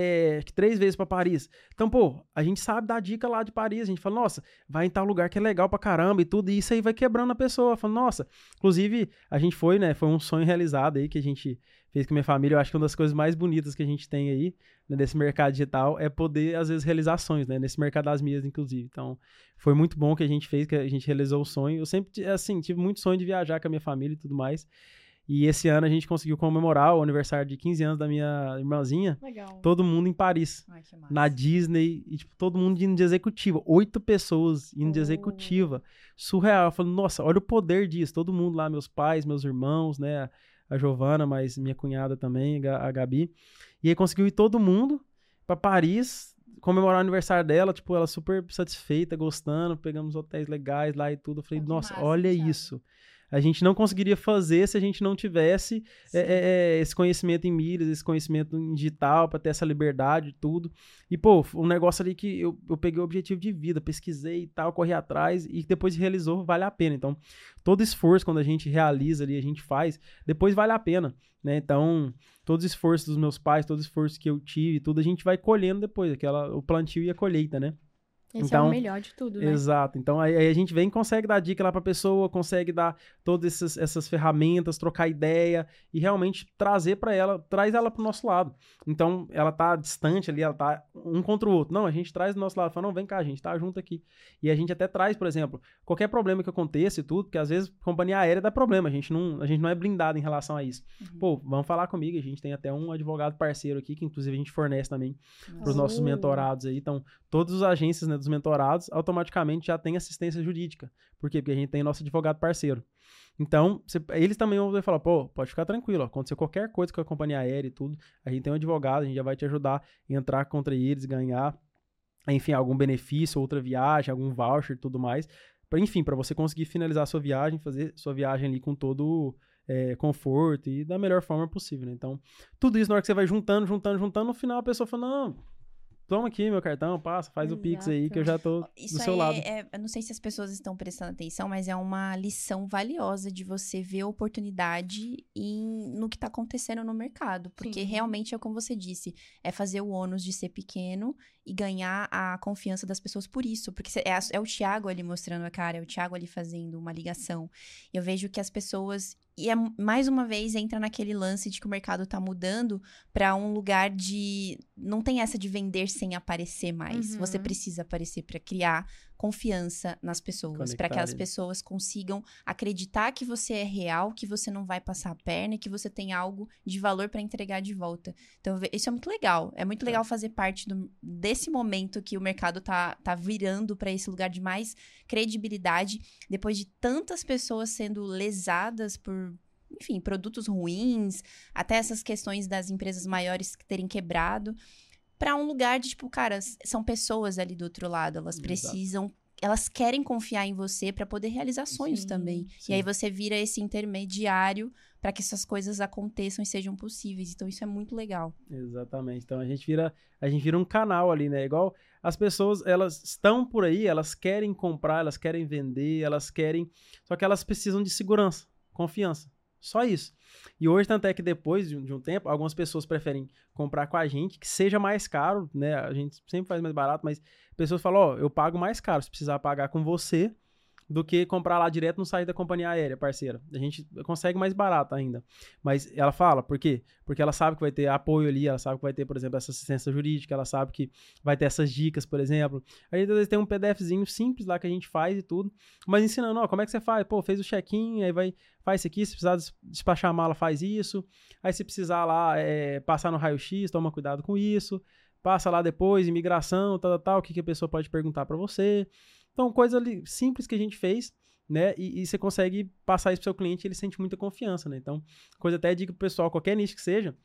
3 vezes pra Paris. Então, pô, a gente sabe dar dica lá de Paris. A gente fala, nossa, vai em tal lugar que é legal pra caramba e tudo. E isso aí vai quebrando a pessoa. Fala, nossa. Inclusive, a gente foi, né? Foi um sonho realizado aí que a gente fez com a minha família. Eu acho que uma das coisas mais bonitas que a gente tem aí, né, nesse mercado digital é poder, às vezes, realizar sonhos, né? Nesse mercado das milhas, inclusive. Então, foi muito bom que a gente fez, que a gente realizou o sonho. Eu sempre, assim, tive muito sonho de viajar com a minha família e tudo mais. E esse ano a gente conseguiu comemorar o aniversário de 15 anos da minha irmãzinha. Legal. Todo mundo em Paris. Ai, que massa. Na Disney. E, tipo, todo mundo indo de executiva. 8 pessoas indo de executiva. Surreal. Eu falo, nossa, olha o poder disso. Todo mundo lá, meus pais, meus irmãos, né? A Giovana, mas minha cunhada também, a Gabi. E aí conseguiu ir todo mundo pra Paris comemorar o aniversário dela. Tipo, ela super satisfeita, gostando. Pegamos hotéis legais lá e tudo. Eu falei, nossa, massa, olha Thiago. isso. A gente não conseguiria fazer se a gente não tivesse esse conhecimento em milhas, esse conhecimento em digital, para ter essa liberdade e tudo. E, pô, um negócio ali que eu peguei o objetivo de vida, pesquisei e tal, corri atrás e depois realizou, vale a pena. Então, todo esforço, quando a gente realiza ali, a gente faz, depois vale a pena, né? Então, todo esforço dos meus pais, todo esforço que eu tive, tudo, a gente vai colhendo depois, o plantio e a colheita, né? Esse Então, é o melhor de tudo, né? Exato. Então, aí a gente vem e consegue dar dica lá pra pessoa, consegue dar todas essas ferramentas, trocar ideia e realmente trazer pra ela, traz ela pro nosso lado. Então, ela tá distante ali, ela tá um contra o outro. Não, a gente traz do nosso lado, fala, não, vem cá, a gente tá junto aqui. E a gente até traz, por exemplo, qualquer problema que aconteça e tudo, porque às vezes companhia aérea dá problema, a gente não é blindado em relação a isso. Pô, vamos falar comigo, a gente tem até um advogado parceiro aqui, que inclusive a gente fornece também pros nossos mentorados aí. Então, todas as agências, né, dos mentorados automaticamente já tem assistência jurídica. Por quê? Porque a gente tem nosso advogado parceiro. Então, eles também vão falar, pô, pode ficar tranquilo, ó, aconteceu qualquer coisa com a companhia aérea e tudo, a gente tem um advogado, a gente já vai te ajudar a entrar contra eles, ganhar, enfim, algum benefício, outra viagem, algum voucher e tudo mais. Enfim, para você conseguir finalizar a sua viagem, fazer sua viagem ali com todo conforto e da melhor forma possível, né? Então, tudo isso na hora que você vai juntando, no final a pessoa fala, não, toma aqui meu cartão, passa, faz o Pix aí que eu já tô Isso do seu lado. Eu não sei se as pessoas estão prestando atenção, mas é uma lição valiosa de você ver a oportunidade no que está acontecendo no mercado. Porque realmente é como você disse, é fazer o ônus de ser pequeno e ganhar a confiança das pessoas por isso. Porque é o Thiago ali mostrando a cara, é o Thiago ali fazendo uma ligação. Eu vejo que as pessoas... E mais uma vez entra naquele lance de que o mercado tá mudando para um lugar de... Não tem essa de vender sem aparecer mais. Você precisa aparecer para criar confiança nas pessoas. Para que as pessoas consigam acreditar que você é real, que você não vai passar a perna e que você tem algo de valor para entregar de volta. Então, isso é muito legal. É muito legal fazer parte desse momento que o mercado tá virando para esse lugar de mais credibilidade, depois de tantas pessoas sendo lesadas por, enfim, produtos ruins, até essas questões das empresas maiores terem quebrado, para um lugar de, tipo, cara, são pessoas ali do outro lado, elas precisam, elas querem confiar em você para poder realizar sonhos também. Sim. E aí você vira esse intermediário para que essas coisas aconteçam e sejam possíveis. Então, isso é muito legal. Exatamente. Então, a gente vira um canal ali, né? Igual as pessoas, elas estão por aí, elas querem comprar, elas querem vender, elas querem... Só que elas precisam de segurança, confiança. Só isso. E hoje, tanto é que depois de um tempo, algumas pessoas preferem comprar com a gente, que seja mais caro, né? A gente sempre faz mais barato, mas pessoas falam, ó, eu pago mais caro se precisar pagar com você, do que comprar lá direto no site da companhia aérea, parceira. A gente consegue mais barato ainda. Mas ela fala, por quê? Porque ela sabe que vai ter apoio ali, ela sabe que vai ter, por exemplo, essa assistência jurídica, ela sabe que vai ter essas dicas, por exemplo. Aí, às vezes, tem um PDFzinho simples lá que a gente faz e tudo, mas ensinando, ó, como é que você faz? Pô, fez o check-in, aí faz isso aqui, se precisar despachar a mala, faz isso. Aí, se precisar lá passar no raio-x, toma cuidado com isso. Passa lá depois, imigração, tal, o que a pessoa pode perguntar para você. Então, coisa ali simples que a gente fez, né? E você consegue passar isso pro seu cliente e ele sente muita confiança, né? Então, coisa até digo pro pessoal, qualquer nicho que seja,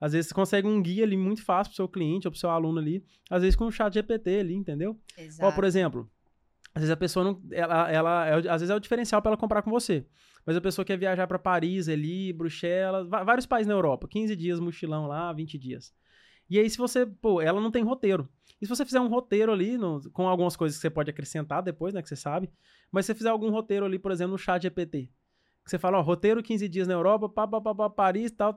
Às vezes você consegue um guia ali muito fácil pro seu cliente ou pro seu aluno ali, às vezes com o chat GPT ali, entendeu? Exato. Ó, por exemplo, às vezes a pessoa não, às vezes é o diferencial para ela comprar com você. Mas a pessoa quer viajar para Paris ali, Bruxelas, vários países na Europa, 15 dias mochilão lá, 20 dias. E aí se você, ela não tem roteiro. E se você fizer um roteiro ali, com algumas coisas que você pode acrescentar depois, né, que você sabe, mas se você fizer algum roteiro ali, por exemplo, no chat GPT, que você fala, ó, roteiro 15 dias na Europa, Paris, tal.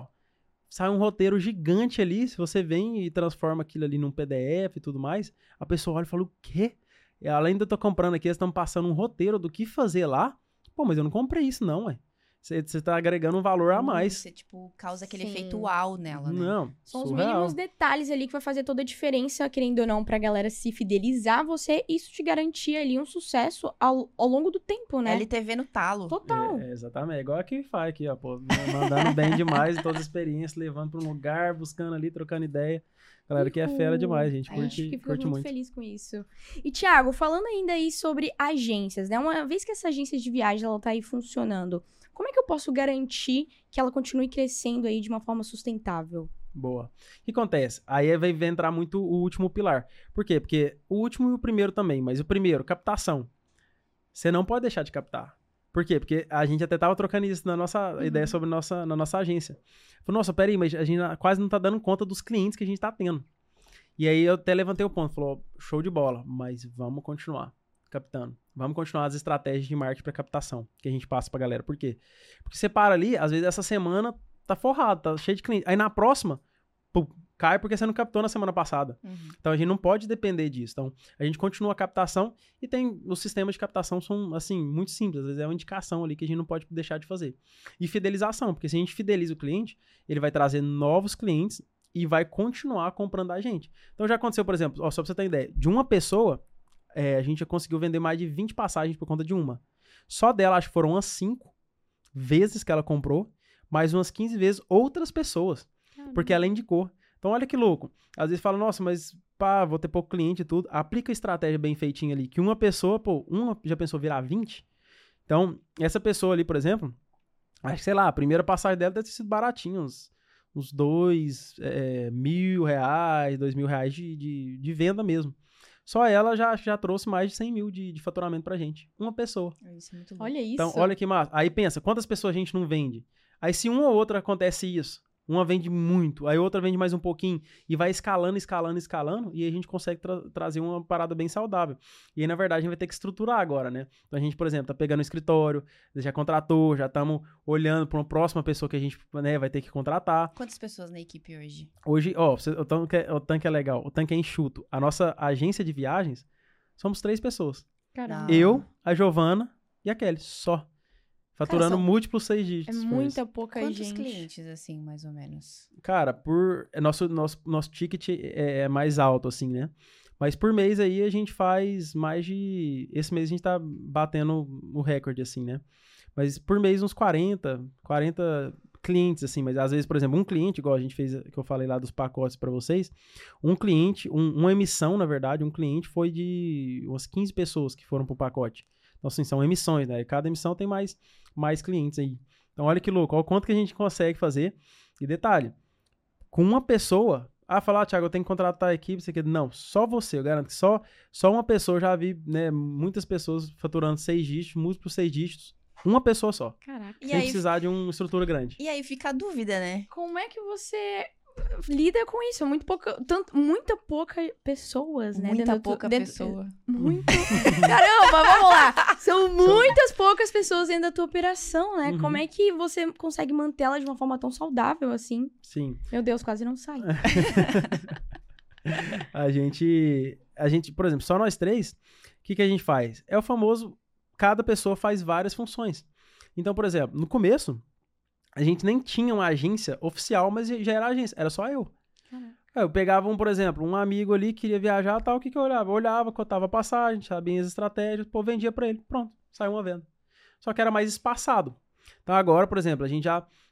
Sai um roteiro gigante ali, se você vem e transforma aquilo ali num PDF e tudo mais, a pessoa olha e fala, o quê? Além de eu estar comprando aqui, eles estão passando um roteiro do que fazer lá. Pô, mas eu não comprei isso não, ué. Você tá agregando um valor a mais. Você, tipo, causa aquele Sim. efeito uau nela, né? Não, São os surreal. mínimos detalhes ali que vai fazer toda a diferença, querendo ou não, pra galera se fidelizar a você. Isso te garantir ali um sucesso ao longo do tempo, né? LTV no talo. Total. Exatamente, é igual a QIFI aqui, ó, pô, mandando bem demais em todas as experiências, levando pra um lugar, buscando ali, trocando ideia. Galera que é fera demais, gente, A gente fica curte muito muito. feliz com isso. E, Thiago, falando ainda aí sobre agências, né? Uma vez que essa agência de viagem, ela tá aí funcionando, como é que eu posso garantir que ela continue crescendo aí de uma forma sustentável? Boa. O que acontece? Aí vai entrar muito o último pilar. Por quê? Porque o último e o primeiro também, mas o primeiro, captação. Você não pode deixar de captar. Por quê? Porque a gente até tava trocando isso na nossa ideia sobre na nossa agência. Falei, nossa, peraí, mas a gente quase não tá dando conta dos clientes que a gente tá tendo. E aí eu até levantei o ponto, falou, show de bola, mas vamos continuar captando. Vamos continuar as estratégias de marketing para captação que a gente passa pra galera. Por quê? Porque você para ali, às vezes essa semana tá forrado, tá cheio de cliente. Aí na próxima, cai porque você não captou na semana passada. Então a gente não pode depender disso. Então a gente continua a captação e tem os sistemas de captação são assim muito simples, às vezes é uma indicação ali que a gente não pode deixar de fazer. E fidelização, porque se a gente fideliza o cliente, ele vai trazer novos clientes e vai continuar comprando a gente. Então já aconteceu, por exemplo, só pra você ter ideia, de uma pessoa, a gente já conseguiu vender mais de 20 passagens por conta de uma. Só dela, acho que foram umas 5 vezes que ela comprou, mais umas 15 vezes outras pessoas. Porque ela indicou. Então, olha que louco. Às vezes fala, nossa, mas pá, vou ter pouco cliente e tudo. Aplica a estratégia bem feitinha ali, que uma pessoa, uma já pensou virar 20. Então, essa pessoa ali, por exemplo, acho que, sei lá, a primeira passagem dela deve ter sido baratinha, uns R$2.000, R$2.000 de venda mesmo. Só ela já trouxe mais de 100 mil de faturamento pra gente. Uma pessoa. Isso é muito louco. Olha isso. Então, olha que massa. Aí pensa, quantas pessoas a gente não vende? Aí se uma ou outra acontece isso, uma vende muito, aí outra vende mais um pouquinho, e vai escalando, e aí a gente consegue trazer uma parada bem saudável. E aí, na verdade, a gente vai ter que estruturar agora, né? Então a gente, por exemplo, tá pegando um escritório, já contratou, já estamos olhando para uma próxima pessoa que a gente, né, vai ter que contratar. Quantas pessoas na equipe hoje? Hoje, o tanque é legal, o tanque é enxuto. A nossa agência de viagens, somos 3 pessoas. Caramba. Eu, a Giovana e a Kelly, só. Faturando são- múltiplos 6 É dígitos. por muita mês. pouca Quantos gente. clientes, assim, mais ou menos? Cara, nosso ticket é mais alto, assim, né? Mas por mês aí a gente faz mais de... Esse mês a gente tá batendo o recorde, assim, né? Mas por mês uns 40 clientes, assim. Mas às vezes, por exemplo, um cliente, igual a gente fez, que eu falei lá dos pacotes pra vocês, um cliente, uma emissão, na verdade, um cliente foi de umas 15 pessoas que foram pro pacote. Então, assim, são emissões, né? E cada emissão tem mais clientes aí. Então, olha que louco, olha o quanto que a gente consegue fazer. E detalhe, com uma pessoa... falar, Thiago, eu tenho que contratar a equipe, isso aqui. Não, só você, eu garanto que só uma pessoa, eu já vi, né, muitas pessoas faturando 6 dígitos, múltiplos 6 dígitos, uma pessoa só. Caraca. E sem aí, precisar de uma estrutura grande. e aí fica a dúvida, né? Como é que você lida com isso? Muita pouca pessoas, né? Muita dentro pouca dentro- pessoa. Muito. Caramba, vamos lá. São muitas poucas pessoas dentro da tua operação, né? Uhum. Como é que você consegue mantê-la de uma forma tão saudável assim? Sim. Meu Deus, quase não sai. A gente, por exemplo, só nós 3, o que a gente faz? É o famoso, cada pessoa faz várias funções. Então, por exemplo, no começo, a gente nem tinha uma agência oficial, mas já era agência, era só eu. Caraca. Eu pegava, por exemplo, um amigo ali que queria viajar, tal, o que eu olhava? Eu olhava, cotava a passagem, sabia as estratégias, vendia pra ele, pronto, saiu uma venda. Só que era mais espaçado. Então agora, por exemplo, a gente já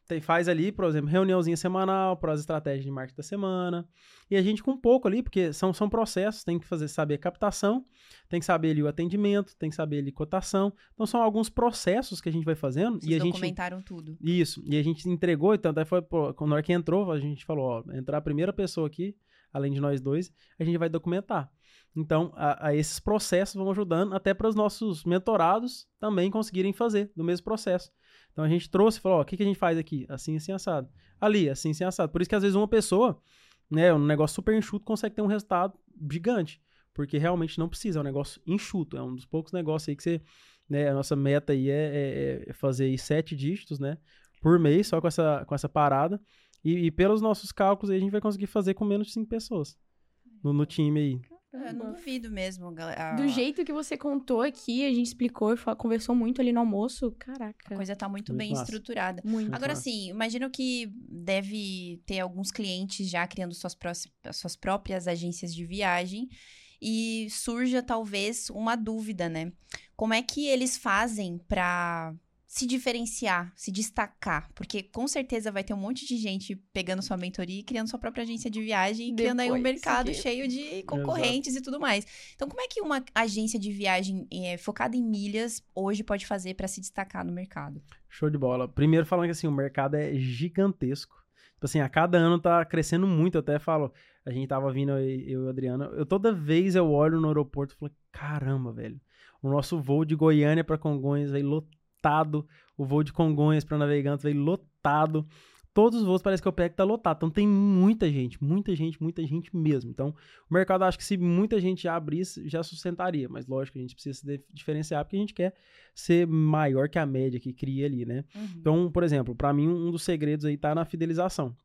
faz ali, por exemplo, reuniãozinha semanal para as estratégias de marketing da semana. E a gente com um pouco ali, porque são processos, tem que saber captação, tem que saber ali o atendimento, tem que saber ali cotação. Então são alguns processos que a gente vai fazendo. Vocês documentaram tudo. Isso. E a gente entregou, então até foi, quando na hora que entrou, a gente falou, ó, entrar a primeira pessoa aqui, além de nós dois, a gente vai documentar. Então, esses processos vão ajudando até para os nossos mentorados também conseguirem fazer do mesmo processo. Então, a gente trouxe e falou, ó, o que a gente faz aqui? Assim, assim, assado. Ali, assim, assim, assado. Por isso que, às vezes, uma pessoa, né, um negócio super enxuto, consegue ter um resultado gigante. Porque realmente não precisa, é um negócio enxuto. É um dos poucos negócios aí que você... Né, a nossa meta aí é fazer aí 7 dígitos, né, por mês, só com essa parada. E pelos nossos cálculos, aí, a gente vai conseguir fazer com menos de 5 pessoas no time aí. Eu não duvido mesmo, galera. Do jeito que você contou aqui, a gente explicou, conversou muito ali no almoço. Caraca. A coisa tá muito bem massa. Estruturada. Muito. Agora sim, imagino que deve ter alguns clientes já criando suas próprias agências de viagem e surja talvez uma dúvida, né? Como é que eles fazem pra se diferenciar, se destacar? Porque com certeza vai ter um monte de gente pegando sua mentoria e criando sua própria agência de viagem e criando aí um mercado cheio de concorrentes e tudo mais. Então, como é que uma agência de viagem focada em milhas hoje pode fazer para se destacar no mercado? Show de bola. Primeiro falando que assim, o mercado é gigantesco. Tipo assim, a cada ano tá crescendo muito. Eu até falo, a gente tava vindo, eu e a Adriana, toda vez eu olho no aeroporto e falo, caramba, velho, o nosso voo de Goiânia para Congonhas veio lotado, o voo de Congonhas para Navegantes veio lotado, todos os voos parece que eu pego tá lotado, então tem muita gente mesmo. Então o mercado, acho que se muita gente já abrisse, já sustentaria, mas lógico que a gente precisa se diferenciar porque a gente quer ser maior que a média que cria ali, né? Uhum. Então, por exemplo, para mim um dos segredos aí tá na fidelização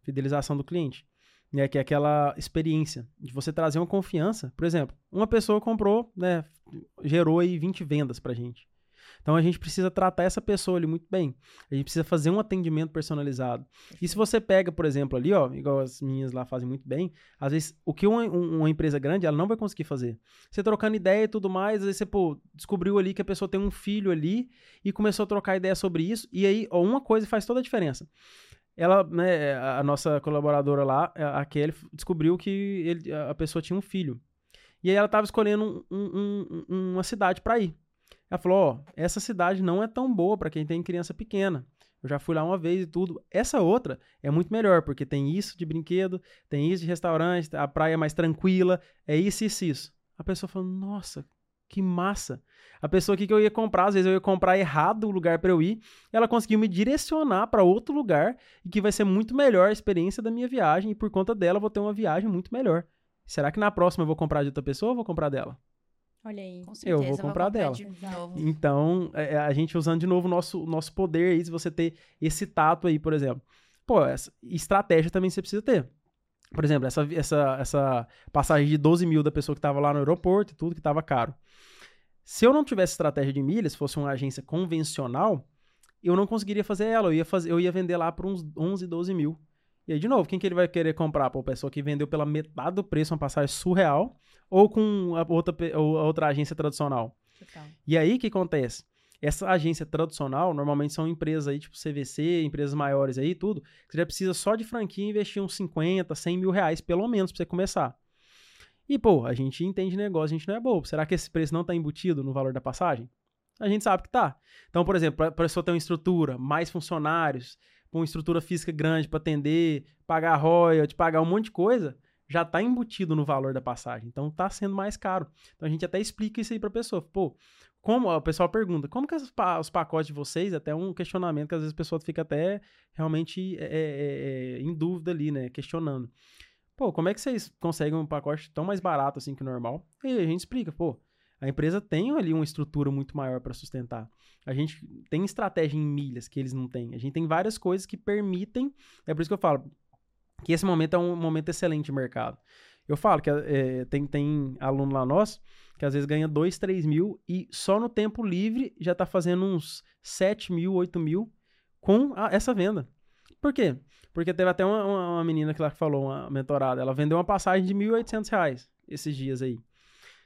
do cliente, né, que é aquela experiência de você trazer uma confiança. Por exemplo, uma pessoa comprou, né, gerou aí 20 vendas pra gente. Então, a gente precisa tratar essa pessoa ali muito bem. A gente precisa fazer um atendimento personalizado. E se você pega, por exemplo, ali, ó, igual as minhas lá fazem muito bem, às vezes, o que uma empresa grande, ela não vai conseguir fazer. Você trocando ideia e tudo mais, às vezes você, descobriu ali que a pessoa tem um filho ali e começou a trocar ideia sobre isso, e aí, ó, uma coisa faz toda a diferença. Ela, né, a nossa colaboradora lá, a Kelly, descobriu que a pessoa tinha um filho. E aí ela estava escolhendo uma cidade para ir. Ela falou, ó, essa cidade não é tão boa para quem tem criança pequena. Eu já fui lá uma vez e tudo. Essa outra é muito melhor, porque tem isso de brinquedo, tem isso de restaurante, a praia é mais tranquila, é isso, isso, isso. A pessoa falou, nossa, que massa. A pessoa aqui que eu ia comprar, às vezes eu ia comprar errado o lugar para eu ir, ela conseguiu me direcionar para outro lugar e que vai ser muito melhor a experiência da minha viagem e por conta dela eu vou ter uma viagem muito melhor. Será que na próxima eu vou comprar de outra pessoa ou vou comprar dela? Olha aí. Com certeza, eu vou comprar dela. De novo. Então, a gente usando de novo o nosso poder aí, se você ter esse tato aí, por exemplo. Pô, essa estratégia também você precisa ter. Por exemplo, essa passagem de 12 mil da pessoa que estava lá no aeroporto e tudo, que estava caro. Se eu não tivesse estratégia de milhas, se fosse uma agência convencional, eu não conseguiria fazer ela. Eu ia vender lá por uns 11, 12 mil. E aí, de novo, quem que ele vai querer comprar? Pô, a pessoa que vendeu pela metade do preço uma passagem surreal ou com a outra agência tradicional? Total. E aí, o que acontece? Essa agência tradicional, normalmente são empresas aí, tipo CVC, empresas maiores aí, tudo, que você já precisa só de franquia investir uns 50, 100 mil reais, pelo menos, pra você começar. E, pô, a gente entende negócio, a gente não é bobo. Será que esse preço não tá embutido no valor da passagem? A gente sabe que tá. Então, por exemplo, a pessoa ter uma estrutura, mais funcionários, uma estrutura física grande para atender, pagar royalty, pagar um monte de coisa, já tá embutido no valor da passagem. Então, tá sendo mais caro. Então, a gente até explica isso aí pra pessoa. Pô, como o pessoal pergunta, como que os pacotes de vocês, até um questionamento que às vezes a pessoa fica até realmente em dúvida ali, né, questionando. Pô, como é que vocês conseguem um pacote tão mais barato assim que o normal? E aí a gente explica, pô, a empresa tem ali uma estrutura muito maior para sustentar. A gente tem estratégia em milhas que eles não têm. A gente tem várias coisas que permitem, é por isso que eu falo que esse momento é um momento excelente de mercado. Eu falo que tem aluno lá nosso que às vezes ganha 2, 3 mil e só no tempo livre já tá fazendo uns 7 mil, 8 mil com essa venda. Por quê? Porque teve até uma menina que lá que falou, uma mentorada, ela vendeu uma passagem de R$1.800 esses dias aí,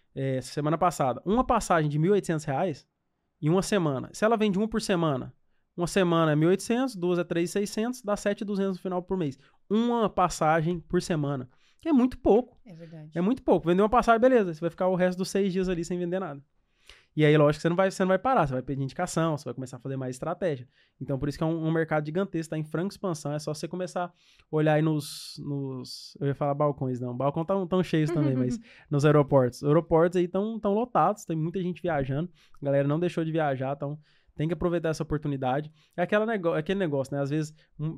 semana passada. Uma passagem de R$1.800 em uma semana. Se ela vende uma por semana, uma semana é 1.800, 2 é 3.600, dá 7.200 no final por mês. Uma passagem por semana. Que é muito pouco. É verdade. É muito pouco. Vender uma passagem, beleza. Você vai ficar o resto dos 6 dias ali sem vender nada. E aí, lógico, você não vai parar. Você vai pedir indicação, você vai começar a fazer mais estratégia. Então, por isso que é um mercado gigantesco, tá em franca expansão. É só você começar a olhar aí nos eu ia falar balcões, não. Balcão tão cheios também, mas nos aeroportos. Os aeroportos aí estão lotados, tem muita gente viajando. A galera não deixou de viajar, então tem que aproveitar essa oportunidade. É aquele negócio, né? Às vezes,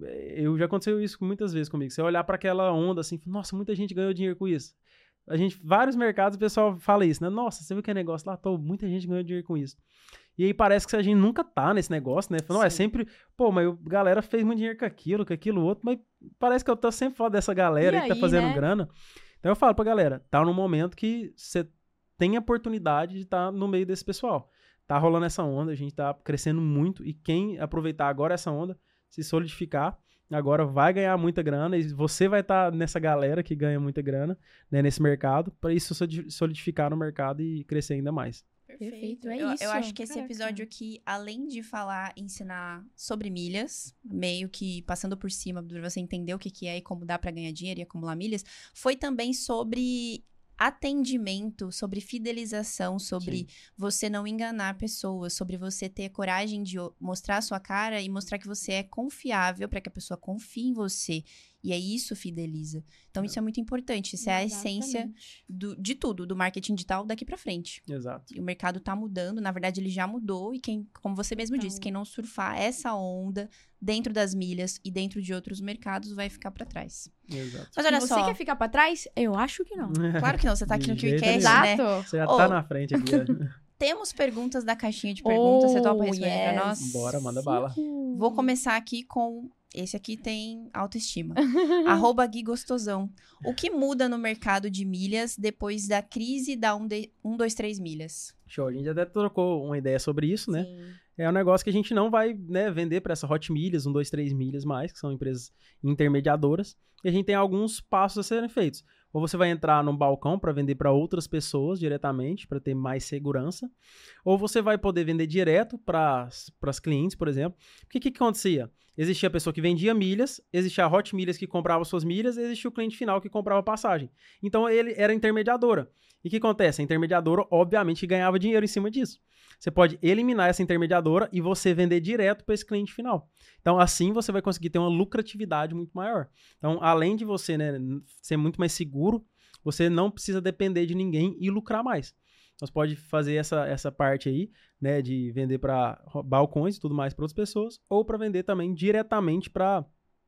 já aconteceu isso muitas vezes comigo. Você olhar para aquela onda assim, nossa, muita gente ganhou dinheiro com isso. Vários mercados, o pessoal fala isso, né? Nossa, você viu que é negócio lá? Muita gente ganhou dinheiro com isso. E aí parece que a gente nunca tá nesse negócio, né? Não, é sempre, mas a galera fez muito dinheiro com aquilo outro, mas parece que eu tô sempre falando dessa galera que tá fazendo grana. Então eu falo pra galera, tá num momento que você tem a oportunidade de estar no meio desse pessoal. Tá rolando essa onda, a gente tá crescendo muito, e quem aproveitar agora essa onda, se solidificar, agora vai ganhar muita grana, e você vai estar nessa galera que ganha muita grana, né, nesse mercado, para isso solidificar no mercado e crescer ainda mais. Perfeito, Eu acho que esse episódio aqui, além de ensinar sobre milhas, meio que passando por cima para você entender o que é e como dá para ganhar dinheiro e acumular milhas, foi também sobre atendimento, sobre fidelização, sobre você não enganar pessoas, sobre você ter coragem de mostrar a sua cara e mostrar que você é confiável para que a pessoa confie em você. E aí isso fideliza. Então isso é muito importante. Isso é a essência de tudo, do marketing digital daqui para frente. Exato. E o mercado tá mudando, na verdade ele já mudou, e como você mesmo disse, quem não surfar essa onda dentro das milhas e dentro de outros mercados vai ficar para trás. Exato. Mas olha só. Você quer ficar para trás? Eu acho que não. Claro que não, você tá aqui no KiwiCast, né? Você já tá na frente aqui. Temos perguntas da caixinha de perguntas, você topa responder pra nós? Bora, manda bala. Vou começar aqui com... Esse aqui tem autoestima. @Gui Gostosão. O que muda no mercado de milhas depois da crise da 123 milhas? Show, a gente até trocou uma ideia sobre isso, né? Sim. É um negócio que a gente não vai, né, vender para essa Hot Milhas, 123 milhas mais, que são empresas intermediadoras. E a gente tem alguns passos a serem feitos. Ou você vai entrar num balcão para vender para outras pessoas diretamente, para ter mais segurança. Ou você vai poder vender direto para as clientes, por exemplo. Porque o que acontecia? Existia a pessoa que vendia milhas, existia a Hot Milhas que comprava suas milhas, e existia o cliente final que comprava passagem. Então, ele era intermediadora. E o que acontece? A intermediadora, obviamente, ganhava dinheiro em cima disso. Você pode eliminar essa intermediadora e você vender direto para esse cliente final. Então, assim, você vai conseguir ter uma lucratividade muito maior. Então, além de você, né, ser muito mais seguro, você não precisa depender de ninguém e lucrar mais. Então, você pode fazer essa parte aí, né, de vender para balcões e tudo mais para outras pessoas, ou para vender também diretamente para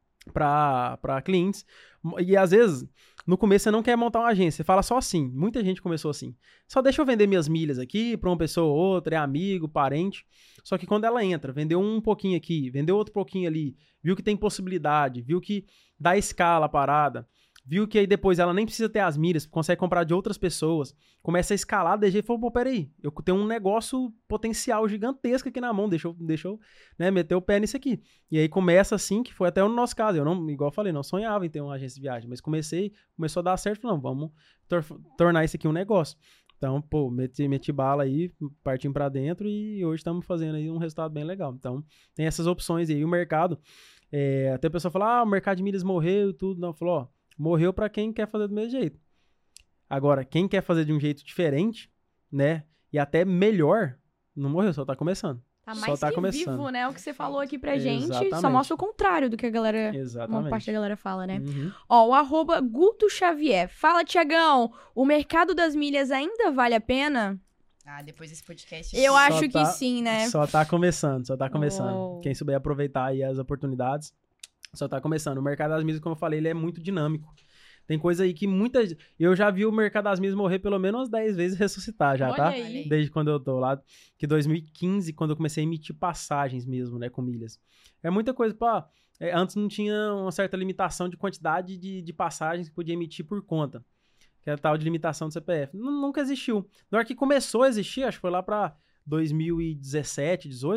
clientes. E às vezes, no começo você não quer montar uma agência, você fala só assim. Muita gente começou assim. Só deixa eu vender minhas milhas aqui para uma pessoa ou outra, é amigo, parente. Só que quando ela entra, vendeu um pouquinho aqui, vendeu outro pouquinho ali, viu que tem possibilidade, viu que dá escala a parada, viu que aí depois ela nem precisa ter as milhas, consegue comprar de outras pessoas, começa a escalar, DG falou, pô, peraí, eu tenho um negócio potencial gigantesco aqui na mão, deixa eu né, meter o pé nisso aqui. E aí começa assim, que foi até no nosso caso, eu não, igual eu falei, não sonhava em ter uma agência de viagem, mas começou a dar certo, não, vamos tornar isso aqui um negócio. Então, pô, meti bala aí, partimos pra dentro e hoje estamos fazendo aí um resultado bem legal. Então, tem essas opções aí, o mercado, até a pessoa fala, o mercado de milhas morreu e tudo, não, falou, ó, morreu para quem quer fazer do mesmo jeito. Agora, quem quer fazer de um jeito diferente, né, e até melhor, não morreu, só tá começando. Só tá começando. Vivo, né? O que você falou aqui pra gente Exatamente. Só mostra o contrário do que a galera, uma parte da galera fala, né? Ó, o @Guto Xavier. Fala, Tiagão, o mercado das milhas ainda vale a pena? Depois desse podcast... Eu acho que sim, né? Só tá começando. Quem souber aproveitar aí as oportunidades, só tá começando. O mercado das milhas, como eu falei, ele é muito dinâmico. Tem coisa aí que eu já vi o mercado das milhas morrer pelo menos umas 10 vezes e ressuscitar já, tá? Aí. Desde quando eu tô lá. Que 2015, quando eu comecei a emitir passagens mesmo, né, com milhas. É muita coisa, antes não tinha uma certa limitação de quantidade de passagens que podia emitir por conta. Que era tal de limitação do CPF. Nunca existiu. Na hora que começou a existir, acho que foi lá pra 2017, 18,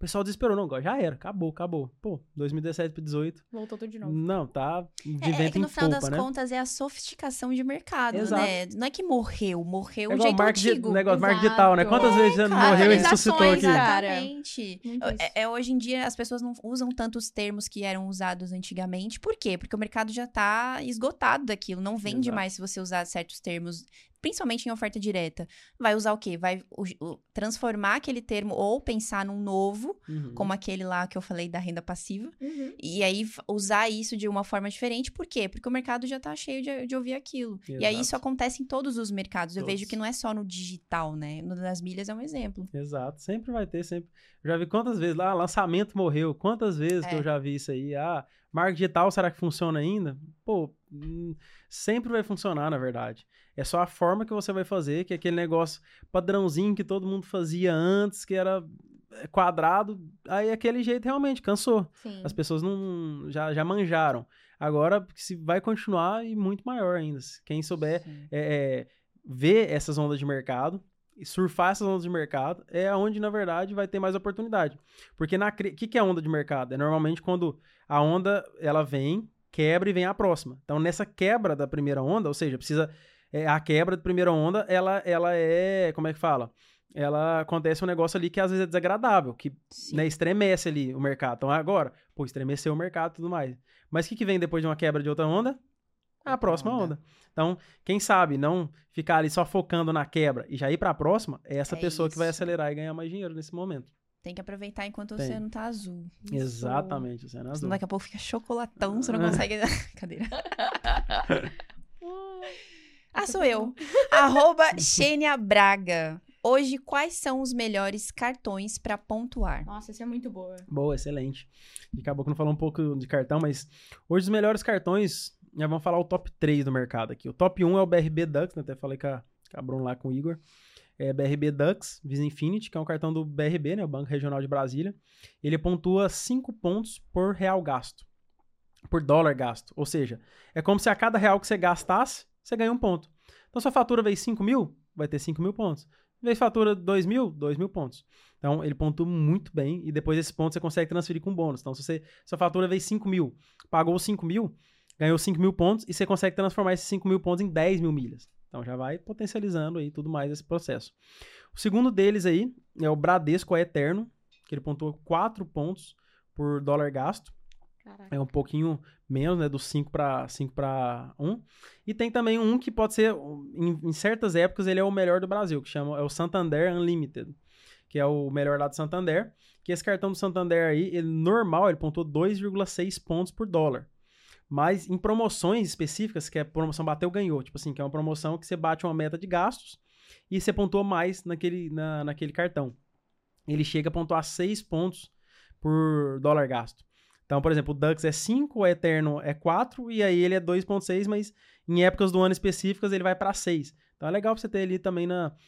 pessoal desesperou, não, agora já era, acabou. Pô, 2017 para 2018. Voltou tudo de novo. Não, tá de É vento que no em final popa, das né? contas é a sofisticação de mercado, Exato. né? Não é que morreu É o igual jeito marketing, antigo. negócio, marketing Exato. digital, né? Quantas vezes já Cara, morreu e atualizações, ressuscitou aqui? cara. Exatamente. Muito isso. Hoje em dia as pessoas não usam tantos termos que eram usados antigamente. Por quê? Porque o mercado já tá esgotado daquilo. Não vende Exato. mais se você usar certos termos, principalmente em oferta direta. Vai usar o quê? Vai transformar aquele termo ou pensar num novo, Uhum. como aquele lá que eu falei da renda passiva. Uhum. E aí, usar isso de uma forma diferente. Por quê? Porque o mercado já tá cheio de ouvir aquilo. E aí, Exato. isso acontece em todos os mercados. Eu Todos. vejo que não é só no digital, né? No das milhas é um exemplo. Exato, sempre vai ter, sempre. Eu já vi quantas vezes lá, lançamento morreu, quantas vezes que É. eu já vi isso aí. Marketing digital, será que funciona ainda? Pô, sempre vai funcionar, na verdade. É só a forma que você vai fazer, que é aquele negócio padrãozinho que todo mundo fazia antes, que era quadrado, aí aquele jeito realmente cansou. Sim. As pessoas não já manjaram. Agora, se vai continuar e muito maior ainda. Quem souber Sim. ver essas ondas de mercado e surfar essas ondas de mercado é onde, na verdade, vai ter mais oportunidade. Porque o que é onda de mercado? É normalmente quando a onda ela vem, quebra e vem a próxima. Então, nessa quebra da primeira onda, ou seja, a quebra da primeira onda, ela é, como é que fala? Ela acontece um negócio ali que às vezes é desagradável, que né, estremece ali o mercado. Então agora, estremeceu o mercado e tudo mais. Mas o que vem depois de uma quebra de outra onda? A próxima onda. Então, quem sabe não ficar ali só focando na quebra e já ir pra próxima, é essa pessoa que vai isso. acelerar e ganhar mais dinheiro nesse momento. Tem que aproveitar enquanto Tem. você não tá azul. Exatamente, você não Senão daqui a pouco fica chocolatão, você não consegue... Cadeira. Sou eu. @Xênia Braga. Hoje, quais são os melhores cartões pra pontuar? Nossa, essa é muito boa. Boa, excelente. E acabou que não falou um pouco de cartão, mas hoje os melhores cartões, já vamos falar o top 3 do mercado aqui. O top 1 é o BRB Dux, né? Até falei com a Bruno lá com o Igor. É BRB Dux, Visa Infinity, que é um cartão do BRB, né? O Banco Regional de Brasília. Ele pontua 5 pontos por real gasto. Por dólar gasto. Ou seja, é como se a cada real que você gastasse, você ganha um ponto. Então, sua fatura veio 5 mil, vai ter 5 mil pontos. Vez fatura 2 mil pontos. Então, ele pontua muito bem e depois desses pontos você consegue transferir com bônus. Então, se sua fatura veio 5 mil, pagou 5 mil, ganhou 5 mil pontos e você consegue transformar esses 5 mil pontos em 10 mil milhas. Então, já vai potencializando aí tudo mais esse processo. O segundo deles aí é o Bradesco Eterno, que ele pontua 4 pontos por dólar gasto. Caraca. É um pouquinho menos, né? Do 5 para 1. E tem também um que pode ser, em certas épocas, ele é o melhor do Brasil, que é o Santander Unlimited, que é o melhor lá do Santander. Que esse cartão do Santander aí, ele pontuou 2,6 pontos por dólar. Mas em promoções específicas, que é promoção bateu, ganhou. Tipo assim, que é uma promoção que você bate uma meta de gastos e você pontua mais naquele cartão. Ele chega a pontuar 6 pontos por dólar gasto. Então, por exemplo, o Dux é 5, o Eterno é 4, e aí ele é 2,6, mas em épocas do ano específicas ele vai para 6. Então é legal pra você ter ali também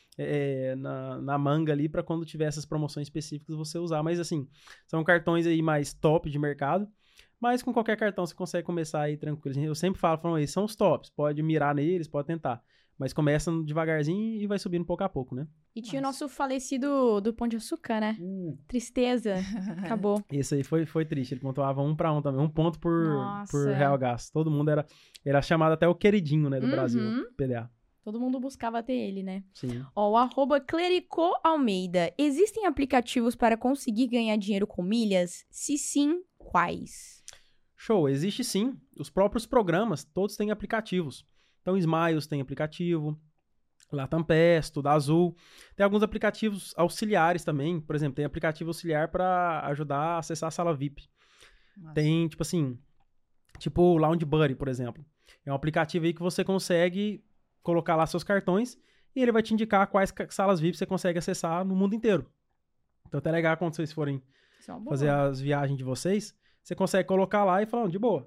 na manga ali, para quando tiver essas promoções específicas você usar. Mas assim, são cartões aí mais top de mercado, mas com qualquer cartão você consegue começar aí tranquilo. Eu sempre falo aí, são os tops, pode mirar neles, pode tentar. Mas começa devagarzinho e vai subindo pouco a pouco, né? E tinha o nosso falecido do Pão de Açúcar, né? Tristeza. Acabou. Esse aí foi triste. Ele pontuava 1 para 1 também. 1 ponto por Nossa. real gasto. Todo mundo era chamado até o queridinho, né, do Brasil, PDA. Todo mundo buscava ter ele, né? Sim. Ó, o @Clerico Almeida. Existem aplicativos para conseguir ganhar dinheiro com milhas? Se sim, quais? Show. Existe sim. Os próprios programas, todos têm aplicativos. Então, Smiles tem aplicativo, Latam Pass, Tudo Azul. Tem alguns aplicativos auxiliares também. Por exemplo, tem aplicativo auxiliar para ajudar a acessar a sala VIP. Nossa. Tem, tipo o Lounge Buddy, por exemplo. É um aplicativo aí que você consegue colocar lá seus cartões e ele vai te indicar quais salas VIP você consegue acessar no mundo inteiro. Então, até legal quando vocês forem fazer as viagens de vocês, você consegue colocar lá e falar, de boa.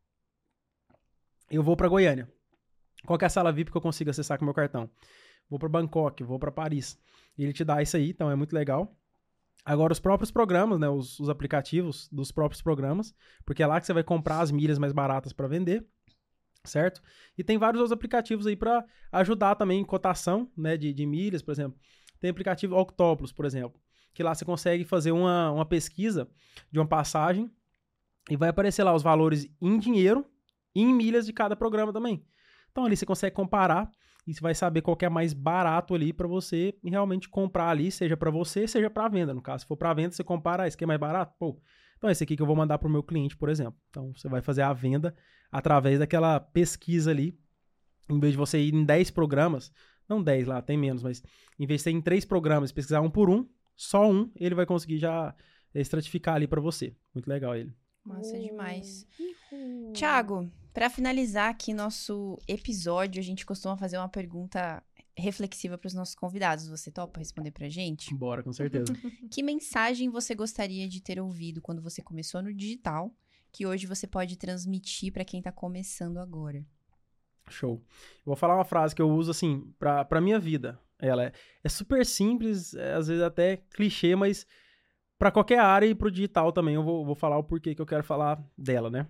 Eu vou para Goiânia. Qual que é a sala VIP que eu consigo acessar com o meu cartão? Vou para Bangkok, vou para Paris. E ele te dá isso aí, então é muito legal. Agora, os próprios programas, né, os aplicativos dos próprios programas, porque é lá que você vai comprar as milhas mais baratas para vender, certo? E tem vários outros aplicativos aí para ajudar também em cotação, né, de milhas, por exemplo. Tem aplicativo Octopus, por exemplo. que lá você consegue fazer uma pesquisa de uma passagem e vai aparecer lá os valores em dinheiro e em milhas de cada programa também. Então ali você consegue comparar e você vai saber qual que é mais barato ali para você realmente comprar ali, seja para você, seja para venda. No caso, se for para venda, você compara, esse aqui é mais barato? Pô, então esse aqui que eu vou mandar para o meu cliente, por exemplo. Então você vai fazer a venda através daquela pesquisa ali, em vez de você ir em 10 programas, não 10 lá, tem menos, mas em vez de você ir em 3 programas, pesquisar um por um, só um, ele vai conseguir já estratificar ali para você. Muito legal ele. Massa demais. Thiago, para finalizar aqui nosso episódio, a gente costuma fazer uma pergunta reflexiva para os nossos convidados. Você topa responder pra gente? Bora, com certeza. Que mensagem você gostaria de ter ouvido quando você começou no digital, que hoje você pode transmitir para quem tá começando agora? Show. Eu vou falar uma frase que eu uso, assim, pra minha vida. Ela é super simples, às vezes até clichê, mas para qualquer área e pro digital também eu vou falar o porquê que eu quero falar dela, né?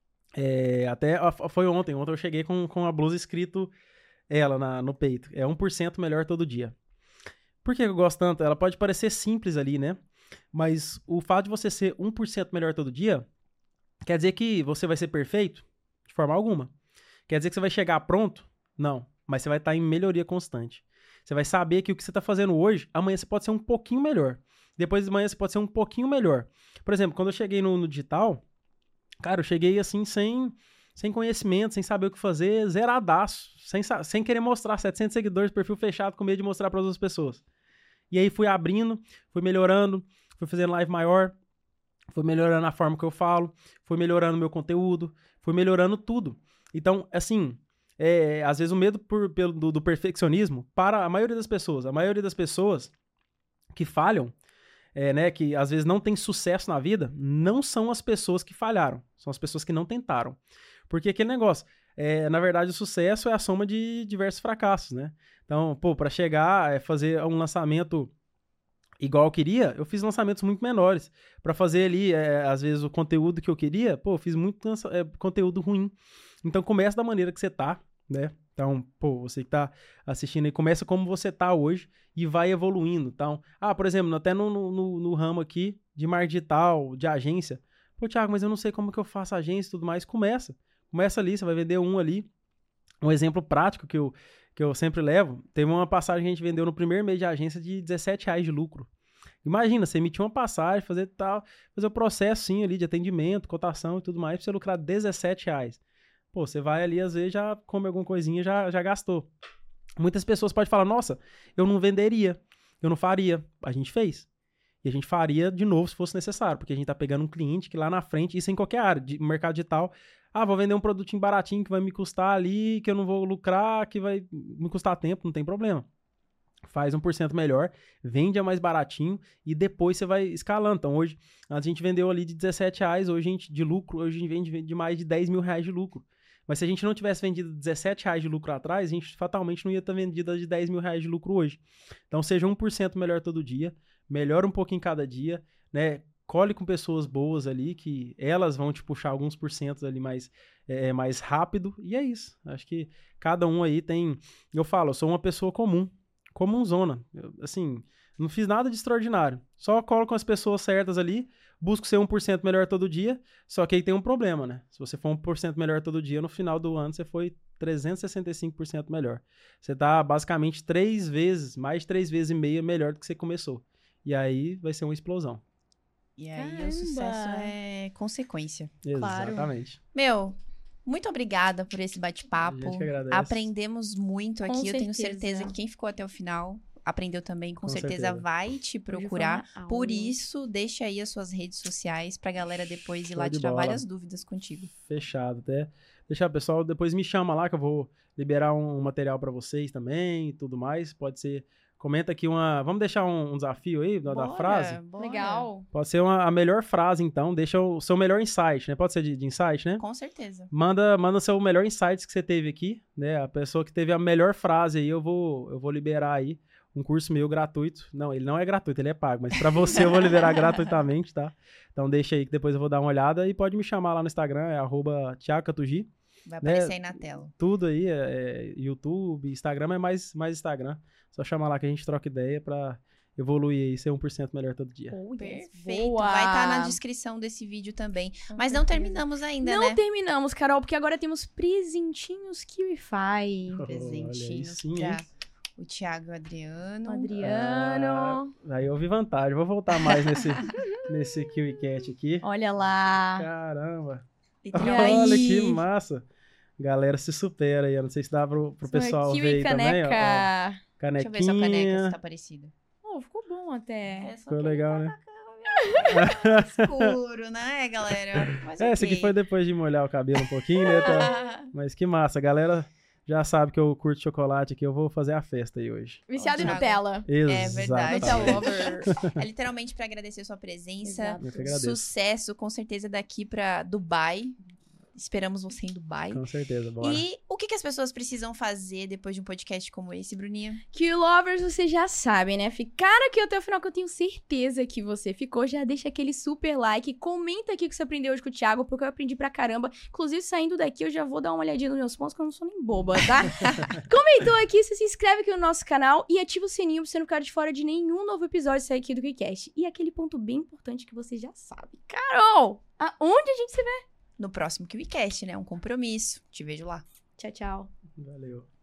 Até foi ontem eu cheguei com a blusa escrito ela no peito. É 1% melhor todo dia. Por que eu gosto tanto? Ela pode parecer simples ali, né? Mas o fato de você ser 1% melhor todo dia quer dizer que você vai ser perfeito? De forma alguma. Quer dizer que você vai chegar pronto? Não. Mas você vai estar em melhoria constante. Você vai saber que o que você está fazendo hoje, amanhã você pode ser um pouquinho melhor. Depois de manhã você pode ser um pouquinho melhor. Por exemplo, quando eu cheguei no digital, cara, eu cheguei assim sem conhecimento, sem saber o que fazer, zeradaço, sem querer mostrar 700 seguidores, perfil fechado, com medo de mostrar para outras pessoas. E aí fui abrindo, fui melhorando, fui fazendo live maior, fui melhorando a forma que eu falo, fui melhorando meu conteúdo, fui melhorando tudo. Então, assim, às vezes o medo do perfeccionismo para a maioria das pessoas que falham, né, que às vezes não tem sucesso na vida, não são as pessoas que falharam, são as pessoas que não tentaram. Porque aquele negócio, na verdade o sucesso é a soma de diversos fracassos, né? Então, para chegar, fazer um lançamento igual eu queria, eu fiz lançamentos muito menores. Para fazer ali, às vezes, o conteúdo que eu queria, eu fiz muito conteúdo ruim. Então, começa da maneira que você tá, né? Então, você que tá assistindo aí, começa como você tá hoje e vai evoluindo. Então, por exemplo, até no ramo aqui de marketing digital, de agência. Thiago, mas eu não sei como que eu faço agência e tudo mais. Começa ali, você vai vender um ali. Um exemplo prático que eu sempre levo, teve uma passagem que a gente vendeu no primeiro mês de agência de R$17 de lucro. Imagina, você emitir uma passagem, fazer o processo sim ali de atendimento, cotação e tudo mais, pra você lucrar R$17. Você vai ali, às vezes, já come alguma coisinha, já gastou. Muitas pessoas podem falar, nossa, eu não venderia, eu não faria. A gente fez. E a gente faria de novo se fosse necessário, porque a gente tá pegando um cliente que lá na frente, isso em qualquer área, de mercado digital, vou vender um produtinho baratinho que vai me custar ali, que eu não vou lucrar, que vai me custar tempo, não tem problema. Faz 1% melhor, vende a mais baratinho e depois você vai escalando. Então hoje, antes a gente vendeu ali de R$17, hoje a gente de lucro, hoje a gente vende de mais de R$10 mil de lucro. Mas se a gente não tivesse vendido R$17 de lucro atrás, a gente fatalmente não ia ter vendido de R$10 mil de lucro hoje. Então seja 1% melhor todo dia, melhora um pouquinho cada dia, né? Colhe com pessoas boas ali, que elas vão te puxar alguns porcentos ali mais rápido, e é isso. Acho que cada um aí tem... Eu sou uma pessoa comunzona. Assim, não fiz nada de extraordinário. Só colo com as pessoas certas ali, busco ser 1% melhor todo dia, só que aí tem um problema, né? Se você for 1% melhor todo dia, no final do ano você foi 365% melhor. Você tá basicamente mais de 3 vezes e meia melhor do que você começou. E aí vai ser uma explosão. E aí o sucesso é consequência. Exatamente. Meu, muito obrigada por esse bate-papo. A gente que agradece. Aprendemos muito aqui. Com Eu tenho certeza. certeza que quem ficou até o final aprendeu também. Com certeza certeza. vai te procurar. Por isso, deixa aí as suas redes sociais pra galera depois ir lá tirar várias dúvidas contigo. Fechado. Até deixar, pessoal, depois me chama lá que eu vou liberar um material pra vocês também e tudo mais. Pode ser... Comenta aqui vamos deixar um desafio aí da frase? Bora. Legal. Pode ser a melhor frase, então. Deixa o seu melhor insight, né? Pode ser de insight, né? Com certeza. Manda o seu melhor insight que você teve aqui, né? A pessoa que teve a melhor frase aí, eu vou liberar aí um curso meu gratuito. Não, ele não é gratuito, ele é pago. Mas pra você eu vou liberar gratuitamente, tá? Então deixa aí que depois eu vou dar uma olhada. E pode me chamar lá no Instagram, é @thiagocatugi. Vai aparecer aí na tela. Tudo aí, YouTube, Instagram, é mais Instagram. Só chamar lá que a gente troca ideia pra evoluir aí, ser 1% melhor todo dia. Perfeito. Vai estar na descrição desse vídeo também. Mas não terminamos ainda, né? Não terminamos, Carol, porque agora temos presentinhos KiwiFi. Presentinhos sim, pra o Thiago e o Adriano. Aí eu vi vantagem. Vou voltar mais nesse KiwiCat aqui. Olha lá. Caramba. Literalmente. Olha que massa. Galera se supera aí. Eu não sei se dá pro pessoal ver aí também. Ó. Canequinha. Deixa eu ver sua caneca se tá parecida. Oh, ficou bom até. Ficou legal, né? Escuro, né, galera? Mas esse aqui foi depois de molhar o cabelo um pouquinho, né? Tá? Mas que massa. A galera já sabe que eu curto chocolate aqui. Eu vou fazer a festa aí hoje. Viciado em Thiago. Nutella. É verdade. Nutella lover. É literalmente pra agradecer a sua presença. Exato. Eu que agradeço. Sucesso, com certeza, daqui pra Dubai. Esperamos você em Dubai. Com certeza, bora. E o que as pessoas precisam fazer depois de um podcast como esse, Bruninha? Que lovers, vocês já sabem, né? Ficaram aqui até o final, que eu tenho certeza que você ficou. Já deixa aquele super like, comenta aqui o que você aprendeu hoje com o Thiago, porque eu aprendi pra caramba. Inclusive, saindo daqui, eu já vou dar uma olhadinha nos meus pontos, que eu não sou nem boba, tá? Comentou aqui, você se inscreve aqui no nosso canal e ativa o sininho pra você não ficar de fora de nenhum novo episódio sair aqui do KiwiCast. E aquele ponto bem importante que você já sabe. Carol, aonde a gente se vê? No próximo KiwiCast, né? Um compromisso. Te vejo lá. Tchau, tchau. Valeu.